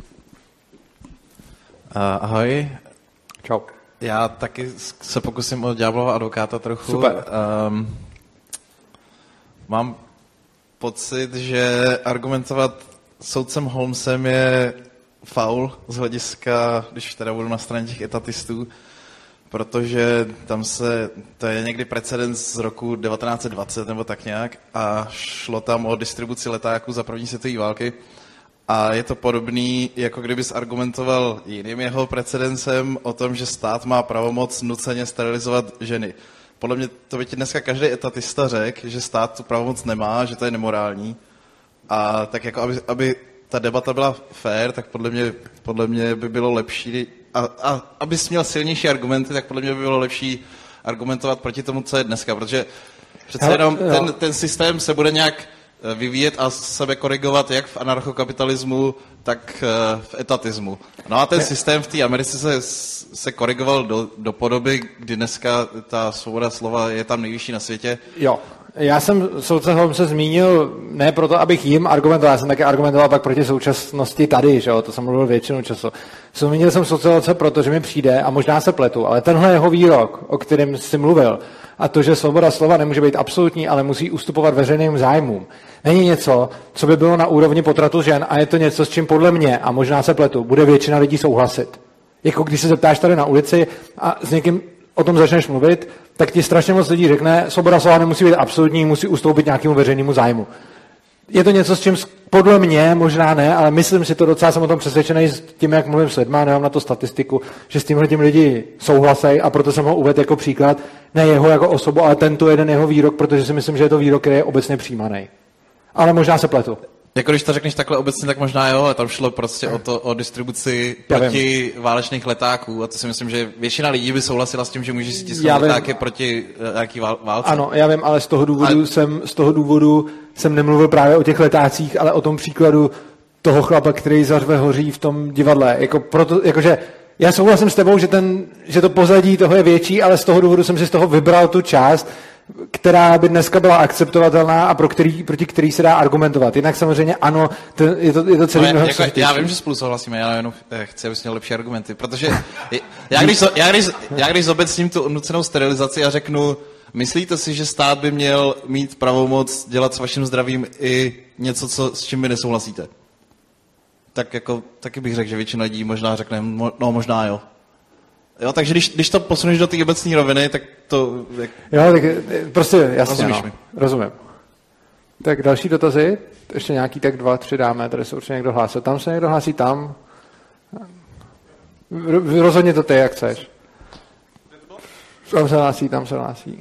ahoj. Čau. Já taky se pokusím o ďáblova advokáta trochu. Super. Um, mám pocit, že argumentovat soudcem Holmesem je faul z hlediska, když teda budu na straně těch etatistů, protože tam se, to je někdy precedens z roku devatenáct set dvacet nebo tak nějak a šlo tam o distribuci letáků za první světové války a je to podobný, jako kdyby argumentoval jiným jeho precedencem o tom, že stát má pravomoc nuceně sterilizovat ženy. Podle mě to by ti dneska každý etatista řekl, že stát tu pravomoc nemá, že to je nemorální a tak jako aby, aby ta debata byla fair, tak podle mě, podle mě by bylo lepší A, a abys měl silnější argumenty, tak podle mě by bylo lepší argumentovat proti tomu, co je dneska, protože přece Hele, jenom ten, ten systém se bude nějak vyvíjet a sebe korigovat jak v anarchokapitalismu, tak v etatismu. No a ten systém v té Americe se, se korigoval do, do podoby, kdy dneska ta svoboda slova je tam nejvyšší na světě. Jo. Já jsem soudce Holmese zmínil ne proto, abych jim argumentoval, já jsem taky argumentoval pak proti současnosti tady, že jo, to jsem mluvil většinu času. Zmínil jsem soudce Holmese proto, že mi přijde, a možná se pletu, ale tenhle jeho výrok, o kterém jsi mluvil, a to, že svoboda slova nemůže být absolutní, ale musí ustupovat veřejným zájmům, není něco, co by bylo na úrovni potratu žen, a je to něco, s čím podle mě, a možná se pletu, bude většina lidí souhlasit. Jako když se zeptáš tady na ulici a s někým o tom začneš mluvit, tak ti strašně moc lidí řekne, svoboda slova nemusí být absolutní, musí ustoupit nějakému veřejnému zájmu. Je to něco, s čím podle mě, možná ne, ale myslím si to, docela jsem o tom přesvědčený s tím, jak mluvím s lidma, nemám na to statistiku, že s tímhle tím lidi souhlasejí a proto jsem ho uvedl jako příklad, ne jeho jako osobu, ale tento jeden jeho výrok, protože si myslím, že je to výrok, který je obecně přijímaný. Ale možná se pletu. Jako když to řekneš takhle obecně, tak možná jo, ale tam šlo prostě o to, o distribuci proti válečných letáků a to si myslím, že většina lidí by souhlasila s tím, že můžeš stisknout letáky proti nějaký válce. Ano, já vím, ale z toho důvodu, a... jsem, z toho důvodu jsem nemluvil právě o těch letácích, ale o tom příkladu toho chlapa, který zařve hoří v tom divadle. Jako proto, jakože já souhlasím s tebou, že, ten, že to pozadí toho je větší, ale z toho důvodu jsem si z toho vybral tu část, která by dneska byla akceptovatelná a pro který, proti který se dá argumentovat. Jinak samozřejmě ano, to, je, to, je to celý no, mnohem jako, já vím, že spolu souhlasíme, já jenom chci, abys měl lepší argumenty, protože já když, já, když, já když zobecním tu nucenou sterilizaci a řeknu, myslíte si, že stát by měl mít pravomoc dělat s vaším zdravím i něco, co, s čím vy nesouhlasíte? Tak jako, taky bych řekl, že většina lidí možná řekne, no možná jo. Jo, takže když, když to posuneš do té obecné roviny, tak to... Jak... Jo, tak prostě jasně, Rozumíš no. mi? Rozumím. Tak další dotazy? Ještě nějaký tak dva, tři dáme, tady se určitě někdo hlásil. Tam se někdo hlásí, tam. Rozhodně to ty, jak chceš. Tam se hlásí, tam se hlásí.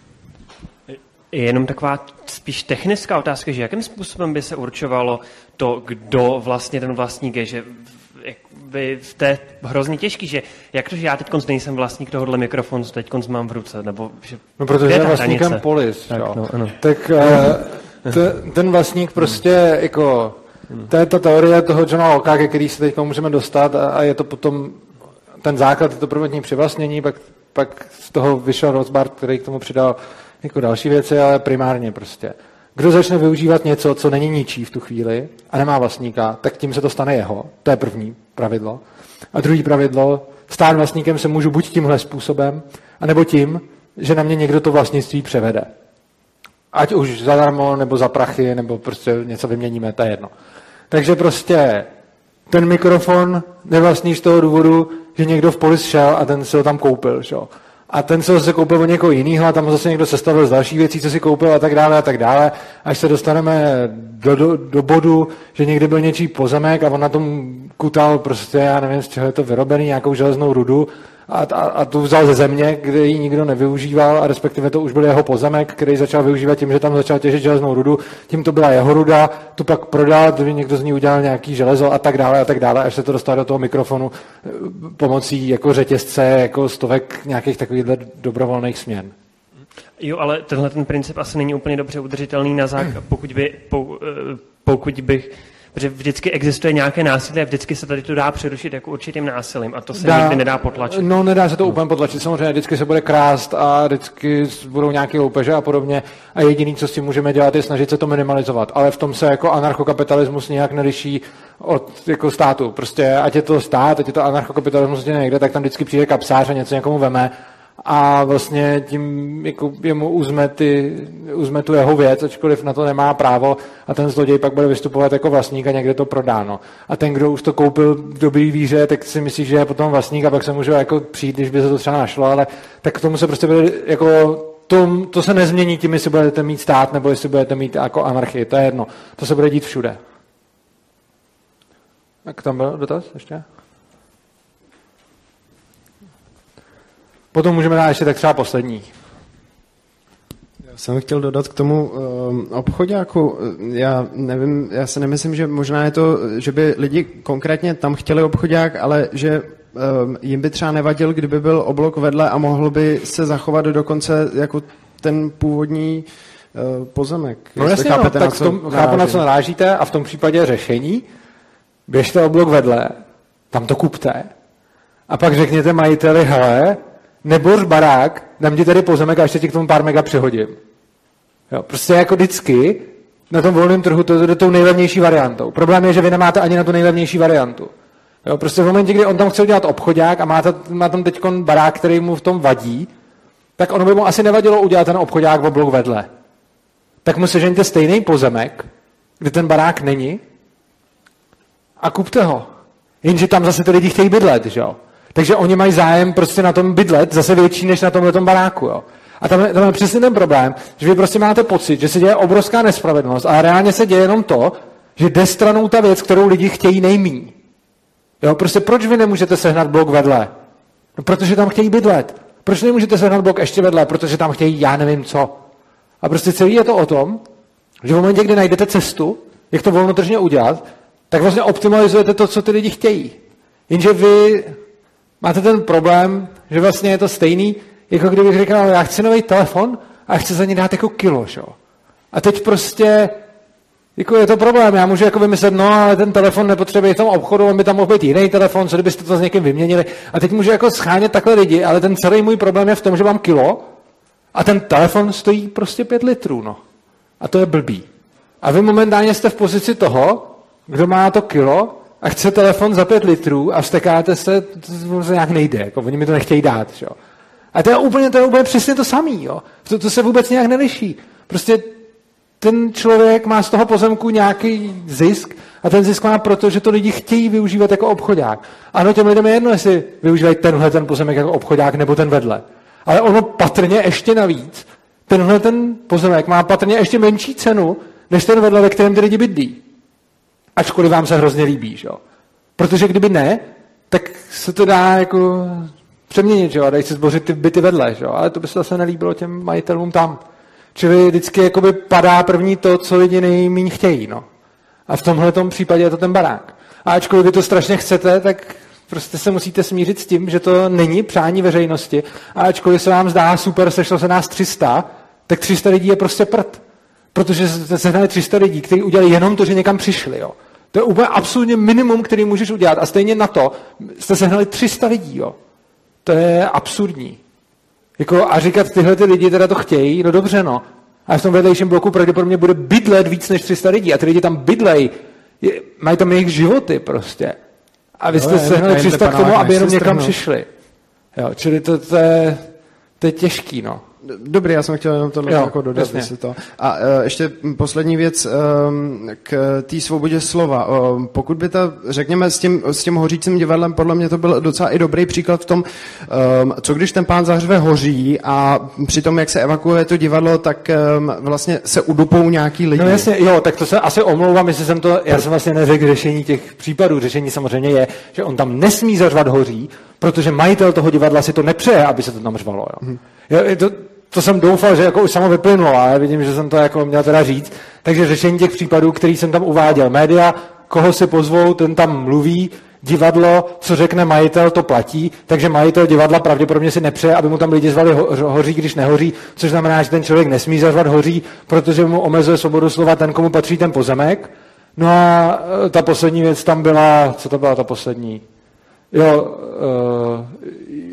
Jenom taková spíš technická otázka, že jakým způsobem by se určovalo to, kdo vlastně ten vlastník je, že v té hrozně těžký, že jak to, že já teď nejsem vlastník tohohle mikrofonu, co teď mám v ruce, nebo že... No, protože je vlastníkem Polis, tak, no, ano. Tak uh, t, ten vlastník prostě jako... To je ta teorie toho Johna Locke, ke který se teď můžeme dostat a, a je to potom ten základ, je to prvotní přivlastnění, pak, pak z toho vyšel Rothbard, který k tomu přidal jako další věci, ale primárně prostě. Kdo začne využívat něco, co není ničí v tu chvíli a nemá vlastníka, tak tím se to stane jeho. To je první pravidlo. A druhý pravidlo, stát vlastníkem se můžu buď tímhle způsobem, anebo tím, že na mě někdo to vlastnictví převede. Ať už zadarmo, nebo za prachy, nebo prostě něco vyměníme, to je jedno. Takže prostě ten mikrofon nevlastníš z toho důvodu, že někdo v Polis šel a ten si ho tam koupil, že? A ten se zase koupil od někoho jiného a tam zase někdo sestavil z dalších věcí, co si koupil a tak dále a tak dále. Až se dostaneme do, do, do bodu, že někdy byl něčí pozemek a on na tom kutal prostě, já nevím, z čeho je to vyrobený, nějakou železnou rudu a, a, a tu vzal ze země, kde ji nikdo nevyužíval a respektive to už byl jeho pozemek, který začal využívat tím, že tam začal těžit železnou rudu, tím to byla jeho ruda, tu pak prodal, kdyby někdo z ní udělal nějaký železo a tak dále a tak dále, až se to dostalo do toho mikrofonu pomocí jako řetězce, jako stovek nějakých takovýchhle dobrovolných směn. Jo, ale tenhle ten princip asi není úplně dobře udržitelný na základ, pokud by, pokud bych protože vždycky existuje nějaké násilí a vždycky se tady to dá přerušit jako určitým násilím a to se dá, nikdy nedá potlačit. No, nedá se to úplně potlačit, samozřejmě vždycky se bude krást a vždycky budou nějaké loupeže a podobně a jediný, co s tím můžeme dělat, je snažit se to minimalizovat, ale v tom se jako anarchokapitalismus nějak neliší od jako státu. Prostě ať je to stát, ať je to anarchokapitalismus někde, tak tam vždycky přijde kapsář a něco někomu veme a vlastně tím jako jemu uzme, ty, uzme tu jeho věc, ačkoliv na to nemá právo a ten zloděj pak bude vystupovat jako vlastník a někde to prodáno. A ten, kdo už to koupil v dobrý víře, tak si myslí, že je potom vlastník a pak se může jako přijít, když by se to třeba našlo, ale tak k tomu se prostě bude jako to, to se nezmění tím, jestli budete mít stát nebo jestli budete mít jako anarchii, to je jedno. To se bude dít všude. Tak tam byl dotaz ještě? Potom můžeme dát ještě tak třeba poslední. Já jsem chtěl dodat k tomu um, obchoďáku. Já nevím, já se nemyslím, že možná je to, že by lidi konkrétně tam chtěli obchoďák, ale že um, jim by třeba nevadil, kdyby byl oblok vedle a mohl by se zachovat dokonce jako ten původní uh, pozemek. No jasně, no, tak v tom, chápu, na co narážíte a v tom případě řešení, běžte oblok vedle, tam to kupte a pak řekněte majiteli, hele, neboř barák, dám ti tady pozemek a ještě ti k tomu pár mega přihodím. Jo, prostě jako vždycky na tom volném trhu to je tou nejlevnější variantou. Problém je, že vy nemáte ani na tu nejlevnější variantu. Jo, prostě v momentě, kdy on tam chce udělat obchodák a má, ta, má tam teď barák, který mu v tom vadí, tak ono by mu asi nevadilo udělat ten obchodák v oblok vedle. Tak mu sežeňte stejný pozemek, kde ten barák není a kupte ho. Jenže tam zase ty lidi chtějí bydlet, že jo? Takže oni mají zájem prostě na tom bydlet zase větší než na tomhletom baráku. Jo? A tam je, tam je přesně ten problém, že vy prostě máte pocit, že se děje obrovská nespravedlnost a reálně se děje jenom to, že jde stranou ta věc, kterou lidi chtějí nejmíň. Jo? Prostě proč vy nemůžete sehnat blok vedle? No, protože tam chtějí bydlet. Proč nemůžete sehnat blok ještě vedle? Protože tam chtějí já nevím co. A prostě celý je to o tom, že v momentě, kdy najdete cestu, jak to volnotržně udělat, tak vlastně optimalizujete to, co ty lidi chtějí. Jenže vy máte ten problém, že vlastně je to stejný, jako kdybych řekl, já chci nový telefon a chci za ně dát jako kilo, šo? A teď prostě jako je to problém, já můžu jako vymyslet, no ale ten telefon nepotřebuje v tom obchodu, on by tam mohl být jiný telefon, co kdybyste to s někým vyměnili. A teď můžu jako schánět takhle lidi, ale ten celý můj problém je v tom, že mám kilo a ten telefon stojí prostě pět litrů, no. A to je blbý. A vy momentálně jste v pozici toho, kdo má to kilo a chce telefon za pět litrů a vztekáte se, to se nějak nejde, jako oni mi to nechtějí dát, jo. A to je úplně, to je úplně přesně to samý, jo. To, to se vůbec nějak neliší. Prostě ten člověk má z toho pozemku nějaký zisk a ten zisk má proto, že to lidi chtějí využívat jako obchodák. Ano, těm lidem je jedno, jestli využívají tenhle ten pozemek jako obchodák nebo ten vedle. Ale ono patrně ještě navíc, tenhle ten pozemek má patrně ještě menší cenu, než ten vedle, ve kterém ty lidi bydlí. Ačkoliv vám se hrozně líbí, že jo. Protože kdyby ne, tak se to dá jako přeměnit, že jo, dají se zbořit ty byty vedle, že jo, ale to by se zase nelíbilo těm majitelům tam. Čili vždycky jakoby padá první to, co lidi nejméně chtějí, no. A v tomhletom případě je to ten barák. A ačkoliv vy to strašně chcete, tak prostě se musíte smířit s tím, že to není přání veřejnosti. A ačkoliv se vám zdá super, sešlo se nás tři sta, tak tři sta lidí je prostě prd. Protože se sehnali tři sta lidí, kteří udělali jenom to, že někam přišli, jo. To je úplně absolutně minimum, který můžeš udělat. A stejně na to jste sehnali tři sta lidí, jo. To je absurdní. Jako, a říkat, tyhle ty lidi teda to chtějí, no dobře, no. A v tom vedlejším bloku pravděpodobně bude bydlet víc než tři sta lidí. A ty lidi tam bydlej, je, mají tam jejich životy prostě. A vy jste sehnali tři sta k tomu, aby jenom někam přišli. Jo, čili to, to, je, to je těžký, no. Dobrý, já jsem chtěl jenom tohle jo, jako dodat. To. A uh, ještě poslední věc um, k té svobodě slova. Um, pokud by to, řekněme, s tím, s tím hořícím divadlem, podle mě to byl docela i dobrý příklad v tom, um, co když ten Pán Zahřve hoří a při tom, jak se evakuuje to divadlo, tak um, vlastně se udupou nějaký lidi. No jasně, jo, tak to se asi omlouvám, jestli jsem to, já jsem vlastně neřekl řešení těch případů. Řešení samozřejmě je, že on tam nesmí zařvat hoří, protože majitel toho divadla si to nepřeje, aby se to tam řvalo. Jo. Hmm. Je to, To jsem doufal, že jako už samo vyplynulo, ale vidím, že jsem to jako měl teda říct. Takže řešení těch případů, který jsem tam uváděl. Média, koho si pozvou, ten tam mluví, divadlo, co řekne majitel, to platí, takže majitel divadla pravděpodobně si nepřeje, aby mu tam lidi zvali ho, hoří, když nehoří, což znamená, že ten člověk nesmí zařvat hoří, protože mu omezuje svobodu slova ten, komu patří ten pozemek. No a ta poslední věc tam byla, co to byla ta poslední? Jo, uh,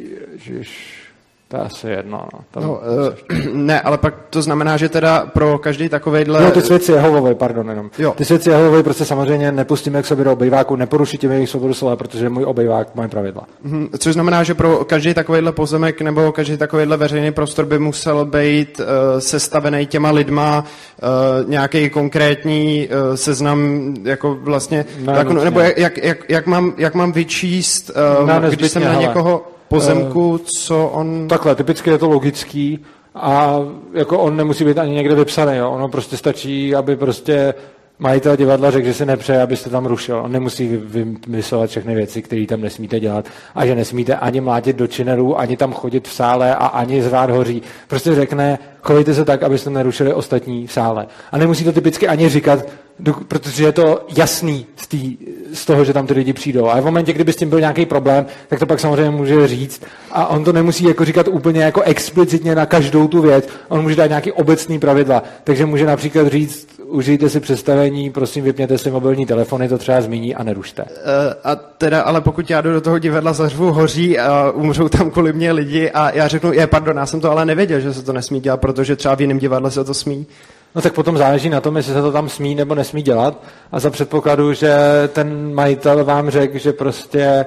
ježiš. To je asi jedno. No. Tam no, uh, ne, ale pak to znamená, že teda pro každý takovejhle... No, ty svědci Jehovovy, pardon, jenom. Jo. Ty svědci Jehovy prostě samozřejmě nepustíme k sobě do obejváku, neporuší tím jejich svobodu slova, protože můj obejvák má pravidla. Hmm, což znamená, že pro každý takovejhle pozemek nebo každý takovejhle veřejný prostor by musel být uh, sestavený těma lidma uh, nějaký konkrétní uh, seznam, jako vlastně... Ne, jako, nebo jak, jak, jak, jak, mám, jak mám vyčíst, uh, ne, když jsem na někoho... pozemku, co on... Takhle, typicky je to logický a jako on nemusí být ani někde vypsaný, jo. Ono prostě stačí, aby prostě majitel divadla řekl, že se nepřeje, abyste tam rušil. On nemusí vymyslovat všechny věci, které tam nesmíte dělat a že nesmíte ani mlátit do činerů, ani tam chodit v sále a ani zvát hoří. Prostě řekne, chovejte se tak, abyste nerušili ostatní v sále. A nemusí to typicky ani říkat, protože je to jasný z, tý, z toho, že tam ty lidi přijdou. A v momentě, kdyby s tím byl nějaký problém, tak to pak samozřejmě může říct. A on to nemusí jako říkat úplně jako explicitně na každou tu věc. On může dát nějaký obecný pravidla. Takže může například říct, užijte si představení, prosím, vypněte si mobilní telefony, to třeba zmíní a nerušte. Uh, a teda, ale pokud já jdu do toho divadla, zařvu hoří a umřou tam kvůli mě lidi a já řeknu, je, pardon, já jsem to ale nevěděl, že se to nesmí dělat, protože třeba v jiném divadle se to smí. No tak potom záleží na tom, jestli se to tam smí nebo nesmí dělat a za předpokladu, že ten majitel vám řekl, že prostě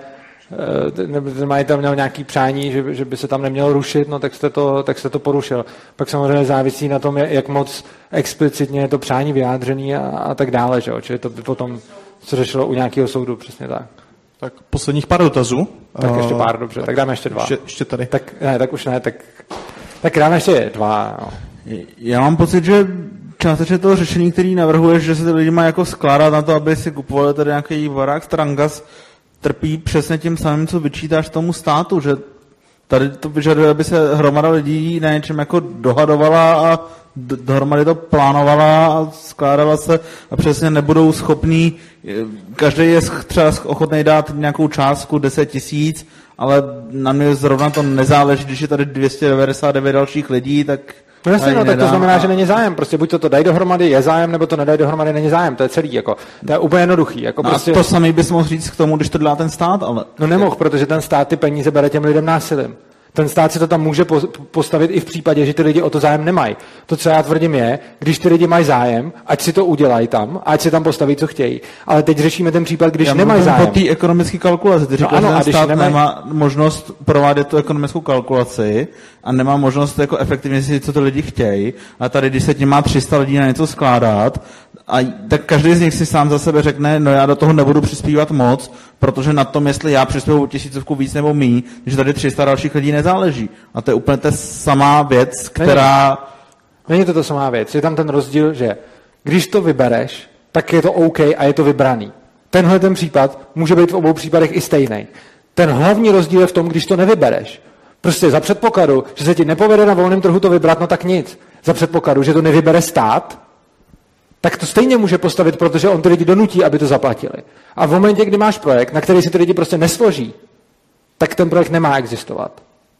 ten majitel měl nějaký přání, že, že by se tam nemělo rušit, no tak jste to, tak jste to porušil. Pak samozřejmě závisí na tom, jak moc explicitně je to přání vyjádřený a, a tak dále, že jo? Čili to by potom se řešilo u nějakého soudu, přesně tak. Tak posledních pár dotazů. Tak ještě pár, dobře, tak dáme ještě dva. Ještě, ještě tady. Tak, ne, tak už ne, tak, tak dáme ještě dva. No. Já mám pocit, že částečně toho řešení, který navrhuješ, že se ty lidi mají jako skládat na to, aby si kupovali tady nějaký barák Strangas, trpí přesně tím samým, co vyčítáš tomu státu, že Tady to vyžaduje, aby se hromada lidí na něčem jako dohadovala a dohromady to plánovala a skládala se a přesně nebudou schopní, každý je třeba ochotný dát nějakou částku deset tisíc, ale na mě zrovna to nezáleží, když je tady dvě stě devadesát devět dalších lidí, tak no jasně, no, tak to znamená, že není zájem. Prostě buď to, to dají dohromady, je zájem, nebo to nedají dohromady, není zájem. To je celý, jako. To je úplně jednoduchý. Jako no prostě... A to samý bys mohl říct k tomu, když to dělá ten stát, ale... No nemohl, protože ten stát ty peníze bere těm lidem násilím. Ten stát si to tam může postavit i v případě, že ty lidi o to zájem nemají. To, co já tvrdím, je, když ty lidi mají zájem, ať si to udělají tam, ať si tam postaví, co chtějí. Ale teď řešíme ten případ, když já nemají zájem. Po té ekonomické kalkulaci. Ty říkáš, no ano, že stát nemají... nemá možnost provádět tu ekonomickou kalkulaci a nemá možnost jako efektivně si, co ty lidi chtějí. A tady, když se tím má tři sta lidí na něco skládat, a tak každý z nich si sám za sebe řekne, no já do toho nebudu přispívat moc, protože na tom, jestli já přispěvu tisícovku víc nebo míň, když tady tři sta dalších lidí nezáleží. A to je úplně ta samá věc, která... Není. Není to ta samá věc. Je tam ten rozdíl, že když to vybereš, tak je to OK a je to vybraný. Tenhle ten případ může být v obou případech i stejný. Ten hlavní rozdíl je v tom, když to nevybereš. Prostě za předpokladu, že se ti nepovede na volném trhu to vybrat, no tak nic. Za předpokladu, že to nevybere stát, tak to stejně může postavit, protože on ty lidi donutí, aby to zaplatili. A v momentě, kdy máš projekt, na který si ty lidi prostě nesloží, tak ten projekt nemá existovat.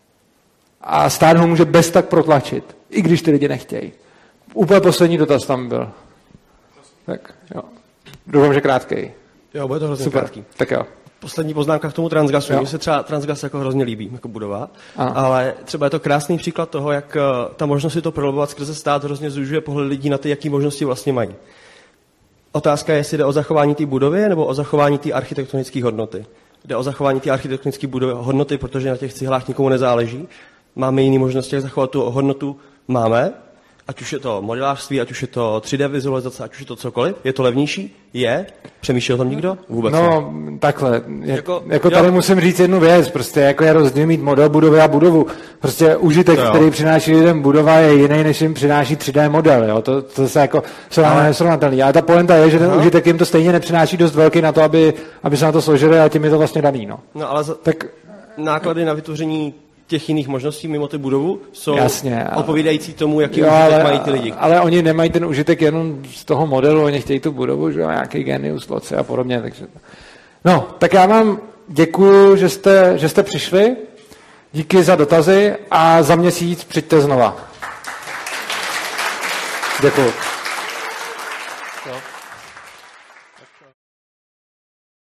A stát ho může bez tak protlačit, i když ty lidi nechtějí. Úplně poslední dotaz tam byl. Tak jo. Doufám, že krátkej. Jo, bude to hrozně Super. krátký. Tak jo. Poslední poznámka k tomu Transgasu. Mně se třeba Transgas jako hrozně líbí, jako budova, ano. Ale třeba je to krásný příklad toho, jak ta možnost si to prolobovat skrze stát hrozně zužuje pohled lidí na ty, jaký možnosti vlastně mají. Otázka je, jestli jde o zachování té budovy nebo o zachování té architektonické hodnoty. Jde o zachování té architektonické hodnoty, protože na těch cihlách nikomu nezáleží. Máme jiné možnosti, jak zachovat tu hodnotu. Máme. Ať už je to modelářství, ať už je to tři dé vizualizace, ať už je to cokoliv. Je to levnější? Je? Přemýšlel o tom nikdo? Vůbec no, ne. takhle. Je, jako, jako tady jo. musím říct jednu věc. Prostě jako je rozdíl mít model budovy a budovu. Prostě užitek, který přináší lidem budova, je jiný, než jim přináší tři dé model. Jo? To, to se jako ale... nesrovnatelný. Ale ta pointa je, že ten Aha. užitek jim to stejně nepřináší dost velký na to, aby, aby se na to složili a tím je to vlastně daný. No, no ale za... tak... náklady na vytvoření těch jiných možností mimo ty budovu jsou Jasně, ale... odpovídající tomu, jaký jo, užitek ale, mají ty lidi. Ale oni nemají ten užitek jenom z toho modelu, oni chtějí tu budovu, že jo, nějaký genius, loci a podobně. Takže... No, tak já vám děkuju, že jste, že jste přišli, díky za dotazy a za měsíc přijďte znova. Děkuju.